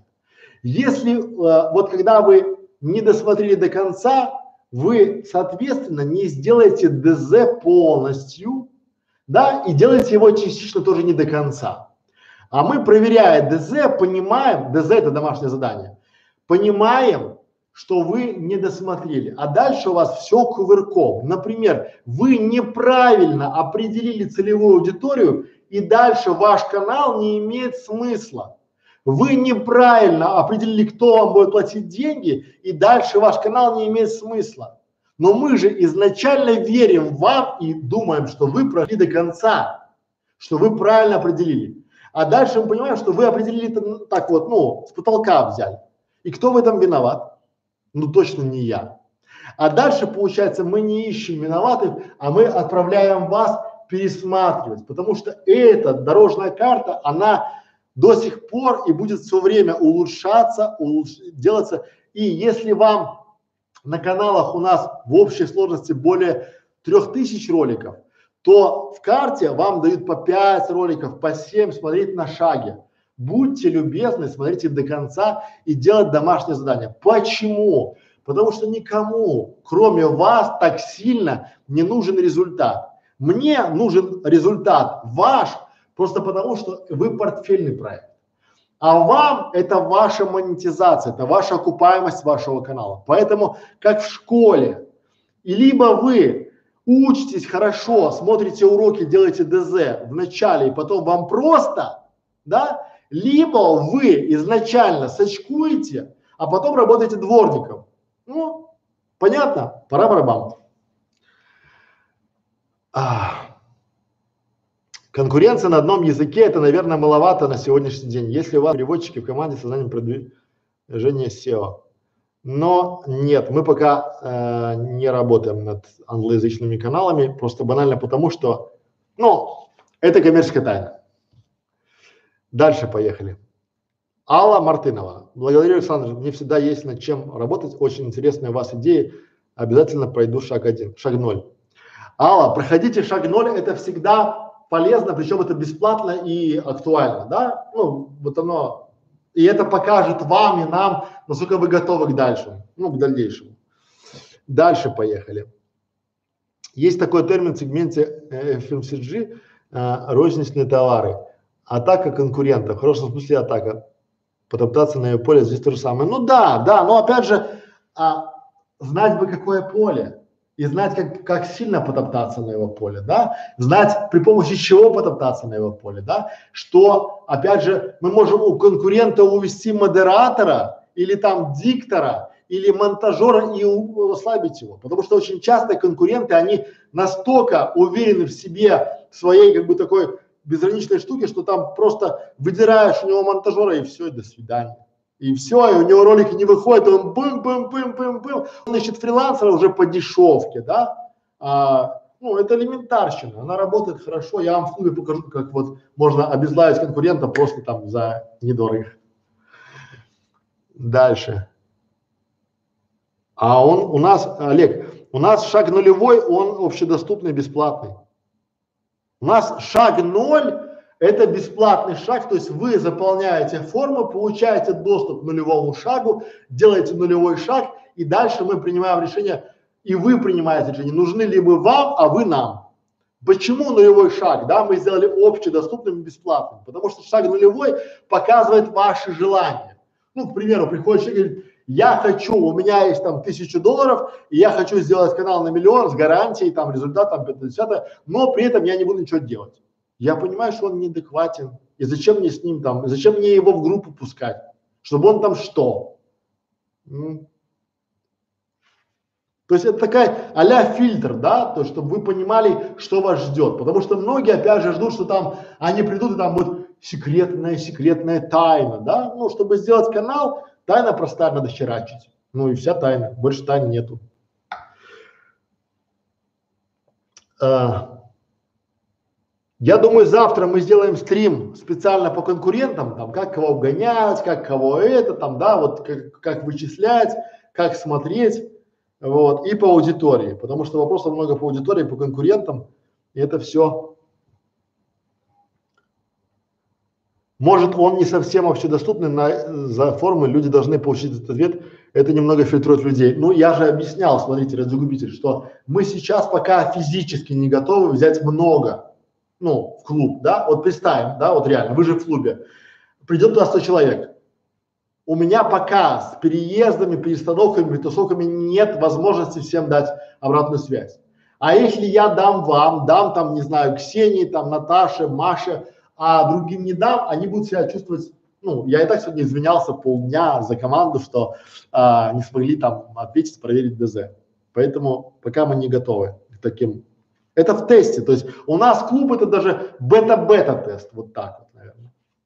Если э, вот когда вы не досмотрели до конца, вы, соответственно, не сделаете ДЗ полностью, да, и делаете его частично тоже не до конца. А мы, проверяя ДЗ, понимаем, ДЗ это домашнее задание, понимаем, что вы не досмотрели, а дальше у вас все кувырком. Например, вы неправильно определили целевую аудиторию, и дальше ваш канал не имеет смысла. Вы неправильно определили, кто вам будет платить деньги, и дальше ваш канал не имеет смысла. Но мы же изначально верим в вам и думаем, что вы прошли до конца, что вы правильно определили. А дальше мы понимаем, что вы определили это так вот, ну, с потолка взяли. И кто в этом виноват? Ну, точно не я. А дальше, получается, мы не ищем виноватых, а мы отправляем вас пересматривать, потому что эта дорожная карта, она до сих пор и будет все время улучшаться, улучш... делаться. И если вам на каналах у нас в общей сложности более трех тысяч роликов, то в карте вам дают по пять роликов, по семь смотреть на шаге. Будьте любезны, смотрите до конца и делать домашнее задание. Почему? Потому что никому, кроме вас, так сильно не нужен результат. Мне нужен результат ваш, просто потому что вы портфельный проект. А вам это ваша монетизация, это ваша окупаемость вашего канала. Поэтому, как в школе, и либо вы учитесь хорошо, смотрите уроки, делаете ДЗ в начале, и потом вам просто, да, либо вы изначально сочкуете, а потом работаете дворником. Ну, понятно? Пора барабан. А. Конкуренция на одном языке – это, наверное, маловато на сегодняшний день, если у вас переводчики в команде созданием продвижения сео. Но нет, мы пока э, не работаем над англоязычными каналами, просто банально потому, что, ну, это коммерческая тайна. Дальше поехали. Алла Мартынова. Благодарю, Александр, мне всегда есть над чем работать, очень интересные у вас идеи, обязательно пройду шаг один, шаг ноль. Алла, проходите шаг ноль, это всегда полезно, причем это бесплатно и актуально, да, ну, вот оно, и это покажет вам и нам, насколько вы готовы к дальшему, ну, к дальнейшему. Дальше поехали. Есть такой термин в сегменте эф эм си джи, э, розничные товары, атака конкурентов, в хорошем смысле атака, потоптаться на ее поле, здесь то же самое. Ну да, да, но опять же, а, знать бы какое поле. И знать, как, как сильно потоптаться на его поле, да, знать при помощи чего потоптаться на его поле, да, что, опять же, мы можем у конкурента увести модератора или там диктора или монтажера и у, ослабить его, потому что очень часто конкуренты, они настолько уверены в себе, в своей как бы такой безграничной штуке, что там просто выдираешь у него монтажера и все, и до свидания. И все, и у него ролики не выходят, он бым-бым-бым-бым-бым, он ищет фрилансера уже по дешевке, да, а, ну это элементарщина, она работает хорошо, я вам в клубе покажу, как вот можно обезглавить конкурента просто там за недорого. Дальше. А он у нас, Олег, у нас шаг нулевой, он общедоступный, бесплатный. У нас шаг ноль. Это бесплатный шаг, то есть вы заполняете форму, получаете доступ к нулевому шагу, делаете нулевой шаг, и дальше мы принимаем решение, и вы принимаете решение, нужны ли мы вам, а вы нам. Почему нулевой шаг? Да, мы сделали общедоступным и бесплатным, потому что шаг нулевой показывает ваши желания. Ну, к примеру, приходит человек и говорит, Я хочу, у меня есть там тысячу долларов, и я хочу сделать канал на миллион с гарантией, там результат там пятьдесят, но при этом я не буду ничего делать. Я понимаю, что он неадекватен, и зачем мне с ним там, зачем мне его в группу пускать, чтобы он там что? М? То есть это такая а-ля фильтр, да, то, чтобы вы понимали, что вас ждет. Потому что многие опять же ждут, что там они придут и там будет секретная, секретная тайна, да. Ну, чтобы сделать канал, тайна простая, надо херачить. Ну и вся тайна, больше тайн нету. А, я думаю, завтра мы сделаем стрим специально по конкурентам, там, как кого обгонять, как кого это, там, да, вот как, как вычислять, как смотреть. Вот, и по аудитории, потому что вопросов много по аудитории, по конкурентам, и это все. Может, он не совсем общедоступный, на, за формы люди должны получить этот ответ, это немного фильтрует людей. Ну, я же объяснял, смотрите, разгубитель, что мы сейчас пока физически не готовы взять много, ну, в клуб, да, вот представим, да, вот реально, вы же в клубе, придет туда сто человек. У меня пока с переездами, перестановками, перетасовками нет возможности всем дать обратную связь. А если я дам вам, дам там, не знаю, Ксении, там, Наташе, Маше, а другим не дам, они будут себя чувствовать, ну, я и так сегодня извинялся полдня за команду, что а, не смогли там ответить, проверить ДЗ. Поэтому пока мы не готовы к таким. Это в тесте, то есть у нас клуб это даже бета-бета тест, вот так вот, наверное.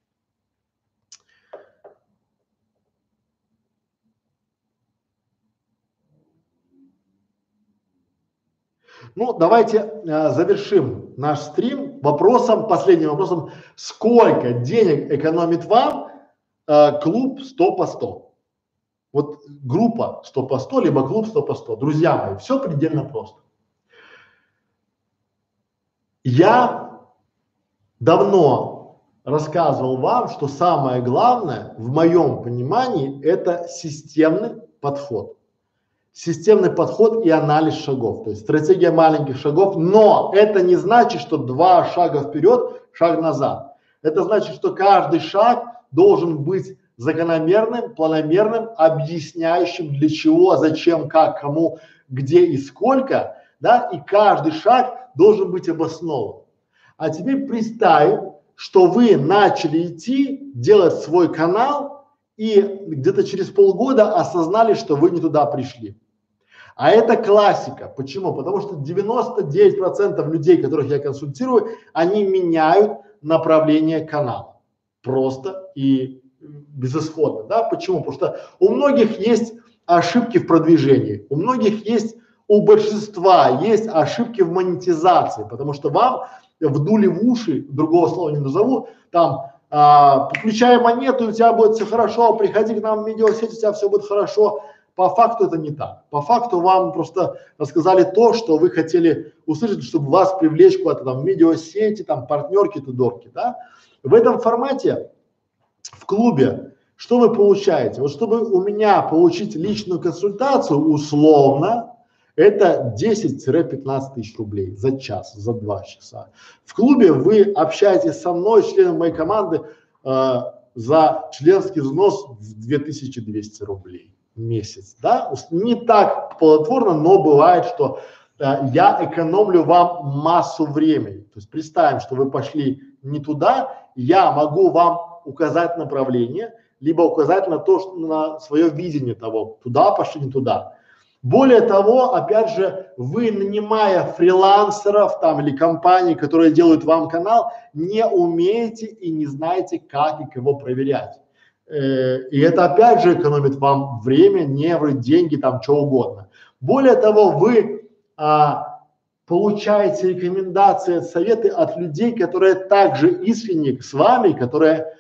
Ну, давайте э, завершим наш стрим вопросом, последним вопросом, сколько денег экономит вам э, клуб сто по сто? Вот группа сто по сто, либо клуб сто по сто. Друзья мои, все предельно просто. Я давно рассказывал вам, что самое главное в моем понимании это системный подход. Системный подход и анализ шагов, то есть стратегия маленьких шагов, но это не значит, что два шага вперед, шаг назад. Это значит, что каждый шаг должен быть закономерным, планомерным, объясняющим для чего, зачем, как, кому, где и сколько, да, и каждый шаг должен быть обоснован. А теперь представим, что вы начали идти, делать свой канал, и где-то через полгода осознали, что вы не туда пришли. А это классика. Почему? Потому что девяносто девять процентов людей, которых я консультирую, они меняют направление канала. Просто и безысходно. Да? Почему? Потому что у многих есть ошибки в продвижении, у многих есть, у большинства есть ошибки в монетизации, потому что вам вдули в уши, другого слова не назову, там А, подключай монету, у тебя будет все хорошо, приходи к нам в видеосеть, у тебя все будет хорошо. По факту это не так. По факту вам просто рассказали то, что вы хотели услышать, чтобы вас привлечь куда-то там в видеосети, там партнерки, тудорки, да. В этом формате, в клубе, что вы получаете? Вот чтобы у меня получить личную консультацию условно, это десять-пятнадцать тысяч рублей за час, за два часа. В клубе вы общаетесь со мной, членом моей команды, э, за членский взнос в две тысячи двести рублей в месяц. Да? Не так плодотворно, но бывает, что э, я экономлю вам массу времени. То есть представим, что вы пошли не туда, я могу вам указать направление, либо указать на то, что, на свое видение того, туда пошли, не туда. Более того, опять же, вы, нанимая фрилансеров там или компаний, которые делают вам канал, не умеете и не знаете, как и кого проверять. Э, и это опять же экономит вам время, нервы, деньги, там, что угодно. Более того, вы а, получаете рекомендации, советы от людей, которые также искренни с вами, которые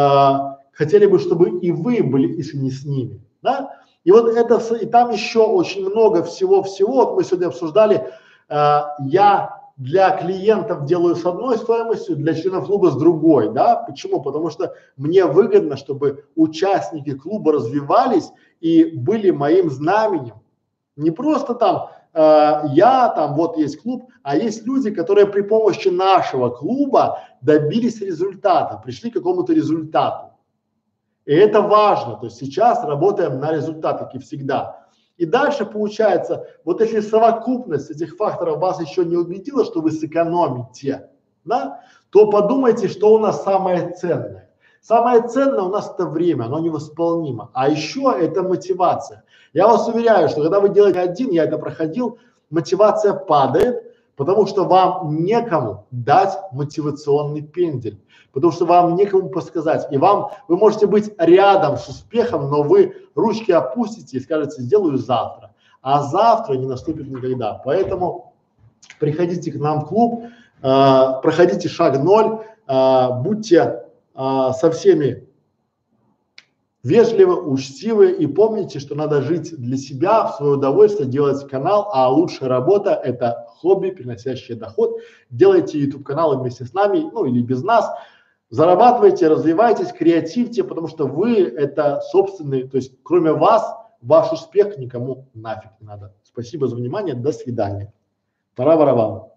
а, хотели бы, чтобы и вы были искренни с ними, да? И вот это, и там еще очень много всего-всего, вот мы сегодня обсуждали, э, я для клиентов делаю с одной стоимостью, для членов клуба с другой, да, почему? Потому что мне выгодно, чтобы участники клуба развивались и были моим знаменем. Не просто там э, я, там вот есть клуб, а есть люди, которые при помощи нашего клуба добились результата, пришли к какому-то результату. И это важно, то есть сейчас работаем на результат, как и всегда. И дальше получается, вот если совокупность этих факторов вас еще не убедила, что вы сэкономите, да, то подумайте, что у нас самое ценное. Самое ценное у нас это время, оно невосполнимо. А еще это мотивация. Я вас уверяю, что когда вы делаете один, я это проходил, мотивация падает, потому что вам некому дать мотивационный пендель, потому что вам некому подсказать. И вам, вы можете быть рядом с успехом, но вы ручки опустите и скажете, сделаю завтра. А завтра не наступит никогда. Поэтому приходите к нам в клуб, э, проходите шаг ноль, э, будьте э, со всеми вежливы, учтивы и помните, что надо жить для себя, в свое удовольствие, делать канал, а лучшая работа – это хобби, приносящее доход. Делайте YouTube каналы вместе с нами, ну или без нас, зарабатывайте, развивайтесь, креативьте, потому что вы это собственный, то есть кроме вас, ваш успех никому нафиг не надо. Спасибо за внимание, до свидания. Пора воровать.